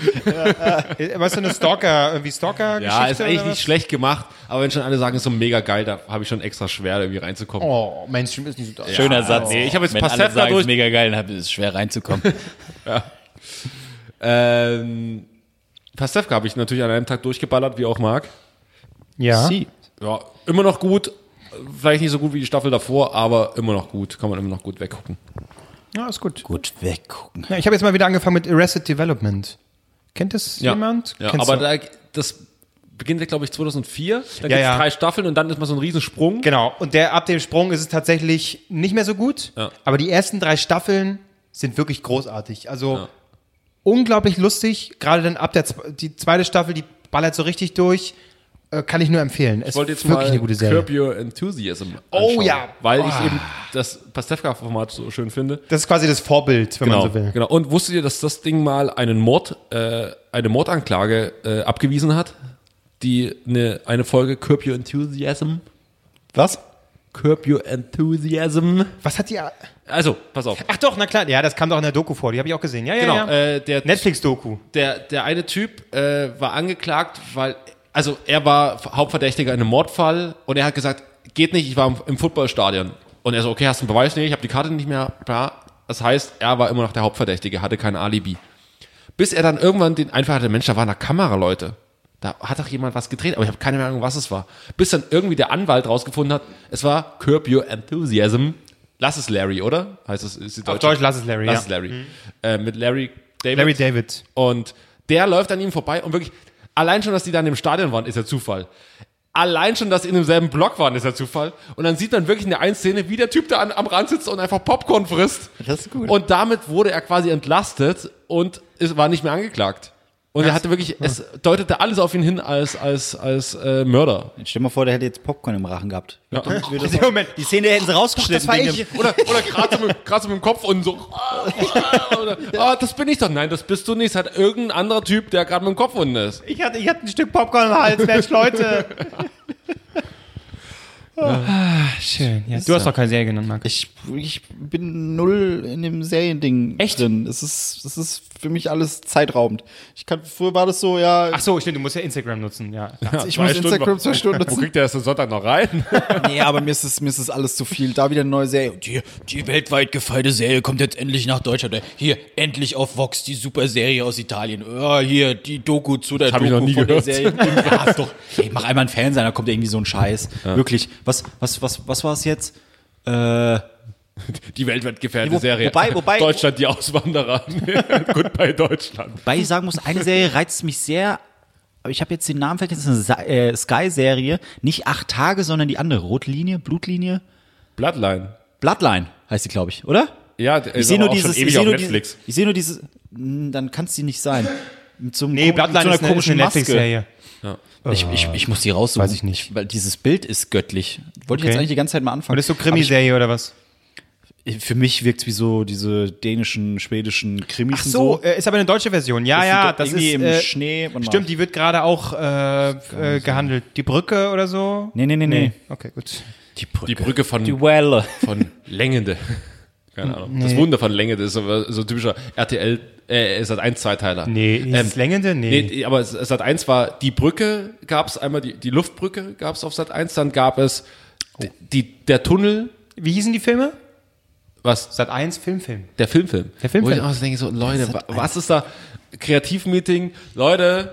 Was für eine Stalker, irgendwie Stalker-Geschichte? Ja, ist eigentlich oder was? nicht schlecht gemacht, aber wenn schon alle sagen, ist so mega geil, da habe ich schon extra schwer, irgendwie reinzukommen. Oh, Mainstream ist nicht so doll. Schöner Satz. nee, ich habe jetzt Wenn alle Pastewka sagen, durch- ist mega geil, dann ist es schwer reinzukommen. Ähm, Pastewka habe ich natürlich an einem Tag durchgeballert, wie auch Marc. Ja. Sie. Ja, immer noch gut. Vielleicht nicht so gut wie die Staffel davor, aber immer noch gut. Kann man immer noch gut weggucken. Ja, ist gut. Gut weggucken. Ja, ich habe jetzt mal wieder angefangen mit Arrested Development. Kennt das Ja. jemand? Ja, Kennst aber du? da, das beginnt, glaube ich, zweitausendvier. Dann Ja, gibt es ja. drei Staffeln und dann ist mal so ein Riesensprung. Genau. Und der ab dem Sprung ist es tatsächlich nicht mehr so gut. Ja. Aber die ersten drei Staffeln sind wirklich großartig. Also Ja. unglaublich lustig. Gerade dann ab der zwe- die zweite Staffel, die ballert so richtig durch. Äh, kann ich nur empfehlen. Es Ich wollte jetzt wirklich mal eine gute Serie. Curb Your Enthusiasm Oh, anschauen, ja. Weil Oh. ich eben das Pastewka-Format so schön finde. Das ist quasi das Vorbild, wenn Genau, man so will. genau. Und wusstet ihr, dass das Ding mal einen Mord, äh, eine Mordanklage äh, abgewiesen hat? Die eine, eine Folge Curb Your Enthusiasm. Was? Curb Your Enthusiasm. Was hat die... Also, pass auf. Ach doch, na klar, ja, das kam doch in der Doku vor, die habe ich auch gesehen. Ja, ja, Genau, ja. äh, der, Netflix-Doku. der, der eine Typ äh, war angeklagt, weil, also er war Hauptverdächtiger in einem Mordfall und er hat gesagt, geht nicht, ich war im, im Footballstadion. Und er so, okay, hast du einen Beweis? Nee, ich habe die Karte nicht mehr. Bla. Das heißt, er war immer noch der Hauptverdächtige, hatte kein Alibi. Bis er dann irgendwann den einfach hatte, Mensch, da war eine Kamera, Leute. Da hat doch jemand was gedreht, aber ich habe keine Ahnung, was es war. Bis dann irgendwie der Anwalt rausgefunden hat, es war Curb Your Enthusiasm. Lass es Larry, oder? Heißt es, ist die Auf deutsche? Deutsch, lass es Larry, Lass ja. es Larry. Äh, mit Larry David. Larry David. Und der läuft an ihm vorbei und wirklich, allein schon, dass die dann im Stadion waren, ist ja Zufall. Allein schon, dass sie in demselben Block waren, ist ja Zufall. Und dann sieht man wirklich in der einen Szene, wie der Typ da an, am Rand sitzt und einfach Popcorn frisst. Das ist gut. Und damit wurde er quasi entlastet und es war nicht mehr angeklagt. Und er hatte wirklich, es deutete alles auf ihn hin als, als, als äh, Mörder. Jetzt stell dir mal vor, der hätte jetzt Popcorn im Rachen gehabt. Ja. Moment. Die Szene hätten sie rausgeschnitten. Das war wegen ich. dem- Oder, oder gerade so, mit- gerade so mit dem Kopf und so. Oder, ah, das bin ich doch. Nein, das bist du nicht. Es hat irgendein anderer Typ, der gerade mit dem Kopf unten ist. Ich hatte, ich hatte ein Stück Popcorn im Hals, Mensch, Leute. Ah, schön. Ja, du hast doch keine Serie genannt, Marc. Ich, ich bin null in dem Seriending Echt? drin. Es ist, das ist für mich alles zeitraubend. Ich kann, früher war das so, ja, Ach so, stimmt, du musst ja Instagram nutzen, ja. ich zwei muss Stunden Instagram noch- zwei Stunden Wo nutzen. kriegt der das am Sonntag noch rein? Nee, aber mir ist es, mir ist es alles zu viel. Da wieder eine neue Serie. Die, die weltweit gefeierte Serie kommt jetzt endlich nach Deutschland. Hier, endlich auf Vox, die super Serie aus Italien. Oh, hier, die Doku zu der hab Doku ich noch nie von gehört. der Serie. Ja, ist doch, ey, mach einmal einen Fernseher, da kommt irgendwie so ein Scheiß. Wirklich. Was, was, was, was war es jetzt? Äh, Die weltweit gefährdete Wo- Serie. wobei- wobei- Deutschland, die Auswanderer. Goodbye Deutschland. Wobei ich sagen muss, eine Serie reizt mich sehr, aber ich habe jetzt den Namen vergessen, das ist eine Sa- äh, Sky-Serie, nicht acht Tage, sondern die andere, Rotlinie, Blutlinie, Bloodline. Bloodline heißt die, glaube ich, oder? Ja, Ich sehe nur auch dieses, schon ich ewig sehe auf nur Netflix. dieses, ich sehe nur dieses, Hm, dann kann es die nicht sein. Mit so einem Nee, kom- Bloodline mit so einer ist eine, ist komischen eine Maske. Netflix-Serie. Ich, ich, ich muss die raussuchen. Weiß ich nicht. Weil dieses Bild ist göttlich. Wollte ich Okay. jetzt eigentlich die ganze Zeit mal anfangen. Und das ist so Aber Krimiserie oder was? ich, Für mich wirkt es wie so diese dänischen, schwedischen Krimis Ach und so, so. äh, ist aber eine deutsche Version. Ja, Das ja, sieht das irgendwie ist im äh, Schnee. Warte mal. Stimmt, die wird gerade auch äh, äh, gehandelt. Die Brücke oder so? Nee, nee, nee, nee. Okay, gut. Die Brücke. Die Brücke von, Die Welle. von Längende. Keine Ahnung. Das Wunder von Längende ist so, so ein typischer R T L, äh, Sat eins Zweiteiler. Nee, ist es Längende? Nee. Nee, aber Sat eins war, die Brücke gab es einmal, die, die Luftbrücke gab es auf Sat eins, dann gab es die, die, der Tunnel, Wie hießen die Filme? was? Sat eins Filmfilm. Der Filmfilm. Der Filmfilm. Wo ich auch so denke, so, Leute, wa- was ist da? Kreativmeeting, Leute,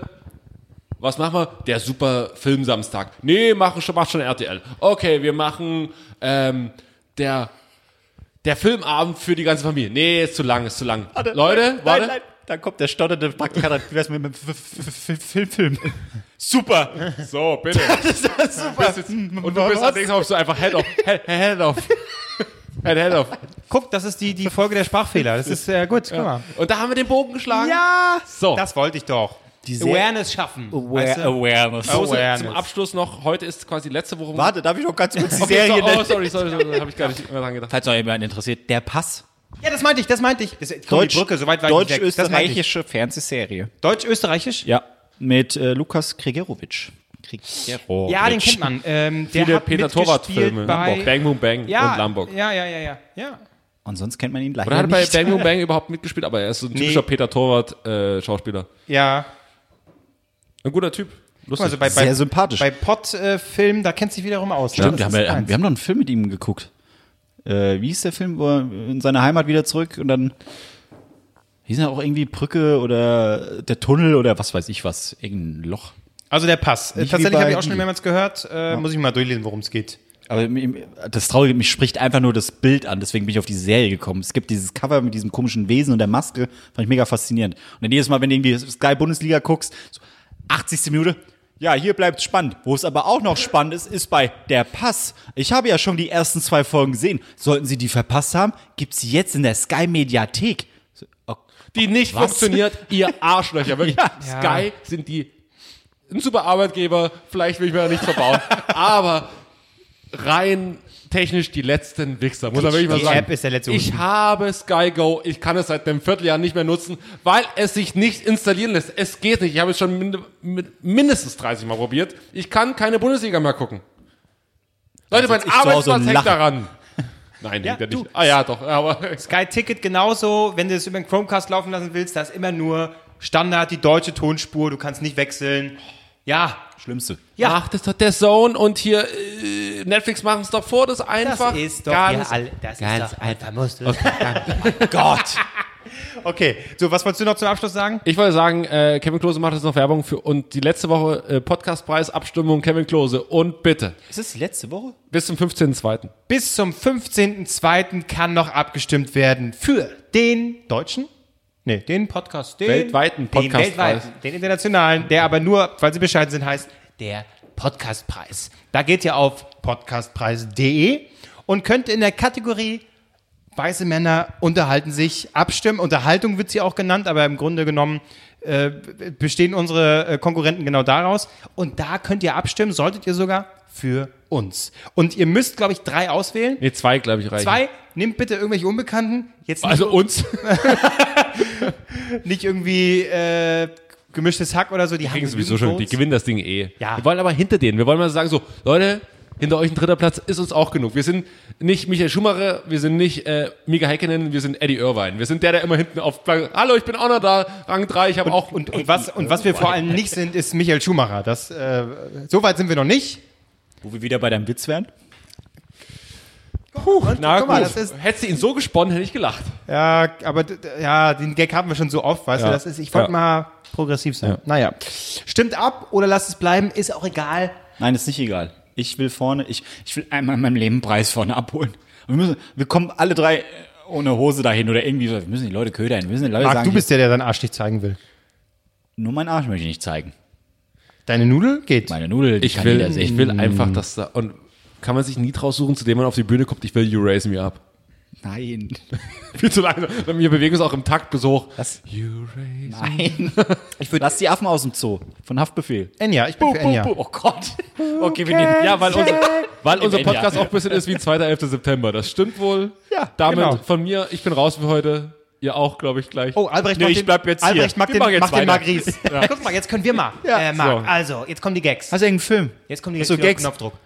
was machen wir? Der super Filmsamstag. Nee, machen schon, macht schon R T L. Okay, wir machen ähm, der, der Filmabend für die ganze Familie. Nee, ist zu lang, ist zu lang. Leute, warte. Nein, nein. Dann kommt der stotternde Praktikant. Wie wär's mit dem Filmfilm? Super. So, bitte. das ist super. Und du bist allerdings auch so einfach Head off. Head, head off. Head, head off. Guck, das ist die, die Folge der Sprachfehler. Das ist äh, gut, guck mal. Und da haben wir den Bogen geschlagen. Ja, So. das wollte ich doch. Die Awareness schaffen. weißt du? Awareness. Große, Awareness. zum Abschluss noch, heute ist quasi letzte Woche. Warte, darf ich noch ganz kurz die Okay, Serie so, oh, nennen? sorry, sorry, sorry, habe ich gar nicht mehr dran gedacht. Falls noch jemand interessiert, Der Pass. Ja, das meinte ich, das meinte ich. Das, komm, die Brücke, so weit war ich nicht weg. Das meinte ich. Deutsch-österreichische Fernsehserie. Deutsch-österreichisch? Ja. Mit äh, Lukas Kregerowitsch. Kregerowitsch. Ja, den kennt man. Ähm, der Viele hat Peter mitgespielt Torwart-Filme. bei... Bang Boom Bang ja, und Lamborg. Ja, ja, ja, ja. ja. Und sonst kennt man ihn leider Oder hat er bei nicht. Bang Boom Bang überhaupt mitgespielt? Aber er ist so ein typischer Nee. Peter Torwart-Schauspieler. Ja. ein guter Typ. Lustig. Also bei, Sehr bei, sympathisch. Bei Pott-Film, da kennt sich wiederum aus. ne? Stimmt, wir Das haben, ist ja, eins. wir haben noch einen Film mit ihm geguckt. Äh, wie hieß der Film, wo er in seine Heimat wieder zurück und dann hieß er auch irgendwie Brücke oder der Tunnel oder was weiß ich was, irgendein Loch. Also der Pass. Äh, Nicht wie Tatsächlich bei habe ich auch schon Didi. mehrmals gehört. Äh, Muss ich mal durchlesen, worum es geht. Aber mir- das Traurige, mich spricht einfach nur das Bild an, deswegen bin ich auf diese Serie gekommen. Es gibt dieses Cover mit diesem komischen Wesen und der Maske, fand ich mega faszinierend. Und dann jedes Mal, wenn du irgendwie Sky Bundesliga guckst, so achtzigste Minute, ja, hier bleibt spannend. Wo es aber auch noch spannend ist, ist bei Der Pass. Ich habe ja schon die ersten zwei Folgen gesehen. Sollten Sie die verpasst haben, gibt's sie jetzt in der Sky Mediathek. So, oh, die nicht Was? funktioniert, ihr Arschlöcher. Wirklich. Ja. Sky sind die ein super Arbeitgeber, vielleicht will ich mir da nichts verbauen, aber rein technisch die letzten Wichser, muss man wirklich mal die sagen. App ist der letzte Ich Unten. habe Sky Go, ich kann es seit einem Vierteljahr nicht mehr nutzen, weil es sich nicht installieren lässt. Es geht nicht. Ich habe es schon mind mit mindestens dreißig Mal probiert. Ich kann keine Bundesliga mehr gucken. Leute, mein sitz ich zu Hause Arbeitsplatz und hängt lache. daran. Nein, Ja, hängt er du. nicht. Ah ja, doch. Aber Sky Ticket genauso, wenn du es über den Chromecast laufen lassen willst, da ist immer nur Standard, die deutsche Tonspur, du kannst nicht wechseln. Ja, Schlimmste. ja. ach, das ist doch der Zone und hier äh, Netflix machen es doch vor, das ist einfach. das ist doch ganz ja, all, das Ganz ist doch einfach. musst du. Gott. Okay, so, was wolltest du noch zum Abschluss sagen? Ich wollte sagen, äh, Kevin Klose macht jetzt noch Werbung für und die letzte Woche äh, Podcastpreis, Abstimmung, Kevin Klose und bitte Ist das die letzte Woche? bis zum fünfzehnten zweiten Bis zum fünfzehnten zweiten kann noch abgestimmt werden für den deutschen, nee, den Podcast, den Weltweiten den Podcastpreis. weltweiten, den internationalen, der aber nur, weil sie bescheiden sind, heißt der Podcastpreis. Da geht ihr auf podcastpreis punkt de und könnt in der Kategorie Weiße Männer unterhalten sich, abstimmen. Unterhaltung wird sie auch genannt, aber im Grunde genommen äh, bestehen unsere äh, Konkurrenten genau daraus. Und da könnt ihr abstimmen, solltet ihr sogar für uns. Und ihr müsst, glaube ich, drei auswählen. Nee, zwei, glaube ich, reichen. Zwei, nehmt bitte irgendwelche Unbekannten. Jetzt nicht, Also uns. nicht irgendwie äh, gemischtes Hack oder so. Die haben kriegen sowieso genügend schon, die Votes. gewinnen das Ding eh. Ja. Wir wollen aber hinter denen, wir wollen mal sagen so, Leute, hinter euch ein dritter Platz ist uns auch genug. Wir sind nicht Michael Schumacher, wir sind nicht äh, Mika Häkkinen, wir sind Eddie Irvine. Wir sind der, der immer hinten auf Plan, hallo, ich bin auch noch da, Rang drei, ich habe auch... Und, und, was, und was wir vor allem nicht sind, ist Michael Schumacher. Das, äh, so weit sind wir noch nicht. Wo wir wieder bei deinem Witz wären? Puh, Na guck mal, gut, das ist, hättest du ihn so gesponnen, hätte ich gelacht. ja, aber d- d- ja, den Gag haben wir schon so oft, weißt Ja. du, das ist, ich wollte Ja. mal progressiv sein. Naja, stimmt ab oder lasst es bleiben, ist auch egal. Nein, ist nicht egal. Ich will vorne, ich, ich will einmal in meinem Leben einen Preis vorne abholen. Und wir, müssen, wir kommen alle drei ohne Hose dahin oder irgendwie so. Wir müssen die Leute ködern. Wir müssen die Leute Marc, sagen, du bist der, der seinen Arsch nicht zeigen will. nur meinen Arsch möchte ich nicht zeigen. Deine Nudel geht. Meine Nudel, die Ich kann will, jeder sehen. ich will einfach, dass da... Und kann man sich nie draus suchen, zu dem man auf die Bühne kommt, ich will You Raise Me Up. Nein. Viel zu lange. Wir bewegen uns auch im Takt bis hoch. Das, You Raise nein. Ich würde, lass die Affen aus dem Zoo. Von Haftbefehl. Enya, ich bin für Enya. Oh Gott. Okay, wir nehmen. Ja, weil, unser, weil unser Ende, Podcast ja. auch ein bisschen ist wie zweiter elfter September. Das stimmt wohl. Ja, Damit genau. von mir, ich bin raus für heute. Ihr auch, glaube ich, gleich. Oh, Albrecht Nee, macht ich den, bleib jetzt hier. Albrecht macht Wir den, machen jetzt macht den weiter. Magris. Guck mal, jetzt können wir mal. Äh, Marc, So. also, jetzt kommen die Gags. Hast du irgendeinen Film? Jetzt kommen die Hast du Gags Gags? auf Knopfdruck.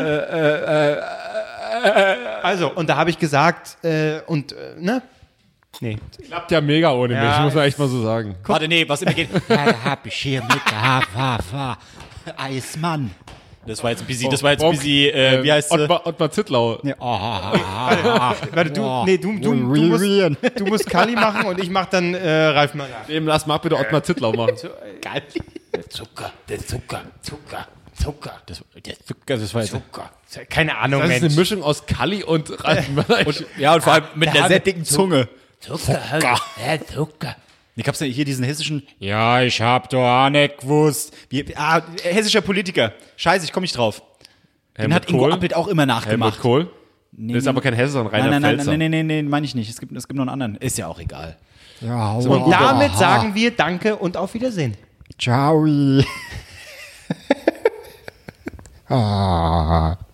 Also, und da habe ich gesagt, äh, und, äh, ne? Nee. Klappt ja mega ohne mich, Ja. muss man echt mal so sagen. Warte, nee, was immer geht. Ja, hab ich hier mit der Eismann. Das war jetzt ein bisschen, das war jetzt ein bisschen, äh, wie heißt sie? Ottmar, Ottmar Zittlau. Ja. Warte, du, nee, du, du, du, musst, du musst Kali machen und ich mach dann äh, Ralf Möller. Dem lass Marc bitte Ottmar Zittlau machen. Geil. Zucker, der Zucker, Zucker, Zucker, Das, der Zucker, das war jetzt. Zucker. Keine Ahnung, Das ist eine Mensch. Mischung aus Kalli und Ralf Möller. Und, ja, und vor allem mit einer sehr dicken Zunge. Zucker, der Zucker. Ich hab's ja hier diesen hessischen. Ja, ich hab doch auch nicht gewusst. Wie, ah, hessischer Politiker. Scheiße, ich komme nicht drauf. Den Helmut hat Ingo Kohl? Appelt auch immer Helmut nachgemacht. Kohl. Das ist aber kein Hesse, sondern reiner Nein, nein, nein, Pfälzer. nein, nein, nein, nein, meine ich nicht. Es gibt, es gibt noch einen anderen. Ist ja auch egal. Ja, Und damit sagen wir Danke und auf Wiedersehen. Ciao. ah.